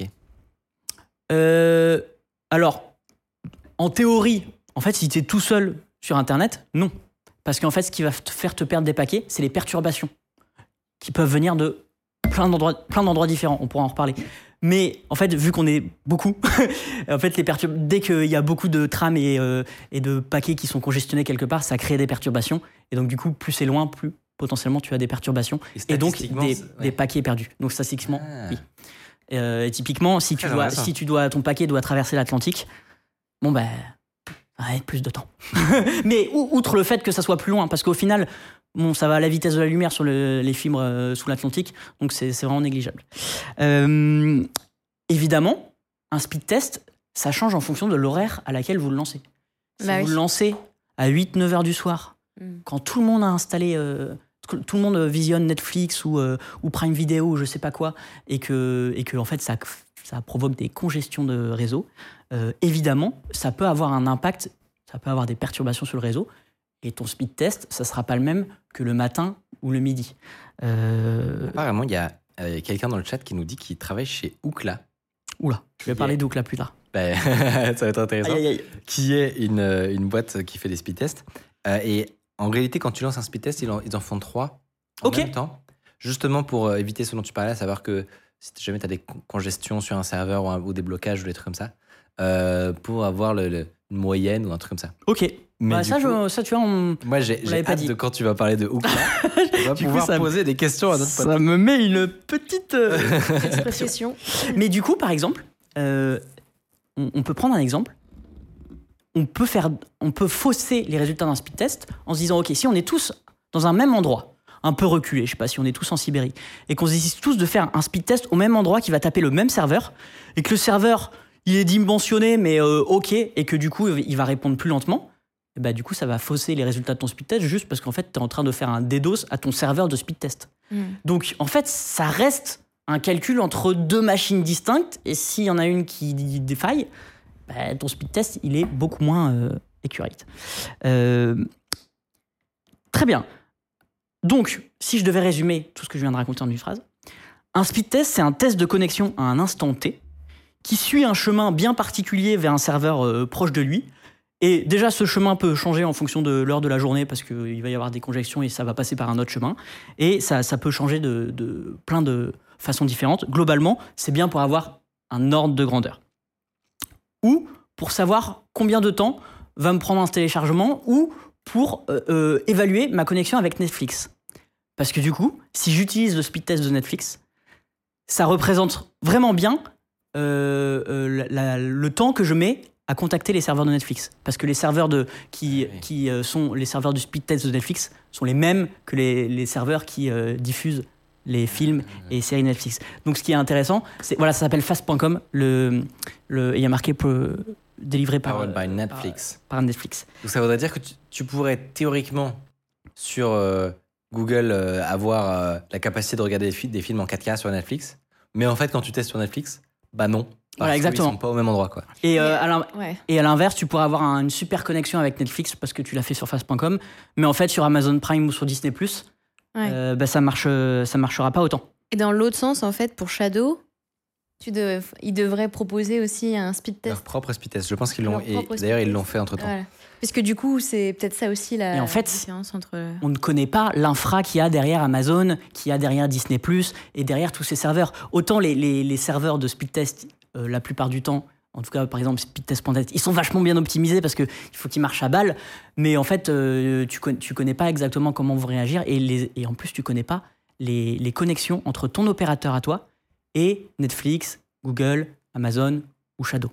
Alors, en théorie, en fait, si tu es tout seul sur Internet, non. Parce qu'en fait, ce qui va te faire te perdre des paquets, c'est les perturbations qui peuvent venir de plein d'endroits différents. On pourra en reparler. Mais en fait, vu qu'on est beaucoup, en fait, dès qu'il y a beaucoup de trames et de paquets qui sont congestionnés quelque part, ça crée des perturbations. Et donc, du coup, plus c'est loin, plus potentiellement tu as des perturbations. Et donc, des paquets perdus. Donc, statistiquement, oui. Et typiquement, si ton paquet doit traverser l'Atlantique, bon, ben, ça va être plus de temps. Mais outre le fait que ça soit plus loin, parce qu'au final, bon, ça va à la vitesse de la lumière sur les fibres sous l'Atlantique, donc c'est vraiment négligeable. Évidemment, un speed test, ça change en fonction de l'horaire à laquelle vous le lancez. Si Bah vous oui. le lancez à 8-9 heures du soir, quand tout le monde a installé, tout le monde visionne Netflix ou Prime Video ou je sais pas quoi, et que en fait ça provoque des congestions de réseau, évidemment, ça peut avoir un impact, ça peut avoir des perturbations sur le réseau, et ton speed test, ça sera pas le même que le matin ou le midi. Apparemment, il y a quelqu'un dans le chat qui nous dit qu'il travaille chez Ookla. Oula, je vais parler d'Ookla plus tard. Ben, ça va être intéressant. Aïe, aïe, aïe. Qui est une boîte qui fait des speed tests. Et en réalité, quand tu lances un speed test, ils en font 3 en Ok. même temps. Justement pour éviter ce dont tu parlais, à savoir que si jamais tu as des congestions sur un serveur ou des blocages ou des trucs comme ça, pour avoir une moyenne ou un truc comme ça. Ok. Mais Bah, du ça, coup, ça, tu vois, moi, j'ai l'avait pas hâte dit. de quand tu vas parler de Ookla. On va Du coup, pouvoir ça- poser des questions à notre pote. ça me met une petite... Pression. Mais du coup, par exemple, on peut prendre un exemple. On peut fausser les résultats d'un speed test en se disant, ok, si on est tous dans un même endroit, un peu reculé, je sais pas si on est tous en Sibérie, et qu'on se décide tous de faire un speed test au même endroit qui va taper le même serveur, et que le serveur, il est dimensionné, mais ok, et que du coup, il va répondre plus lentement, et bah, du coup, ça va fausser les résultats de ton speed test juste parce qu'en fait, tu es en train de faire un DDoS à ton serveur de speed test. Donc, en fait, ça reste un calcul entre deux machines distinctes, et s'il y en a une qui défaille, bah, ton speed test, il est beaucoup moins accurate. Très bien. Donc, si je devais résumer tout ce que je viens de raconter en une phrase, un speed test, c'est un test de connexion à un instant T qui suit un chemin bien particulier vers un serveur proche de lui. Et déjà, ce chemin peut changer en fonction de l'heure de la journée parce qu'il va y avoir des congestions et ça va passer par un autre chemin. Et ça peut changer de plein de façons différentes. Globalement, c'est bien pour avoir un ordre de grandeur. Ou pour savoir combien de temps va me prendre un téléchargement ou pour évaluer ma connexion avec Netflix. Parce que du coup, si j'utilise le speed test de Netflix, ça représente vraiment bien le temps que je mets à contacter les serveurs de Netflix. Parce que les serveurs qui sont les serveurs du speed test de Netflix sont les mêmes que les serveurs qui diffusent les films et séries Netflix. Donc ce qui est intéressant, c'est ça s'appelle fast.com. Il y a marqué délivré par Powered by Netflix. Par Netflix. Donc ça voudrait dire que tu pourrais théoriquement sur Google avoir la capacité de regarder des films en 4K sur Netflix, mais en fait quand tu testes sur Netflix, bah non. Voilà, Parce exactement. qu'ils sont pas au même endroit, quoi. Et Ouais. à l'inverse, tu pourrais avoir une super connexion avec Netflix parce que tu l'as fait sur fast.com, mais en fait sur Amazon Prime ou sur Disney+, ça marchera pas autant. Et dans l'autre sens, en fait, pour Shadow, ils devraient proposer aussi un speed test. Leur propre speed test. Je pense qu'ils l'ont. Leur Et propre d'ailleurs, speed ils l'ont test. fait entre-temps. Voilà. Puisque du coup, c'est peut-être ça aussi Et en fait, différence entre... On ne connaît pas l'infra qu'il y a derrière Amazon, qu'il y a derrière Disney+, et derrière tous ces serveurs. Autant les serveurs de speed test, la plupart du temps, en tout cas par exemple speedtest.net, ils sont vachement bien optimisés parce qu'il faut qu'ils marchent à balle, mais en fait tu connais pas exactement comment vont réagir et en plus tu connais pas les connexions entre ton opérateur à toi et Netflix, Google, Amazon ou Shadow.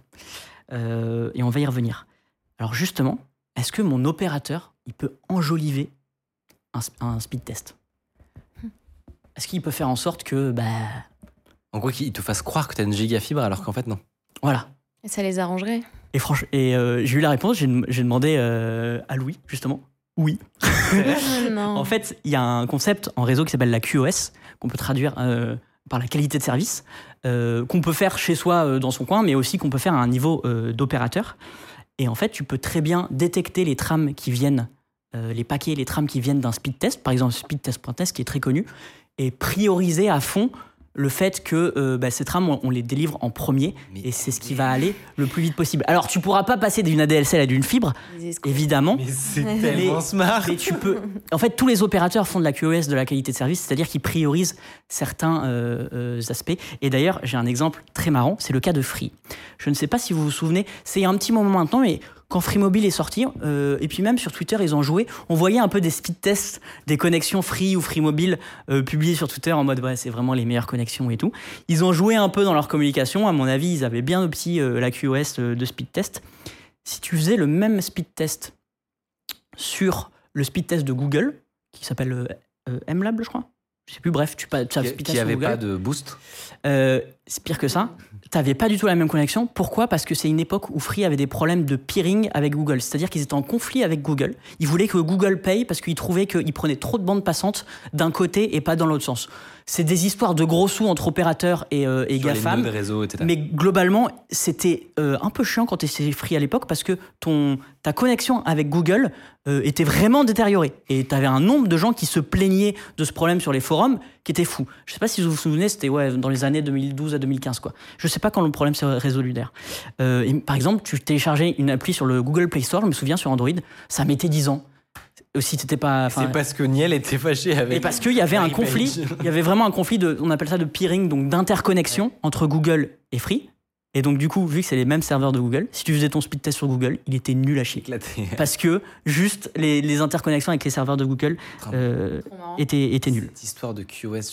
Et on va y revenir. Alors justement, est-ce que mon opérateur, il peut enjoliver un speed test? Est-ce qu'il peut faire en sorte que, En gros, qu'ils te fassent croire que tu as une gigafibre alors qu'en fait, non. voilà. Et ça les arrangerait. Et franchement, j'ai eu la réponse, j'ai demandé à Louis, justement. Oui. Non. En fait, il y a un concept en réseau qui s'appelle la QoS, qu'on peut traduire par la qualité de service, qu'on peut faire chez soi dans son coin, mais aussi qu'on peut faire à un niveau d'opérateur. Et en fait, tu peux très bien détecter les trames qui viennent, les paquets, les trames qui viennent d'un speed test, par exemple speedtest.test qui est très connu, et prioriser à fond le fait que ces trames, on les délivre en premier, et c'est ce qui va aller le plus vite possible. Alors, tu pourras pas passer d'une ADSL à d'une fibre, évidemment. Mais c'est tellement smart. Mais tu peux. En fait, tous les opérateurs font de la QoS, de la qualité de service, c'est-à-dire qu'ils priorisent certains aspects. Et d'ailleurs, j'ai un exemple très marrant, c'est le cas de Free. Je ne sais pas si vous vous souvenez, c'est il y a un petit moment maintenant, mais quand Free Mobile est sorti, et puis même sur Twitter, ils ont joué, on voyait un peu des speed tests, des connexions Free ou Free Mobile publiées sur Twitter en mode c'est vraiment les meilleures connexions et tout. Ils ont joué un peu dans leur communication, à mon avis, ils avaient bien opti la QoS de speed test. Si tu faisais le même speed test sur le speed test de Google, qui s'appelle MLab, je crois. Je sais plus, bref, tu as speed test Qui sur avait Google. pas de boost. c'est pire que ça. T'avais pas du tout la même connexion. Pourquoi ? Parce que c'est une époque où Free avait des problèmes de peering avec Google. C'est-à-dire qu'ils étaient en conflit avec Google. Ils voulaient que Google paye parce qu'ils trouvaient qu'ils prenaient trop de bandes passantes d'un côté et pas dans l'autre sens. C'est des histoires de gros sous entre opérateurs et GAFAM. Les nœuds de réseau, etc. Mais globalement, c'était un peu chiant quand tu étais Free à l'époque parce que ta connexion avec Google était vraiment détériorée. Et tu avais un nombre de gens qui se plaignaient de ce problème sur les forums qui était fou. Je sais pas si vous vous souvenez, c'était dans les années 2012 à 2015. Quoi. Je sais pas quand le problème s'est résolu d'ailleurs. Par exemple, tu téléchargeais une appli sur le Google Play Store, je me souviens, sur Android, ça mettait 10 ans. Aussi, t'étais pas. C'est parce que Niel était fâché avec. Et parce qu'il y avait un conflit, il y avait vraiment un conflit on appelle ça de peering, donc d'interconnexion entre Google et Free. Et donc, du coup, vu que c'est les mêmes serveurs de Google, si tu faisais ton speed test sur Google, il était nul à chier. Éclaté. Parce que juste les interconnexions avec les serveurs de Google étaient nuls. Cette histoire de QoS,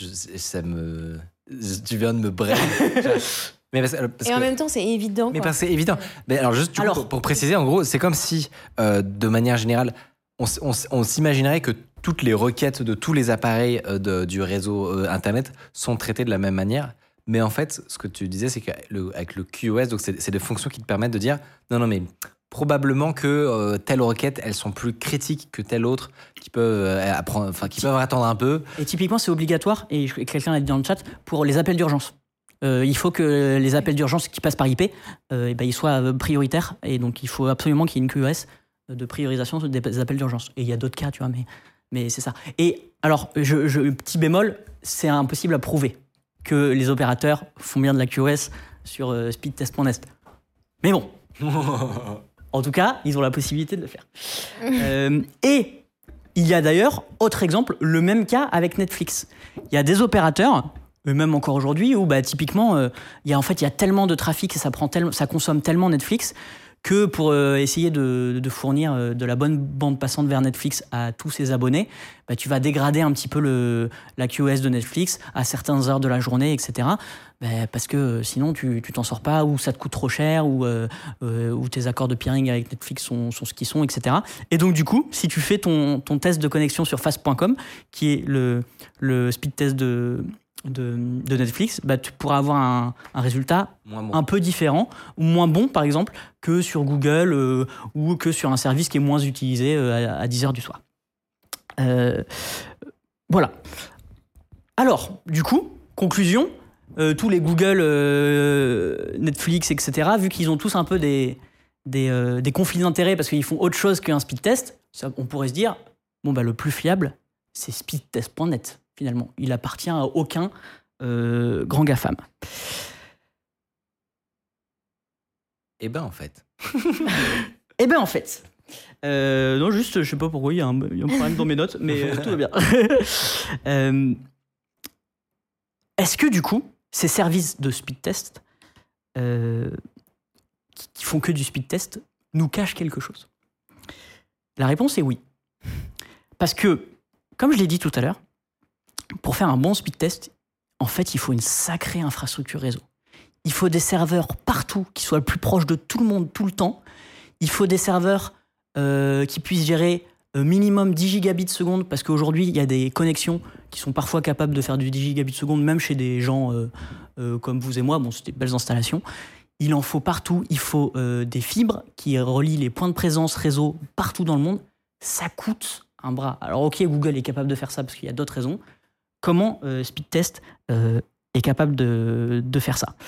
tu viens de me brûler. Mais parce Et en que- même temps, c'est évident. Mais quoi. parce que c'est évident. Mais alors, juste pour préciser, en gros, c'est comme si, de manière générale, on s'imaginerait que toutes les requêtes de tous les appareils du réseau Internet sont traitées de la même manière. Mais en fait, ce que tu disais, c'est qu'avec le QoS, donc c'est des fonctions qui te permettent de dire non, mais probablement que telle requête, elles sont plus critiques que telle autre, qui peuvent attendre un peu. Et typiquement, c'est obligatoire, et quelqu'un l'a dit dans le chat, pour les appels d'urgence. Il faut que les appels d'urgence qui passent par IP, ils soient prioritaires. Et donc, il faut absolument qu'il y ait une QoS de priorisation des appels d'urgence. Et il y a d'autres cas, tu vois, mais c'est ça. Et alors, petit bémol, c'est impossible à prouver que les opérateurs font bien de la QoS sur speedtest.nest. Mais bon, en tout cas, ils ont la possibilité de le faire. Et il y a d'ailleurs, autre exemple, le même cas avec Netflix. Il y a des opérateurs, même encore aujourd'hui, où typiquement, il y a tellement de trafic et ça consomme tellement Netflix que pour essayer de fournir de la bonne bande passante vers Netflix à tous ses abonnés, tu vas dégrader un petit peu la QoS de Netflix à certaines heures de la journée, etc. Parce que sinon, tu t'en sors pas, ou ça te coûte trop cher, ou tes accords de peering avec Netflix sont ce qu'ils sont, etc. Et donc, du coup, si tu fais ton test de connexion sur fast.com, qui est le speed test de Netflix, tu pourras avoir un résultat un peu différent, ou moins bon par exemple, que sur Google ou que sur un service qui est moins utilisé à 10h du soir. Voilà. Alors, du coup, conclusion, tous les Google, Netflix, etc., vu qu'ils ont tous un peu des conflits d'intérêts parce qu'ils font autre chose qu'un speed test, on pourrait se dire, le plus fiable, c'est speedtest.net. Finalement, il appartient à aucun grand GAFAM. Eh ben, en fait. Non, juste, je sais pas pourquoi, il y a un problème dans mes notes, mais tout va bien. Est-ce que, du coup, ces services de speed test, qui font que du speed test, nous cachent quelque chose ? La réponse est oui. Parce que, comme je l'ai dit tout à l'heure, pour faire un bon speed test, en fait, il faut une sacrée infrastructure réseau. Il faut des serveurs partout qui soient le plus proche de tout le monde tout le temps. Il faut des serveurs qui puissent gérer minimum 10 gigabits seconde, parce qu'aujourd'hui, il y a des connexions qui sont parfois capables de faire du 10 gigabits seconde, même chez des gens comme vous et moi. Bon, c'est des belles installations. Il en faut partout. Il faut des fibres qui relient les points de présence réseau partout dans le monde. Ça coûte un bras. Alors, ok, Google est capable de faire ça parce qu'il y a d'autres raisons. Comment Speedtest est capable de faire ça.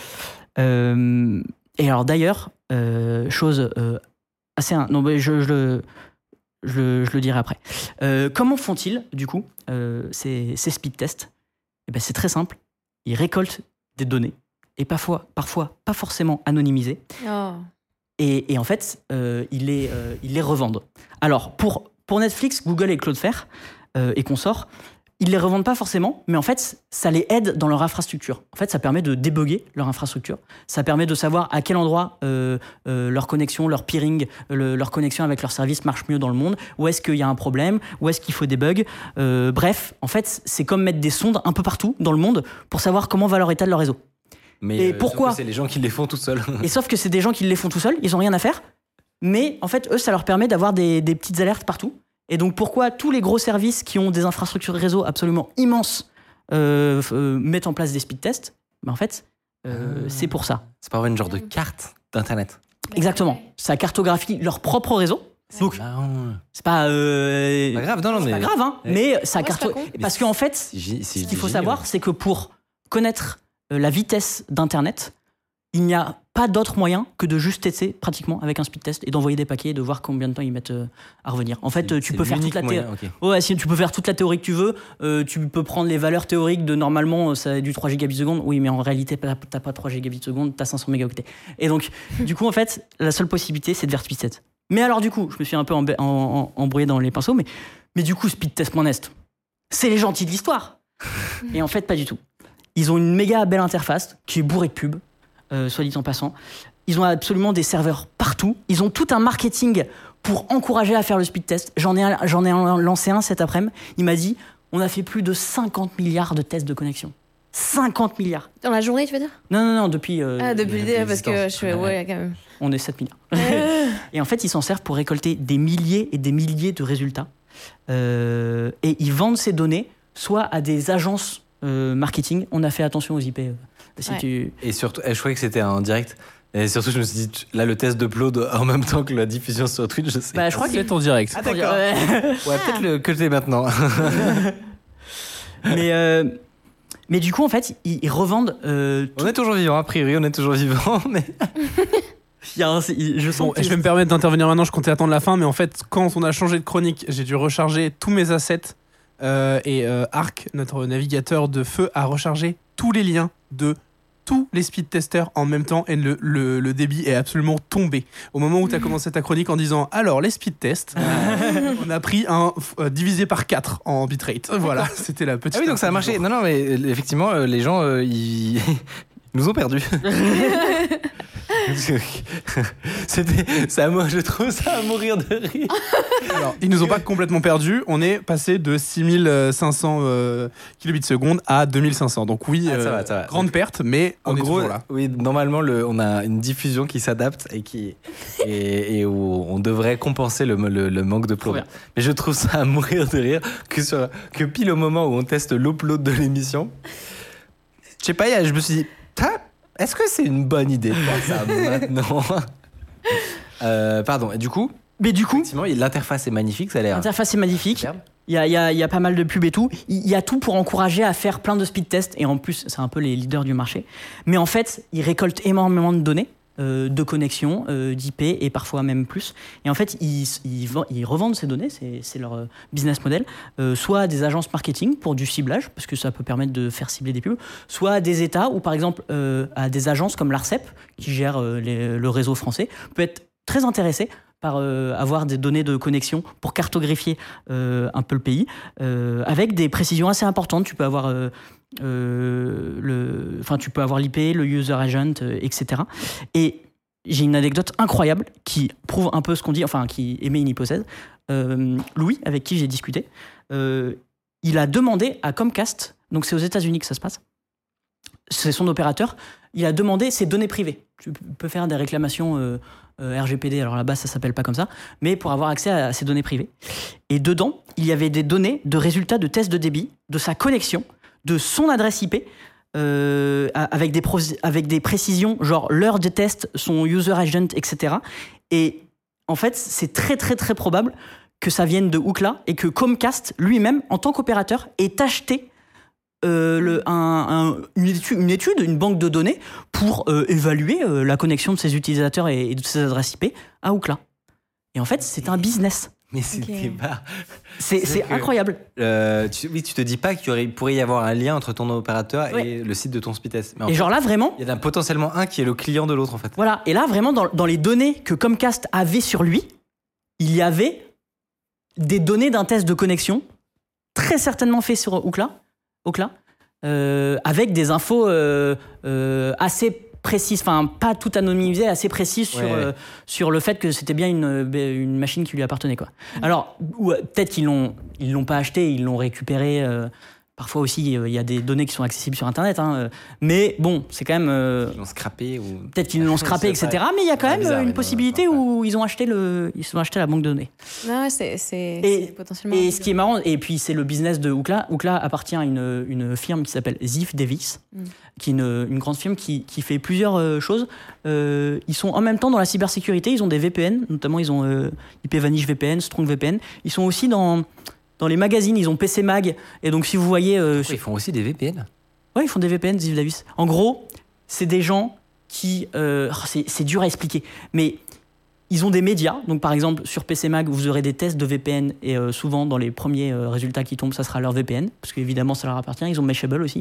Et alors d'ailleurs, chose assez... Non, mais je le dirai après. Comment font-ils, du coup, ces speedtests ? C'est très simple. Ils récoltent des données, et parfois pas forcément anonymisées. Oh. Et en fait, ils les revendent. Alors, pour Netflix, Google et Cloudflare et consorts, ils les revendent pas forcément, mais en fait, ça les aide dans leur infrastructure. En fait, ça permet de débugger leur infrastructure. Ça permet de savoir à quel endroit leur connexion, leur peering, leur connexion avec leur service marche mieux dans le monde. Où est-ce qu'il y a un problème ? Où est-ce qu'il faut des bugs ? Bref, en fait, c'est comme mettre des sondes un peu partout dans le monde pour savoir comment va leur état de leur réseau. Mais pourquoi ? c'est les gens qui les font tout seuls. Et sauf que c'est des gens qui les font tout seuls, ils ont rien à faire. Mais en fait, eux, ça leur permet d'avoir des petites alertes partout. Et donc, pourquoi tous les gros services qui ont des infrastructures réseau absolument immenses mettent en place des speed tests ? En fait, C'est pour ça. C'est pas vraiment une genre de carte d'internet. Exactement. Ça cartographie leur propre réseau. Donc, Marrant. c'est pas, Pas grave, non, c'est mais. pas grave, hein, mais ça Ouais, c'est pas con. Parce qu'en fait, Si ce qu'il faut savoir, c'est que pour connaître la vitesse d'Internet, il n'y a pas d'autre moyen que de juste tester pratiquement avec un speed test et d'envoyer des paquets et de voir combien de temps ils mettent à revenir. En fait, tu peux faire toute la théorie. Ouais, si tu peux faire toute la théorie que tu veux. Tu peux prendre les valeurs théoriques de normalement ça a du 3 gigabits seconde. Oui, mais en réalité, t'as pas 3 gigabits seconde, t'as 500 mégaoctets. Et donc, du coup, en fait, la seule possibilité, c'est de faire speed test. Mais alors, du coup, je me suis un peu embrouillé dans les pinceaux, mais du coup, speedtest.nest, c'est les gentils de l'histoire. Et en fait, pas du tout. Ils ont une méga belle interface qui est bourrée de pubs. Soit dit en passant. Ils ont absolument des serveurs partout. Ils ont tout un marketing pour encourager à faire le speed test. J'en ai lancé un cet après-midi. Il m'a dit, on a fait plus de 50 milliards de tests de connexion. 50 milliards. Dans la journée, tu veux dire? Non, depuis... Depuis l'idée, parce que je fais... Ouais, quand même. On est 7 milliards. Et en fait, ils s'en servent pour récolter des milliers et des milliers de résultats. Et ils vendent ces données soit à des agences marketing. On a fait attention aux IP. Et surtout, je croyais que c'était en direct. Et surtout, je me suis dit, là, le test d'upload en même temps que la diffusion sur Twitch, je sais. Bah, je crois que C'est en direct. Ah, d'accord. Ouais, peut-être le que c'est maintenant. Mais du coup, en fait, ils revendent. On est toujours vivant, a priori, on est toujours vivant, mais. Je sens Bon, je vais me permettre d'intervenir maintenant, je comptais attendre la fin, mais en fait, quand on a changé de chronique, j'ai dû recharger tous mes assets. Arc, notre navigateur de feu, a rechargé tous les liens de tous les speed testers en même temps et le débit est absolument tombé. Au moment où tu as commencé ta chronique en disant alors les speed tests, on a pris un divisé par 4 en bitrate. Voilà, c'était la petite. Ah oui, donc ça a marché. Non, mais effectivement, les gens, ils nous ont perdus. Je trouve ça à mourir de rire. Alors, ils nous ont pas complètement perdus. On est passé de 6500 kilobits seconde à 2500. Donc oui, ça va. grande perte, mais En on est gros, toujours là. oui, normalement, on a une diffusion qui s'adapte et où on devrait compenser le manque de Trop plomb. bien. Mais je trouve ça à mourir de rire que pile au moment où on teste l'upload de l'émission, je sais pas, je me suis dit, est-ce que c'est une bonne idée de faire ça maintenant? Pardon, et du coup, effectivement, l'interface est magnifique, ça a l'air. L'interface est magnifique. Superbe. Il y a pas mal de pubs et tout. Il y a tout pour encourager à faire plein de speed tests. Et en plus, c'est un peu les leaders du marché. Mais en fait, ils récoltent énormément de données, de connexions, d'IP et parfois même plus. Et en fait, ils revendent ces données, c'est leur business model, soit à des agences marketing pour du ciblage, parce que ça peut permettre de faire cibler des pubs, soit à des États ou par exemple à des agences comme l'ARCEP, qui gère le réseau français, peut être très intéressé par avoir des données de connexion pour cartographier un peu le pays, avec des précisions assez importantes. Tu peux avoir l'IP, le user agent, etc. Et j'ai une anecdote incroyable qui prouve un peu ce qu'on dit, enfin qui émet une hypothèse. Louis, avec qui j'ai discuté, il a demandé à Comcast, donc c'est aux États-Unis que ça se passe, c'est son opérateur, il a demandé ses données privées. Tu peux faire des réclamations RGPD, alors là-bas ça s'appelle pas comme ça, mais pour avoir accès à ces données privées. Et dedans, il y avait des données de résultats de tests de débit, de sa connexion, de son adresse IP, avec des précisions, genre l'heure de test, son user agent, etc. Et en fait, c'est très très très probable que ça vienne de Ookla et que Comcast lui-même, en tant qu'opérateur, ait acheté une étude, une banque de données pour évaluer la connexion de ses utilisateurs et de ses adresses IP à Ookla. Et en fait, c'est un business. Mais c'était pas. C'est incroyable. Tu te dis pas qu'il pourrait y avoir un lien entre ton opérateur et le site de ton speed test. Mais en Et fait, genre là, vraiment. il y en a potentiellement un qui est le client de l'autre en fait. Voilà. Et là, vraiment, dans les données que Comcast avait sur lui, il y avait des données d'un test de connexion, très certainement fait sur Ookla, avec des infos assez précises, enfin pas tout anonymisées, assez précises sur le fait que c'était bien une machine qui lui appartenait, quoi. Alors peut-être qu'ils l'ont pas acheté, ils l'ont récupéré Parfois aussi, il y a des données qui sont accessibles sur Internet. Mais bon, c'est quand même... Ils l'ont scrappé ou... Peut-être qu'ils l'ont scrappé, etc. Mais il y a quand même bizarre, une mais possibilité non, où ils ont acheté la banque de données. Non, ouais, c'est potentiellement. Et ce qui est marrant, et puis c'est le business de Ookla. Ookla appartient à une firme qui s'appelle Ziff Davis, qui est une grande firme qui fait plusieurs choses. Ils sont en même temps dans la cybersécurité. Ils ont des VPN, notamment ils ont IPVanish VPN, Strong VPN. Ils sont aussi dans les magazines, ils ont PC Mag. Et donc si vous voyez... Ils font aussi des VPN. Ouais, ils font des VPN, Ziff Davis. En gros, c'est des gens qui... c'est dur à expliquer, mais ils ont des médias. Donc par exemple, sur PC Mag, vous aurez des tests de VPN et souvent, dans les premiers résultats qui tombent, ça sera leur VPN, parce qu'évidemment, ça leur appartient. Ils ont Mashable aussi.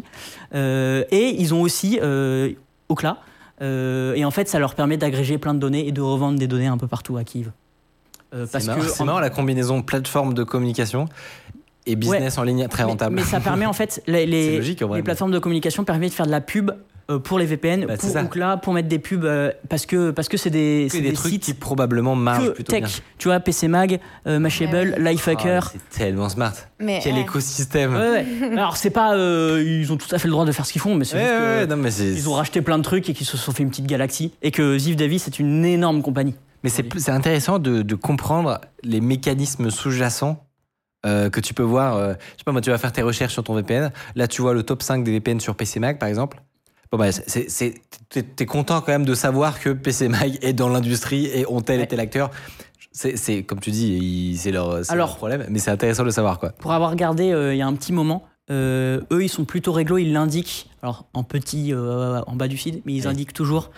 Et ils ont aussi Ookla. Et en fait, ça leur permet d'agréger plein de données et de revendre des données un peu partout à qui veut. C'est marrant la combinaison plateforme de communication et business en ligne très rentable. Mais ça permet en fait, les plateformes de communication permettent de faire de la pub pour les VPN, pour Ookla, pour mettre des pubs, parce que c'est des trucs sites qui probablement marchent plutôt tech. bien. Tu vois, PC Mag, Mashable, Lifehacker. C'est tellement smart. Quel écosystème. Ouais. Alors c'est pas, ils ont tout à fait le droit de faire ce qu'ils font, mais c'est juste ils ont racheté plein de trucs et qu'ils se sont fait une petite galaxie, et que Ziff Davis c'est une énorme compagnie. Mais c'est intéressant de comprendre les mécanismes sous-jacents que tu peux voir. Je sais pas, moi, tu vas faire tes recherches sur ton VPN. Là, tu vois le top 5 des VPN sur PC Mag, par exemple. Bon, bah, t'es content quand même de savoir que PC Mag est dans l'industrie et ont tel et tel acteur. C'est comme tu dis, c'est leur problème, mais c'est intéressant de le savoir, quoi. Pour avoir regardé il y a un petit moment, eux, ils sont plutôt réglo, ils l'indiquent, alors en petit en bas du feed, mais ils indiquent toujours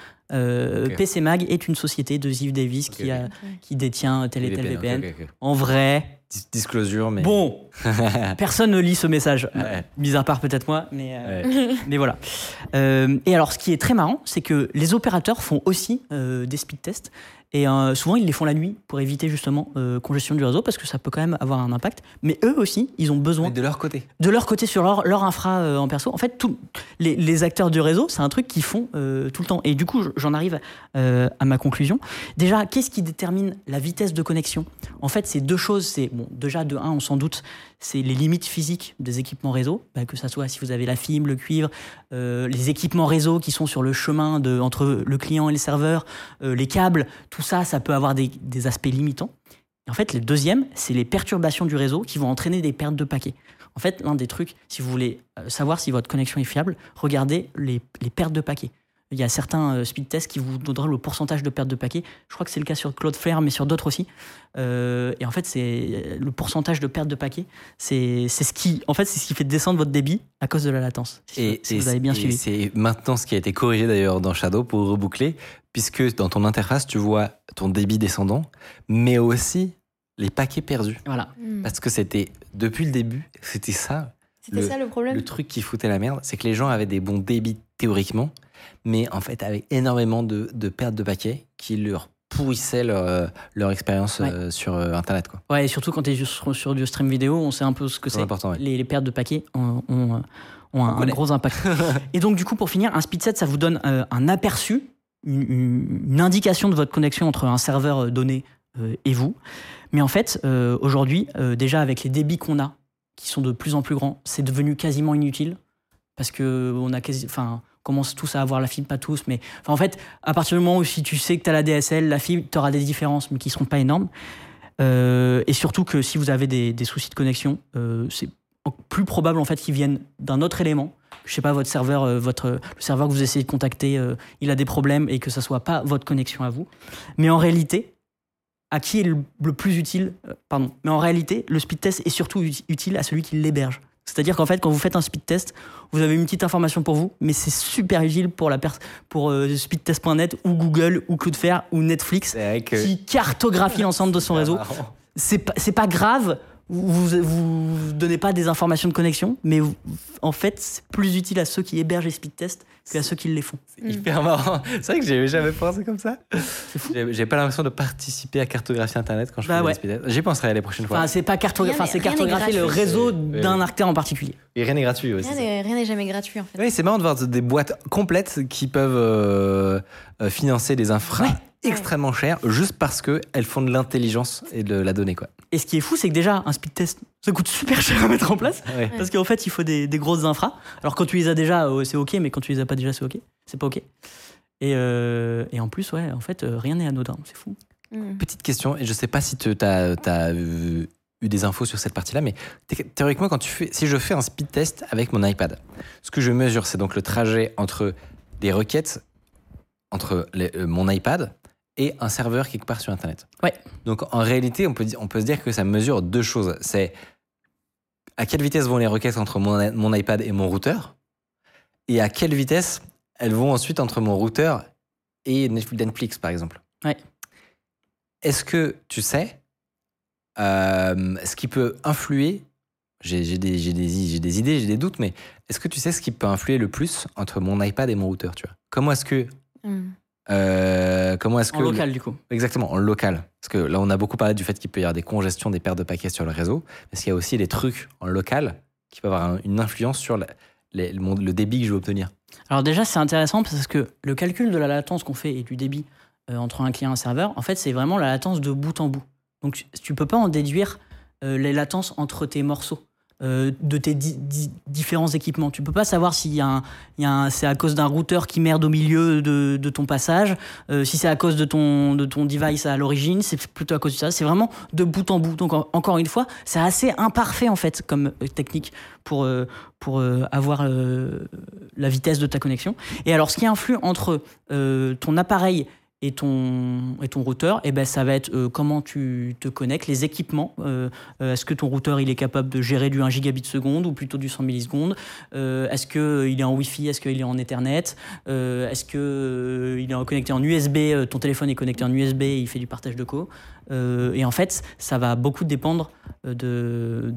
PC Mag est une société de Ziff Davis qui détient tel et tel VPN. En vrai... Disclosure, mais... Bon, personne ne lit ce message, mis à part peut-être moi, mais voilà. Et alors, ce qui est très marrant, c'est que les opérateurs font aussi des speed tests. Et souvent, ils les font la nuit pour éviter justement congestion du réseau, parce que ça peut quand même avoir un impact. Mais eux aussi, ils ont besoin... Mais de leur côté. De leur côté, sur leur infra en perso. En fait, tous les acteurs du réseau, c'est un truc qu'ils font tout le temps. Et du coup, j'en arrive à ma conclusion. Déjà, qu'est-ce qui détermine la vitesse de connexion ? En fait, c'est deux choses. Déjà, de un, on s'en doute, c'est les limites physiques des équipements réseau, que ça soit si vous avez la fibre, le cuivre, les équipements réseau qui sont sur le chemin entre le client et le serveur, les câbles, tout ça, ça peut avoir des aspects limitants. Et en fait, le deuxième, c'est les perturbations du réseau qui vont entraîner des pertes de paquets. En fait, l'un des trucs, si vous voulez savoir si votre connexion est fiable, regardez les pertes de paquets. Il y a certains speed tests qui vous donneront le pourcentage de perte de paquets. Je crois que c'est le cas sur Cloudflare, mais sur d'autres aussi. Et en fait, c'est le pourcentage de perte de paquets. C'est ce qui fait descendre votre débit à cause de la latence. Si vous avez bien suivi. C'est maintenant ce qui a été corrigé d'ailleurs dans Shadow pour reboucler, puisque dans ton interface, tu vois ton débit descendant, mais aussi les paquets perdus. Voilà. Parce que depuis le début, c'était ça. C'était ça le problème. Le truc qui foutait la merde, c'est que les gens avaient des bons débits théoriquement, mais en fait avec énormément de pertes de paquets qui leur pourrissaient leur expérience sur Internet, quoi. Ouais, et surtout quand tu es sur du stream vidéo, on sait un peu ce que c'est. Important, les pertes de paquets ont un gros impact. Et donc du coup, pour finir, un speed set, ça vous donne un aperçu, une indication de votre connexion entre un serveur donné et vous. Mais en fait, aujourd'hui, déjà avec les débits qu'on a, qui sont de plus en plus grands, c'est devenu quasiment inutile, parce que on commence tous à avoir la fibre, pas tous, mais en fait, à partir du moment où si tu sais que tu as la DSL, la fibre, tu auras des différences, mais qui ne seront pas énormes. Et surtout que si vous avez des soucis de connexion, c'est plus probable en fait qu'ils viennent d'un autre élément. Je sais pas, votre serveur, le serveur que vous essayez de contacter, il a des problèmes et que ça soit pas votre connexion à vous. Mais en réalité, à qui est le plus utile Mais en réalité, le speed test est surtout utile à celui qui l'héberge. C'est-à-dire qu'en fait, quand vous faites un speed test, vous avez une petite information pour vous, mais c'est super utile pour speedtest.net ou Google ou Cloudflare ou Netflix qui cartographie l'ensemble de son réseau. C'est pas grave. Vous donnez pas des informations de connexion, mais en fait, c'est plus utile à ceux qui hébergent les speed tests qu'à ceux qui les font. C'est hyper marrant. C'est vrai que j'avais jamais pensé comme ça. C'est fou. J'ai pas l'impression de participer à cartographier Internet quand je fais des speed tests. J'y penserai les prochaines fois. C'est pas cartographier le réseau d'un acteur en particulier. Et rien n'est gratuit aussi. Rien n'est jamais gratuit en fait. Oui, c'est marrant de voir des boîtes complètes qui peuvent financer des infras extrêmement chères juste parce qu'elles font de l'intelligence et de la donnée, quoi. Et ce qui est fou, c'est que déjà, un speed test, ça coûte super cher à mettre en place. Ouais. Parce qu'en fait, il faut des grosses infras. Alors, quand tu les as déjà, c'est OK, mais quand tu les as pas déjà, c'est OK. C'est pas OK. Et en plus, ouais, en fait, rien n'est anodin. C'est fou. Petite question, et je sais pas si tu as eu des infos sur cette partie-là, mais théoriquement, si je fais un speed test avec mon iPad, ce que je mesure, c'est donc le trajet entre des requêtes, entre mon iPad et un serveur quelque part sur Internet. Ouais. Donc en réalité, on peut se dire que ça mesure deux choses. C'est à quelle vitesse vont les requêtes entre mon iPad et mon routeur, et à quelle vitesse elles vont ensuite entre mon routeur et Netflix, par exemple. Ouais. Est-ce que tu sais ce qui peut influer, j'ai des idées, j'ai des doutes, mais est-ce que tu sais ce qui peut influer le plus entre mon iPad et mon routeur, tu vois ? Comment est-ce que En local, du coup. Exactement, en local. Parce que là, on a beaucoup parlé du fait qu'il peut y avoir des congestions, des pertes de paquets sur le réseau, mais qu'il y a aussi des trucs en local qui peuvent avoir une influence sur le débit que je veux obtenir. Alors déjà, c'est intéressant parce que le calcul de la latence qu'on fait et du débit entre un client et un serveur, en fait, c'est vraiment la latence de bout en bout. Donc, tu peux pas en déduire les latences entre tes morceaux de tes différents équipements. Tu peux pas savoir si c'est à cause d'un routeur qui merde au milieu de ton passage, si c'est à cause de ton device à l'origine, c'est plutôt à cause de ça. C'est vraiment de bout en bout. Donc encore une fois, c'est assez imparfait en fait comme technique pour avoir la vitesse de ta connexion. Et alors, ce qui influe entre ton appareil et ton routeur, eh ben, ça va être comment tu te connectes, les équipements. Est-ce que ton routeur il est capable de gérer du 1 gigabit seconde ou plutôt du 100 millisecondes ? Est-ce qu'il est en Wi-Fi ? Est-ce qu'il est en Ethernet ? Est-ce qu'il est connecté en USB ? Ton téléphone est connecté en USB et il fait du partage de co. Et en fait, ça va beaucoup dépendre de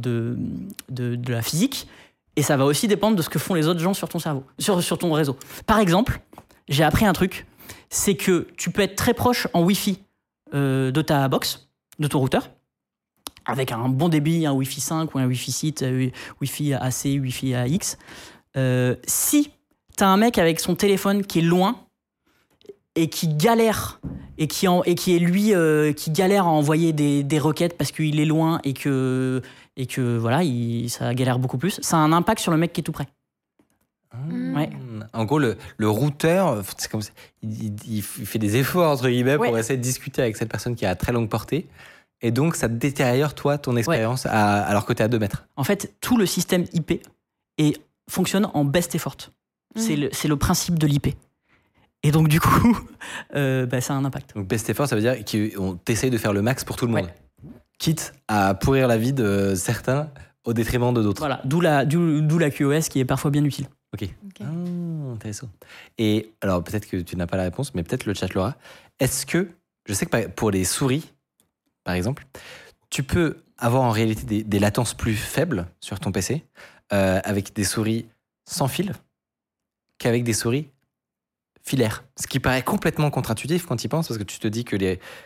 la physique, et ça va aussi dépendre de ce que font les autres gens sur ton cerveau, sur ton réseau. Par exemple, j'ai appris un truc, c'est que tu peux être très proche en Wi-Fi de ta box, de ton routeur, avec un bon débit, un Wi-Fi 5 ou un Wi-Fi 6, Wi-Fi AC, Wi-Fi AX. Si tu as un mec avec son téléphone qui est loin et qui galère, qui galère à envoyer des requêtes parce qu'il est loin et que voilà, ça galère beaucoup plus, ça a un impact sur le mec qui est tout près. Ouais. En gros, le routeur, c'est comme ça, il fait des efforts entre guillemets pour essayer de discuter avec cette personne qui a très longue portée, et donc ça détériore toi ton expérience alors que tu es à 2 mètres. En fait, tout le système IP fonctionne en best effort. C'est le principe de l'IP. Et donc du coup, ça a un impact. Donc best effort, ça veut dire qu'on essaye de faire le max pour tout le monde, quitte à pourrir la vie de certains au détriment de d'autres. Voilà, d'où la QoS qui est parfois bien utile. Ok. Intéressant. Et alors, peut-être que tu n'as pas la réponse, mais peut-être le chat l'aura. Est-ce que, je sais que pour les souris, par exemple, tu peux avoir en réalité des latences plus faibles sur ton PC avec des souris sans fil qu'avec des souris filaires. Ce qui paraît complètement contre-intuitif quand tu y penses, parce que tu te dis que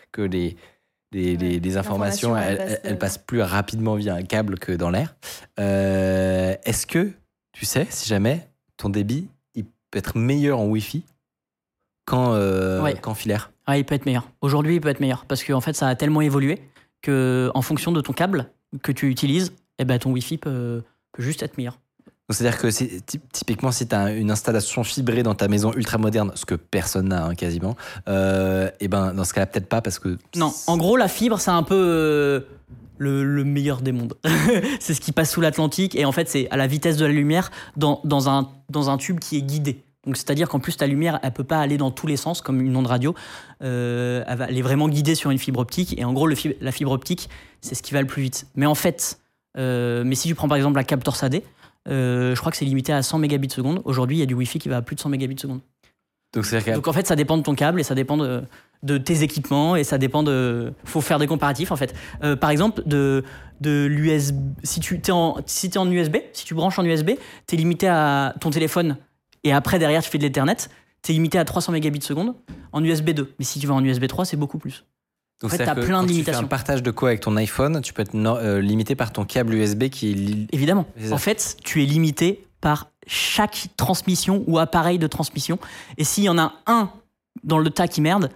les informations, elles passent plus rapidement via un câble que dans l'air. Est-ce que tu sais, si jamais, ton débit, il peut être meilleur en Wi-Fi qu'en filaire ? Il peut être meilleur. Aujourd'hui, il peut être meilleur. Parce qu'en fait, ça a tellement évolué qu'en fonction de ton câble que tu utilises, ton Wi-Fi peut juste être meilleur. Donc, c'est-à-dire que typiquement, si tu as une installation fibrée dans ta maison ultra moderne, ce que personne n'a quasiment, dans ce cas-là, peut-être pas parce que... Non, en gros, la fibre, c'est un peu... Le meilleur des mondes. C'est ce qui passe sous l'Atlantique, et en fait c'est à la vitesse de la lumière dans un tube qui est guidé. Donc c'est-à-dire qu'en plus ta lumière elle peut pas aller dans tous les sens comme une onde radio, elle est vraiment guidée sur une fibre optique, et en gros la fibre optique c'est ce qui va le plus vite. Mais en fait, mais si tu prends par exemple la câble Torsadé, je crois que c'est limité à 100 mégabits seconde. Aujourd'hui il y a du Wi-Fi qui va à plus de 100 mégabits seconde. Donc en fait ça dépend de ton câble, et ça dépend de tes équipements, et ça dépend faut faire des comparatifs en fait. Par exemple de l'USB, si t'es en USB, si tu branches en USB, t'es limité à ton téléphone, et après derrière tu fais de l'Ethernet, t'es limité à 300 mégabits seconde en USB 2. Mais si tu vas en USB 3, c'est beaucoup plus. Donc en fait, t'as plein de limitations. Tu fais un partage de co avec ton iPhone, tu peux être limité par ton câble USB qui est... Évidemment. En fait, tu es limité par chaque transmission ou appareil de transmission. Et s'il y en a un dans le tas qui merde,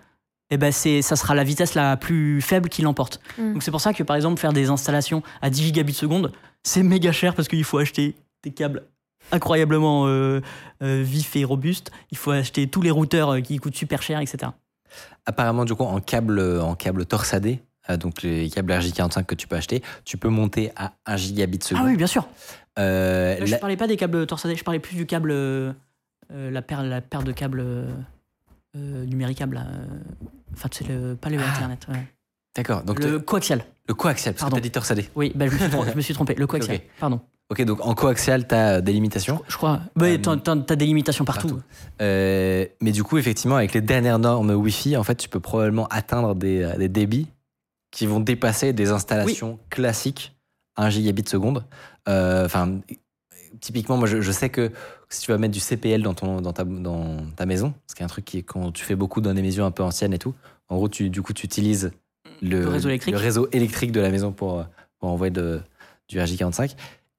et ben ça sera la vitesse la plus faible qui l'emporte. Donc c'est pour ça que par exemple faire des installations à 10 gigabits seconde, c'est méga cher parce qu'il faut acheter des câbles incroyablement vifs et robustes. Il faut acheter tous les routeurs qui coûtent super cher, etc. Apparemment, du coup, en câble torsadé, donc les câbles RJ45 que tu peux acheter, tu peux monter à 1 gigabit seconde. Ah oui, bien sûr. Je parlais pas des câbles torsadés, je parlais plus du câble, la paire de câbles numéricables. Enfin, c'est pas le Ethernet. Ouais. D'accord. Donc le coaxial. Le coaxial, parce que t'as dit torsadé. Oui, je me suis trompé. Le coaxial, Okay. pardon. Ok, donc en coaxial, t'as des limitations. Je crois. T'as des limitations partout. Mais du coup, effectivement, avec les dernières normes Wi-Fi, en fait, tu peux probablement atteindre des débits qui vont dépasser des installations classiques à 1 gigabit seconde. Typiquement, moi, je sais que si tu vas mettre du CPL dans ta maison, ce qui est un truc quand tu fais beaucoup dans des maisons un peu anciennes et tout, en gros, tu utilises le réseau électrique de la maison pour envoyer du RJ45,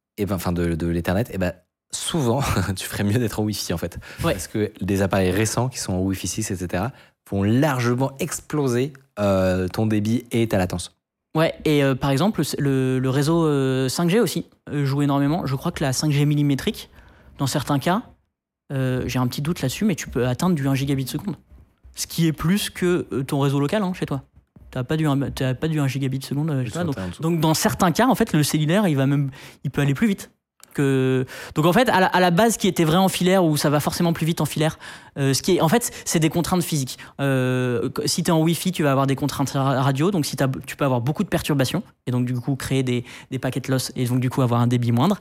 de l'Ethernet, et ben souvent, tu ferais mieux d'être en Wi-Fi en fait. Ouais. Parce que des appareils récents qui sont en Wi-Fi 6, etc., vont largement exploser ton débit et ta latence. Ouais, et par exemple, le réseau 5G aussi joue énormément. Je crois que la 5G millimétrique, dans certains cas, j'ai un petit doute là-dessus, mais tu peux atteindre du 1 gigabit seconde. Ce qui est plus que ton réseau local chez toi. T'as pas du 1 gigabit seconde chez toi. Donc dans certains cas, en fait, le cellulaire, il peut aller plus vite. Donc en fait, à la base, qui était vrai en filaire, où ça va forcément plus vite en filaire, en fait, c'est des contraintes physiques. Si tu es en Wi-Fi, tu vas avoir des contraintes radio, donc tu peux avoir beaucoup de perturbations, et donc du coup créer des packet loss, et donc du coup avoir un débit moindre.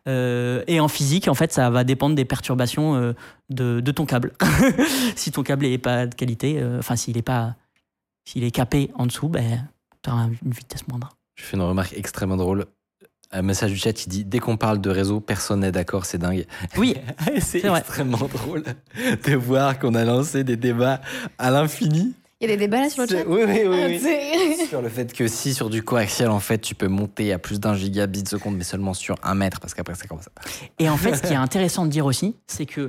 Et en physique, en fait, ça va dépendre des perturbations de ton câble. Si ton câble n'est pas de qualité, s'il est capé en dessous, tu auras une vitesse moindre. Je fais une remarque extrêmement drôle. Un message du chat, il dit « Dès qu'on parle de réseau, personne n'est d'accord, c'est dingue. » Oui, c'est extrêmement drôle de voir qu'on a lancé des débats à l'infini. Il y a des débats là sur le chat. Oui. Sur le fait que si sur du coaxial, en fait, tu peux monter à plus d'1 gigabit seconde, mais seulement sur 1 mètre, parce qu'après, ça commence à... Et en fait, ce qui est intéressant de dire aussi, c'est que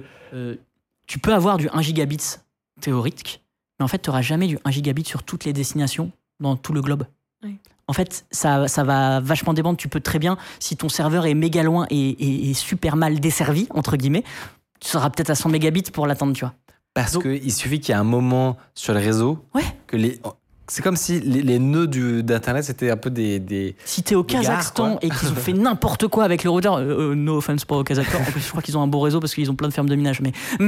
tu peux avoir du 1 gigabit théorique, mais en fait, tu n'auras jamais du 1 gigabit sur toutes les destinations dans tout le globe. Oui. En fait, ça va vachement dépendre. Tu peux très bien, si ton serveur est méga loin et super mal desservi, entre guillemets, tu seras peut-être à 100 mégabits pour l'attendre, tu vois. Parce qu'il suffit qu'il y ait un moment sur le réseau que c'est comme si les nœuds d'Internet, c'était un peu des si t'es au Kazakhstan et qu'ils ont fait n'importe quoi avec le routeur, no offense pour au Kazakhstan, en plus je crois qu'ils ont un beau réseau parce qu'ils ont plein de fermes de minage,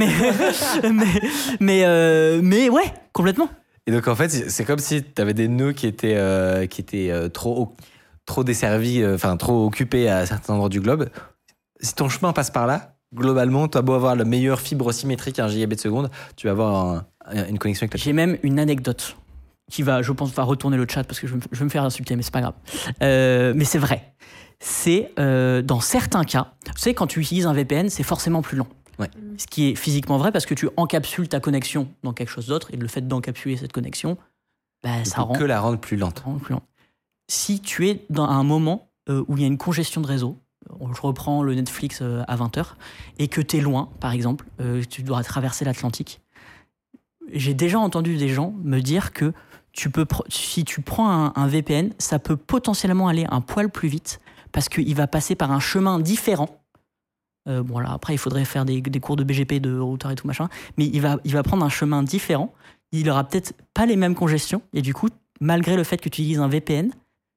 mais ouais, complètement. Et donc en fait, c'est comme si tu avais des nœuds qui étaient trop desservis, trop occupés à certains endroits du globe. Si ton chemin passe par là, globalement, tu as beau avoir la meilleure fibre symétrique à 1 gigabit seconde, tu vas avoir une connexion avec la... J'ai même une anecdote qui je pense, va retourner le chat parce que je vais me faire insulter, mais c'est pas grave. Mais c'est vrai. C'est dans certains cas, tu sais, quand tu utilises un VPN, c'est forcément plus lent. Ouais. Ce qui est physiquement vrai parce que tu encapsules ta connexion dans quelque chose d'autre, et le fait d'encapsuler cette connexion, ça rend... que la rendre plus lente. Si tu es dans un moment où il y a une congestion de réseau, je reprends le Netflix à 20h, et que tu es loin, par exemple, tu dois traverser l'Atlantique, j'ai déjà entendu des gens me dire que si tu prends un VPN, ça peut potentiellement aller un poil plus vite parce qu'il va passer par un chemin différent. Après, il faudrait faire des cours de BGP, de routeur et tout machin, mais il va prendre un chemin différent. Il aura peut-être pas les mêmes congestions, et du coup, malgré le fait que tu utilises un VPN,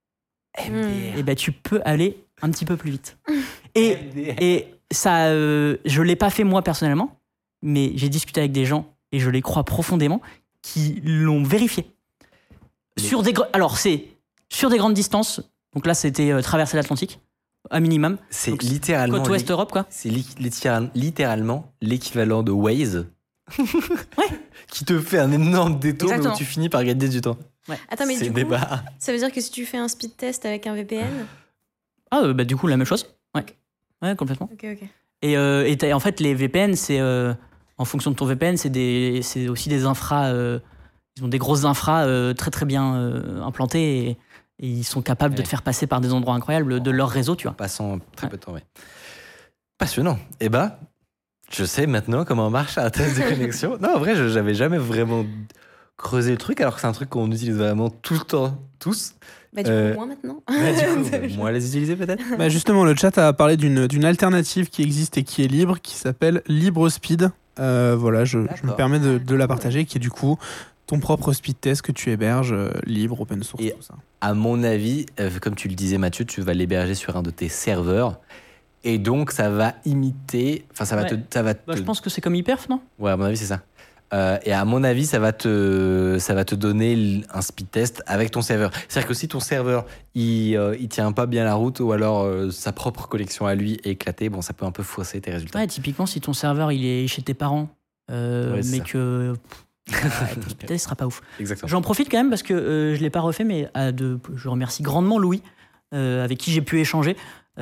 tu peux aller un petit peu plus vite. Et ça, je l'ai pas fait moi personnellement, mais j'ai discuté avec des gens, et je les crois profondément, qui l'ont vérifié. Alors, c'est sur des grandes distances, donc là, c'était traverser l'Atlantique, à minimum. C'est donc, littéralement... Côte ouest Europe, quoi. C'est littéralement l'équivalent de Waze. Qui te fait un énorme détour, mais où tu finis par gagner du temps. Ouais. Attends, mais du coup, ça veut dire que si tu fais un speed test avec un VPN... du coup, la même chose. Ouais, complètement. Ok. Et en fait, les VPN, c'est... en fonction de ton VPN, c'est aussi des infras... ils ont des grosses infras très très bien implantées, et ils sont capables de te faire passer par des endroits incroyables de leur réseau, tu vois. Passant très peu de temps, Passionnant. Je sais maintenant comment marche un test de connexion. Non, en vrai, j'avais jamais vraiment creuser le truc alors que c'est un truc qu'on utilise vraiment tout le temps, tous. Bah, du coup, moi maintenant. Ouais, du coup, moins les utiliser peut-être. Bah justement, le chat a parlé d'une alternative qui existe et qui est libre, qui s'appelle LibreSpeed. Voilà, je me permets de la partager, qui est du coup ton propre speed test que tu héberges libre, open source, Et tout ça. à mon avis, comme tu le disais Mathieu, tu vas l'héberger sur un de tes serveurs. Et donc, ça va imiter. Enfin, ça va Ouais. te. Je pense que c'est comme Hyperf, non? Ouais, à mon avis, c'est ça. Et à mon avis, ça va te donner un speed test avec ton serveur. C'est-à-dire que si ton serveur il tient pas bien la route ou alors sa propre connexion à lui est éclatée, bon, ça peut un peu fausser tes résultats. Ouais, typiquement, si ton serveur il est chez tes parents, Ouais, c'est mais ça. que ton speed test sera pas ouf. Exactement. J'en profite quand même parce que je l'ai pas refait, mais je remercie grandement Louis, avec qui j'ai pu échanger.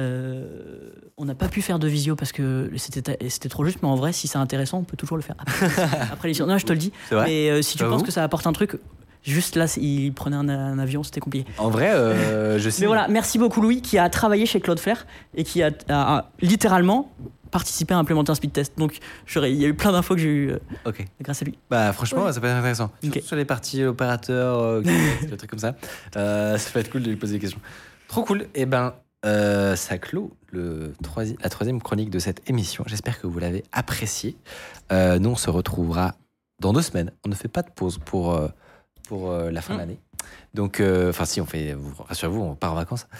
On n'a pas pu faire de visio parce que c'était trop juste, mais en vrai, si c'est intéressant, on peut toujours le faire après l'émission. Non, je te le dis. C'est vrai. Mais si tu J'avoue. penses que ça apporte un truc, juste là, il prenait un avion, c'était compliqué. En vrai, je sais. Mais voilà, merci beaucoup Louis qui a travaillé chez Cloudflare et qui a littéralement participé à implémenter un speed test. Donc il y a eu plein d'infos que j'ai eu Ok. grâce à lui. Bah franchement, ça peut être intéressant. Ok. Surtout sur les parties opérateurs, des trucs comme ça. Ça peut être cool de lui poser des questions. Trop cool. Et ben, ça clôt la troisième chronique de cette émission. J'espère que vous l'avez apprécié. Nous, on se retrouvera dans 2 semaines. On ne fait pas de pause pour la fin de l'année. Donc, enfin, si, rassurez-vous, on part en vacances.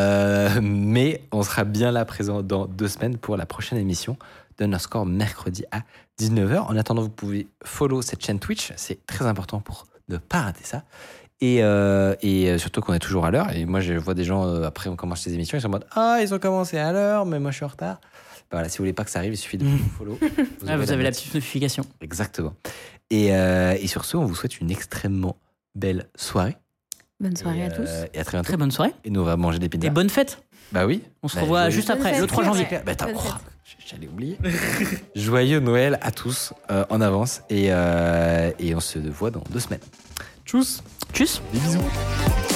Mais on sera bien là présent dans 2 semaines pour la prochaine émission d'Underscore mercredi à 19h. En attendant, vous pouvez follow cette chaîne Twitch. C'est très important pour ne pas rater ça. Et surtout qu'on est toujours à l'heure. Et moi, je vois des gens, après on commence ces émissions, ils sont en mode « Ah, ils ont commencé à l'heure, mais moi je suis en retard. » Bah voilà, si vous voulez pas que ça arrive, il suffit de vous follow. Vous avez la petite notification. Exactement. Et sur ce, on vous souhaite une extrêmement belle soirée. Bonne soirée à tous. Et à très bientôt. Très bonne soirée. Et nous, on va manger des pizzas. Et bonne fête. Bah oui. On se revoit juste après, Bonne le fête, 3 janvier. ouais. Bah attends, Bonne fête. j'allais oublier. Joyeux Noël à tous en avance. Et on se voit dans 2 semaines. Tchuss. Tchuss. Des bisous.